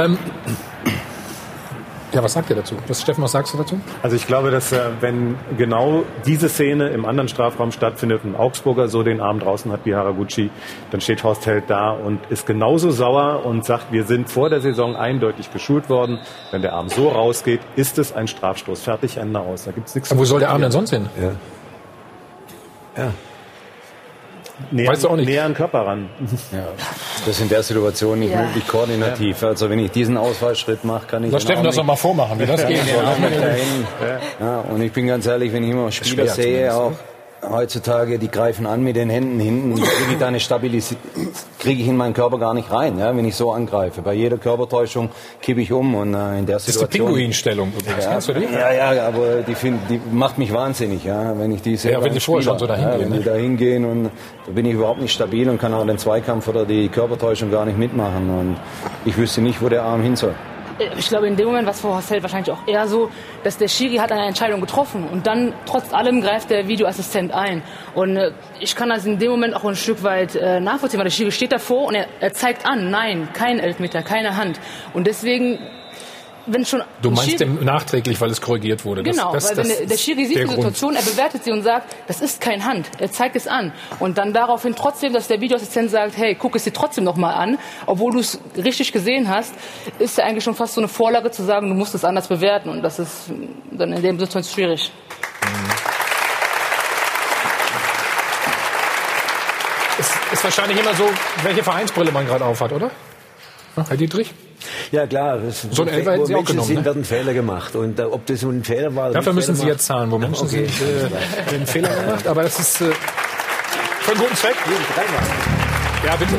Ja, was sagt ihr dazu? Steffen, was sagst du dazu? Also ich glaube, dass wenn genau diese Szene im anderen Strafraum stattfindet und Augsburger so den Arm draußen hat wie Haraguchi, dann steht Horst Held da und ist genauso sauer und sagt, wir sind vor der Saison eindeutig geschult worden. Wenn der Arm so rausgeht, ist es ein Strafstoß. Fertig, Ende aus. Da gibt's nichts. Aber wo soll der Arm denn sonst hin? Ja. Weißt du auch nicht. Näher an den Körper ran. Ja, das ist in der Situation nicht möglich koordinativ. Ja. Also wenn ich diesen Ausfallschritt mache, kann ich... Lass Steffen das doch mal vormachen, wie das geht. Ja, und ich bin ganz ehrlich, wenn ich immer Spieler sehe, auch heutzutage, die greifen an mit den Händen hinten, kriege ich da eine Stabilität, kriege ich in meinen Körper gar nicht rein, ja, wenn ich so angreife. Bei jeder Körpertäuschung kippe ich um und in der Situation... Das ist die Pinguinstellung übrigens, kennst du die? Ja, aber die macht mich wahnsinnig, ja, wenn ich die sehe. Ja, wenn die vorher schon so dahin gehen. Wenn die da hingehen und da bin ich überhaupt nicht stabil und kann auch den Zweikampf oder die Körpertäuschung gar nicht mitmachen und ich wüsste nicht, wo der Arm hin soll. Ich glaube, in dem Moment war es für Horst Held wahrscheinlich auch eher so, dass der Schiri hat eine Entscheidung getroffen und dann trotz allem greift der Videoassistent ein. Und ich kann das in dem Moment auch ein Stück weit nachvollziehen, weil der Schiri steht davor und er zeigt an, nein, kein Elfmeter, keine Hand. Und deswegen... Wenn schon du meinst dem nachträglich, weil es korrigiert wurde. Genau, weil wenn der Schiri sieht die Situation, er bewertet sie und sagt, das ist kein Hand, er zeigt es an. Und dann daraufhin trotzdem, dass der Videoassistent sagt, hey, guck es dir trotzdem nochmal an, obwohl du es richtig gesehen hast, ist ja eigentlich schon fast so eine Vorlage zu sagen, du musst es anders bewerten. Und das ist dann in dem Situation schwierig. Es ist wahrscheinlich immer so, welche Vereinsbrille man gerade aufhat, oder? Herr Dietrich? Ja klar, so ein Elfer hätten Sie auch genommen, sind, werden Fehler gemacht und ob das so ein Fehler war... Dafür müssen Sie jetzt zahlen, wo Menschen sind den Fehler gemacht, aber das ist für einen guten Zweck. Ja, bitte.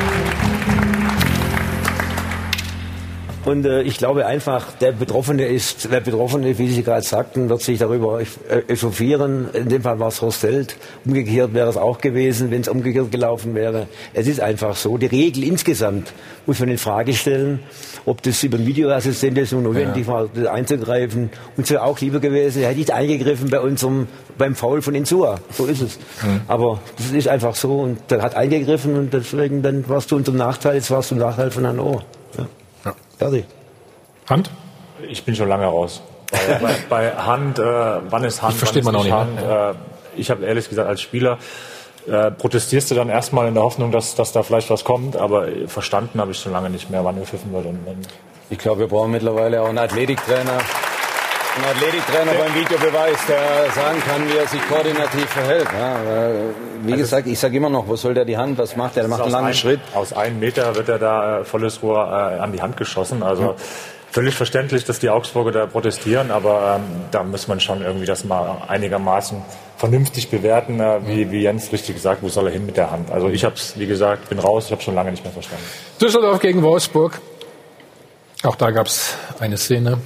Und ich glaube einfach, der Betroffene, wie Sie gerade sagten, wird sich darüber echauffieren. In dem Fall war es Horst Held. Umgekehrt wäre es auch gewesen, wenn es umgekehrt gelaufen wäre. Es ist einfach so. Die Regel insgesamt muss man in Frage stellen, ob das über den Videoassistenten so notwendig war, einzugreifen. Und es wäre auch lieber gewesen, er hätte nicht eingegriffen beim Foul von Insua. So ist es. Aber das ist einfach so. Und er hat eingegriffen und deswegen dann war es zu unserem Nachteil. Jetzt war es zum Nachteil von Hannover. Ja. Fertig. Hand? Ich bin schon lange raus. Bei Hand, wann ist Hand, versteht man auch nicht. Hand? Ich habe ehrlich gesagt als Spieler protestierst du dann erstmal in der Hoffnung, dass da vielleicht was kommt, aber verstanden habe ich schon lange nicht mehr, wann gepfiffen wird. Ich glaube, wir brauchen mittlerweile auch einen Athletiktrainer. Ein Athletiktrainer beim Videobeweis, der sagen kann, wie er sich koordinativ verhält. Ja, wie gesagt, ich sage immer noch, wo soll der die Hand, was macht der? Der macht einen langen Schritt. Aus 1 Meter wird er da volles Rohr an die Hand geschossen. Also völlig verständlich, dass die Augsburger da protestieren, aber da muss man schon irgendwie das mal einigermaßen vernünftig bewerten, wie Jens richtig gesagt, wo soll er hin mit der Hand. Also ich habe es, wie gesagt, bin raus, ich habe schon lange nicht mehr verstanden. Düsseldorf gegen Wolfsburg. Auch da gab es eine Szene.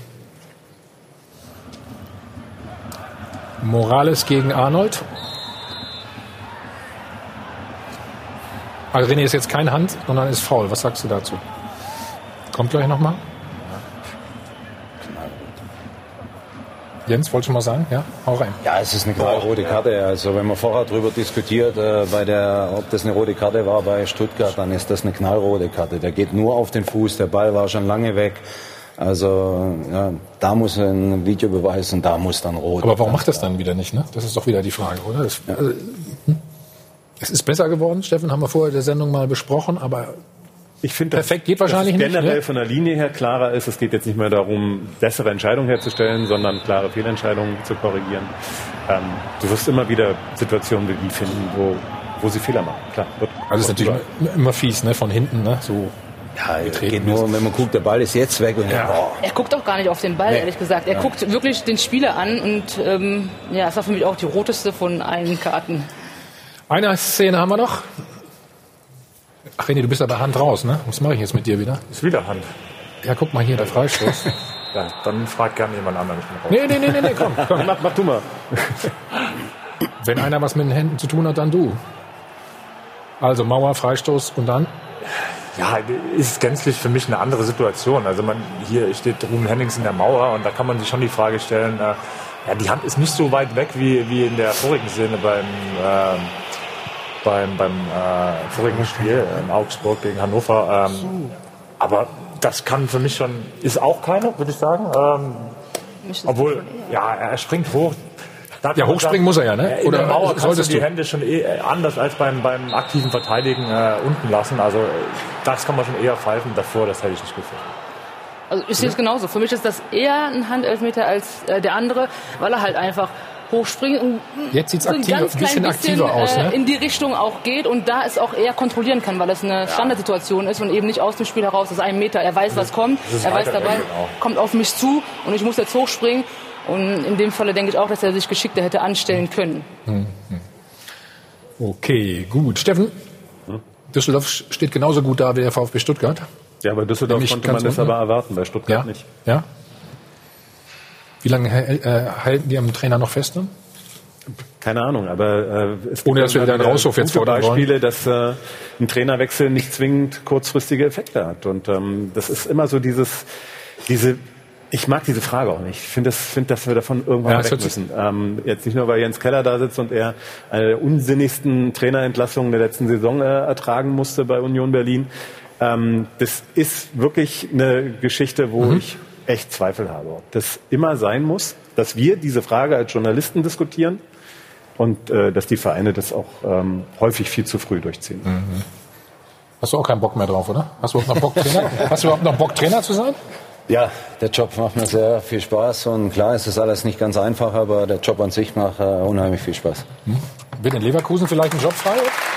Morales gegen Arnold. Also René ist jetzt keine Hand, sondern ist faul. Was sagst du dazu? Kommt gleich nochmal. Jens, wolltest du mal sagen? Ja, hau rein. Ja, es ist eine klare rote Karte. Also wenn man vorher darüber diskutiert, ob das eine rote Karte war bei Stuttgart, dann ist das eine knallrote Karte. Der geht nur auf den Fuß, der Ball war schon lange weg. Also ja, da muss ein Videobeweis und da muss dann rot. Aber warum macht das dann wieder nicht? Ne? Das ist doch wieder die Frage, oder? Es ist besser geworden, Steffen, haben wir vorher der Sendung mal besprochen, aber ich finde, perfekt geht wahrscheinlich dass es generell nicht. Von der Linie her klarer ist. Es geht jetzt nicht mehr darum, bessere Entscheidungen herzustellen, sondern klare Fehlentscheidungen zu korrigieren. Du wirst immer wieder Situationen wie die finden, wo sie Fehler machen. Klar, also ist natürlich immer fies, ne? Von hinten, ne? So. Ja, geht nur, wenn man guckt, der Ball ist jetzt weg. Und Er guckt auch gar nicht auf den Ball, ehrlich gesagt. Er guckt wirklich den Spieler an und es war für mich auch die roteste von allen Karten. Eine Szene haben wir noch. Ach René, du bist aber Hand raus, ne? Was mache ich jetzt mit dir wieder? Ist wieder Hand. Ja, guck mal hier, der Freistoß. Ja, dann fragt gerne jemand anderen. Nee, komm. Mach du mal. Wenn einer was mit den Händen zu tun hat, dann du. Also Mauer, Freistoß und dann? Ja, ist gänzlich für mich eine andere Situation. Also hier steht Ruben Hennings in der Mauer und da kann man sich schon die Frage stellen, die Hand ist nicht so weit weg wie in der vorigen Szene beim vorigen Spiel in Augsburg gegen Hannover. Aber das kann für mich schon, ist auch keine, würde ich sagen. Obwohl, er springt hoch. Ja, hochspringen muss er ja, ne? In der Mauer kannst du die Hände schon anders als beim aktiven Verteidigen unten lassen. Also das kann man schon eher pfeifen. Davor, das hätte ich nicht gefunden. Also ich sehe es genauso. Für mich ist das eher ein Handelfmeter als der andere, weil er halt einfach hochspringt und jetzt sieht's so ein bisschen aktiver aus, ne? In die Richtung auch geht und da es auch eher kontrollieren kann, weil es eine Standardsituation ist und eben nicht aus dem Spiel heraus. Das ist 1 Meter. Er weiß, was kommt. Er weiß dabei, kommt auf mich zu und ich muss jetzt hochspringen. Und in dem Falle denke ich auch, dass er sich geschickter hätte anstellen können. Okay, gut. Steffen, Düsseldorf steht genauso gut da wie der VfB Stuttgart. Ja, bei Düsseldorf konnte man das aber erwarten, bei Stuttgart nicht. Ja? Wie lange halten die am Trainer noch fest? Dann? Keine Ahnung, aber es ohne dass wir wieder einen Rauswurf jetzt fordern Beispiele, dass ein Trainerwechsel nicht zwingend kurzfristige Effekte hat. Und das ist immer so ich mag diese Frage auch nicht. Ich finde, dass wir davon irgendwann weg müssen. Jetzt nicht nur, weil Jens Keller da sitzt und er eine der unsinnigsten Trainerentlassungen der letzten Saison ertragen musste bei Union Berlin. Das ist wirklich eine Geschichte, wo ich echt Zweifel habe. Ob das immer sein muss, dass wir diese Frage als Journalisten diskutieren und dass die Vereine das auch häufig viel zu früh durchziehen. Hast du auch keinen Bock mehr drauf, oder? Hast du überhaupt noch Bock, Trainer zu sein? Ja, der Job macht mir sehr viel Spaß und klar ist das alles nicht ganz einfach, aber der Job an sich macht unheimlich viel Spaß. Wird in Leverkusen vielleicht ein Job frei?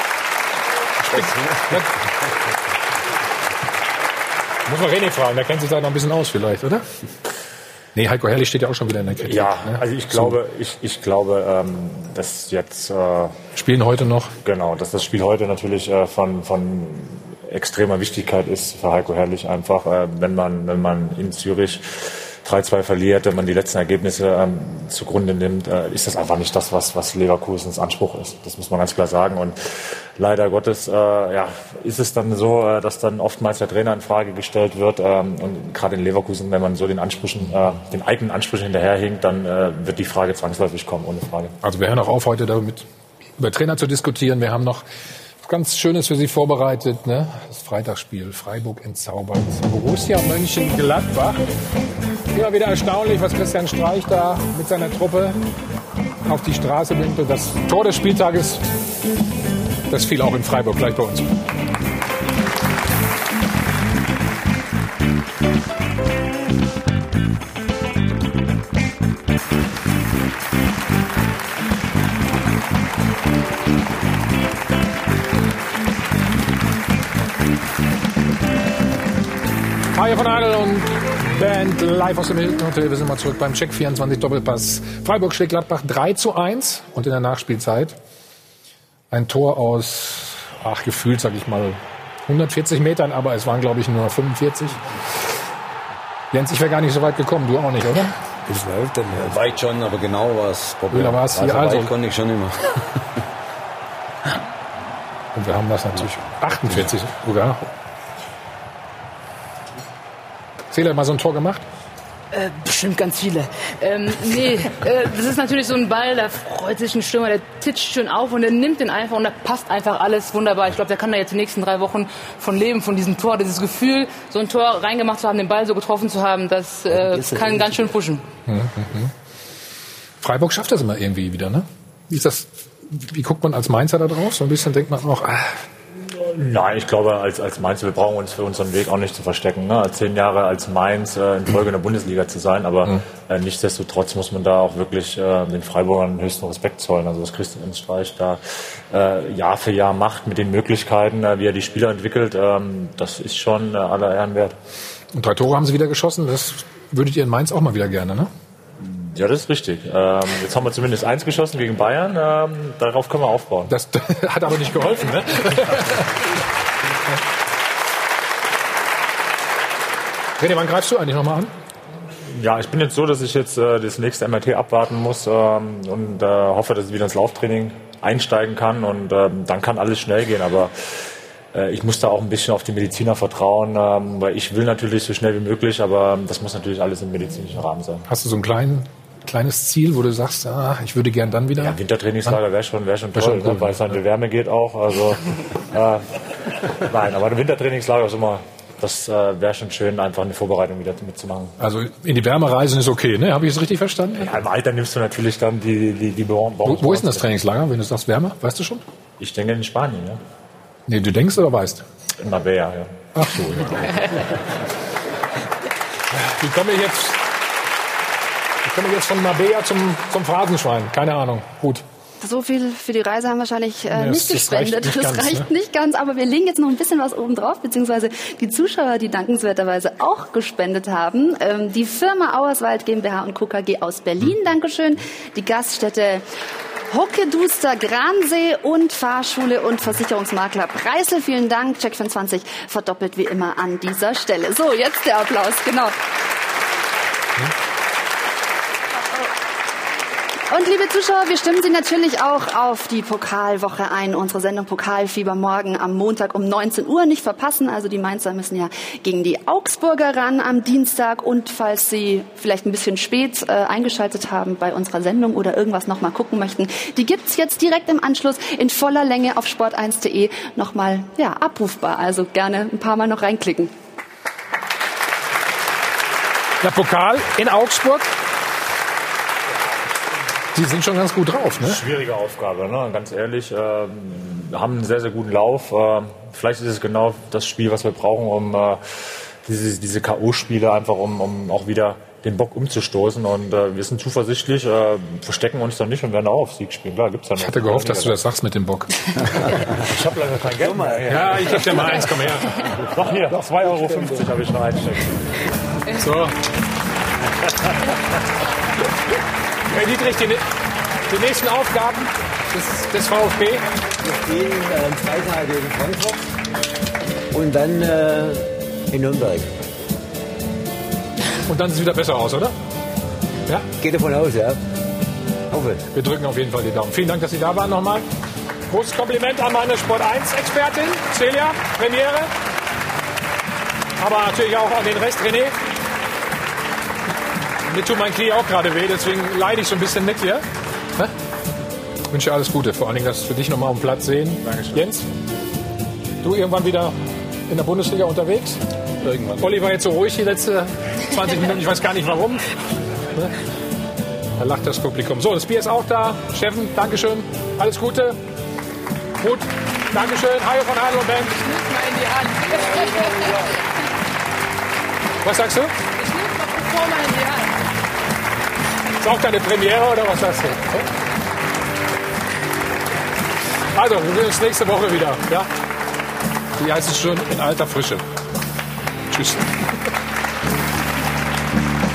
Muss man René fragen, der kennt sich da noch ein bisschen aus vielleicht, oder? Nee, Heiko Herrlich steht ja auch schon wieder in der Kritik. Ja, also ich glaube, dass jetzt spielen heute noch. Genau, dass das Spiel heute natürlich von extremer Wichtigkeit ist für Heiko Herrlich einfach, wenn man in Zürich 3-2 verliert, wenn man die letzten Ergebnisse zugrunde nimmt, ist das einfach nicht das, was Leverkusens Anspruch ist. Das muss man ganz klar sagen. Und leider Gottes ist es dann so, dass dann oftmals der Trainer in Frage gestellt wird. Und gerade in Leverkusen, wenn man so den eigenen Ansprüchen hinterherhinkt, dann wird die Frage zwangsläufig kommen, ohne Frage. Also wir hören auch auf, heute damit über Trainer zu diskutieren. Wir haben noch ganz Schönes für Sie vorbereitet, ne? Das Freitagsspiel Freiburg entzaubert Borussia Mönchengladbach. Immer wieder erstaunlich, was Christian Streich da mit seiner Truppe auf die Straße bringt. Und das Tor des Spieltages, das fiel auch in Freiburg, gleich bei uns. Mario von Adel und Band live aus dem Hilton Hotel. Wir sind mal zurück beim Check 24 Doppelpass. Freiburg schlägt Gladbach 3:1 und in der Nachspielzeit ein Tor aus, gefühlt, sag ich mal, 140 Metern, aber es waren, glaube ich, nur 45. Jens, ich wäre gar nicht so weit gekommen, du auch nicht, oder? Ich läuft denn ja. Weit schon, aber genau war es Problem. Ja, war's hier, also weit konnte ich schon immer. Und wir haben das natürlich 48 sogar. Zähler mal so ein Tor gemacht? Bestimmt ganz viele. Das ist natürlich so ein Ball, da freut sich ein Stürmer, der titscht schön auf und der nimmt den einfach und da passt einfach alles wunderbar. Ich glaube, der kann da jetzt die nächsten 3 Wochen von leben, von diesem Tor. Dieses Gefühl, so ein Tor reingemacht zu haben, den Ball so getroffen zu haben, das kann ganz schön pushen. Freiburg schafft das immer irgendwie wieder, ne? Wie guckt man als Mainzer da drauf? So ein bisschen denkt man auch, Nein, ich glaube, als Mainzer, wir brauchen uns für unseren Weg auch nicht zu verstecken. Ne? 10 Jahre als Mainz in Folge in der Bundesliga zu sein, aber nichtsdestotrotz muss man da auch wirklich den Freiburgern höchsten Respekt zollen. Also was Christian Streich da Jahr für Jahr macht mit den Möglichkeiten, wie er die Spieler entwickelt, das ist schon aller Ehren wert. Und 3 Tore haben sie wieder geschossen, das würdet ihr in Mainz auch mal wieder gerne, ne? Ja, das ist richtig. Jetzt haben wir zumindest 1 geschossen gegen Bayern. Darauf können wir aufbauen. Das hat aber nicht geholfen, ne? René, wann greifst du eigentlich nochmal an? Ja, ich bin jetzt so, dass ich jetzt das nächste MRT abwarten muss und hoffe, dass ich wieder ins Lauftraining einsteigen kann. Und dann kann alles schnell gehen. Aber ich muss da auch ein bisschen auf die Mediziner vertrauen, weil ich will natürlich so schnell wie möglich, aber das muss natürlich alles im medizinischen Rahmen sein. Hast du so ein kleines Ziel, wo du sagst, ich würde gern dann wieder? Ja, Wintertrainingslager wäre schon toll, cool, weil es an die Wärme geht auch. Also, nein, aber ein Wintertrainingslager ist immer, das wäre schon schön, einfach eine Vorbereitung wieder mitzumachen. Also in die Wärme reisen ist okay, ne? Habe ich es richtig verstanden? Ja, im Alter nimmst du natürlich dann die Wo ist denn das Trainingslager, wenn du sagst Wärme? Weißt du schon? Ich denke in Spanien, ja. Nee, du denkst oder weißt? In Marbella, ja. Ach so, ja. Wie komme ich jetzt von Marbella zum Phrasenschwein? Keine Ahnung. Gut. So viel für die Reise haben wahrscheinlich nicht gespendet. Das reicht nicht ganz, aber wir legen jetzt noch ein bisschen was oben drauf, beziehungsweise die Zuschauer, die dankenswerterweise auch gespendet haben. Die Firma Auerswald GmbH und Co. KG aus Berlin, Dankeschön. Die Gaststätte Hockeduster Gransee und Fahrschule und Versicherungsmakler Preisel. Vielen Dank. Check 24 verdoppelt wie immer an dieser Stelle. So, jetzt der Applaus, genau. Und liebe Zuschauer, wir stimmen Sie natürlich auch auf die Pokalwoche ein. Unsere Sendung Pokalfieber morgen am Montag um 19 Uhr nicht verpassen. Also die Mainzer müssen ja gegen die Augsburger ran am Dienstag. Und falls Sie vielleicht ein bisschen spät eingeschaltet haben bei unserer Sendung oder irgendwas noch mal gucken möchten, die gibt's jetzt direkt im Anschluss in voller Länge auf sport1.de nochmal abrufbar. Also gerne ein paar Mal noch reinklicken. Der Pokal in Augsburg. Die sind schon ganz gut drauf, ne? Schwierige Aufgabe, ne? Ganz ehrlich. Wir haben einen sehr, sehr guten Lauf. Vielleicht ist es genau das Spiel, was wir brauchen, um diese K.O.-Spiele einfach, um auch wieder den Bock umzustoßen. Und wir sind zuversichtlich, verstecken uns dann nicht und werden auch auf Sieg spielen. Klar, gibt's ja noch. Ich hatte gehofft, dass du das sagst mit dem Bock. Ich habe leider kein Geld mehr. Ja, ich gebe dir mal 1, komm her. Noch hier, 2,50 € habe ich noch einsteckt. So. Herr Dietrich, die nächsten Aufgaben des VfB? Wir spielen 2 Tage gegen Frankfurt und dann in Nürnberg. Und dann sieht es wieder besser aus, oder? Ja? Geht davon aus, ja. Hoffe. Wir drücken auf jeden Fall die Daumen. Vielen Dank, dass Sie da waren nochmal. Großes Kompliment an meine Sport1-Expertin, Celia, Premiere. Aber natürlich auch an den Rest, René. Mir tut mein Knie auch gerade weh, deswegen leide ich so ein bisschen mit hier. Ne? Ich wünsche dir alles Gute, vor allen Dingen, dass wir dich nochmal auf dem Platz sehen. Dankeschön. Jens, du irgendwann wieder in der Bundesliga unterwegs? Irgendwann. Olli war jetzt so ruhig die letzten 20 Minuten, ich weiß gar nicht warum. Da lacht das Publikum. So, das Bier ist auch da. Steffen, Dankeschön. Alles Gute. Gut, Dankeschön. Hajo von Adel und Band. Ich nehme mal in die Hand. Was sagst du? Ich nehme mal bevor mal in die Hand. Ist auch deine Premiere oder was sagst du? Also, wir sehen uns nächste Woche wieder. Ja? Wie heißt es schon? In alter Frische. Tschüss.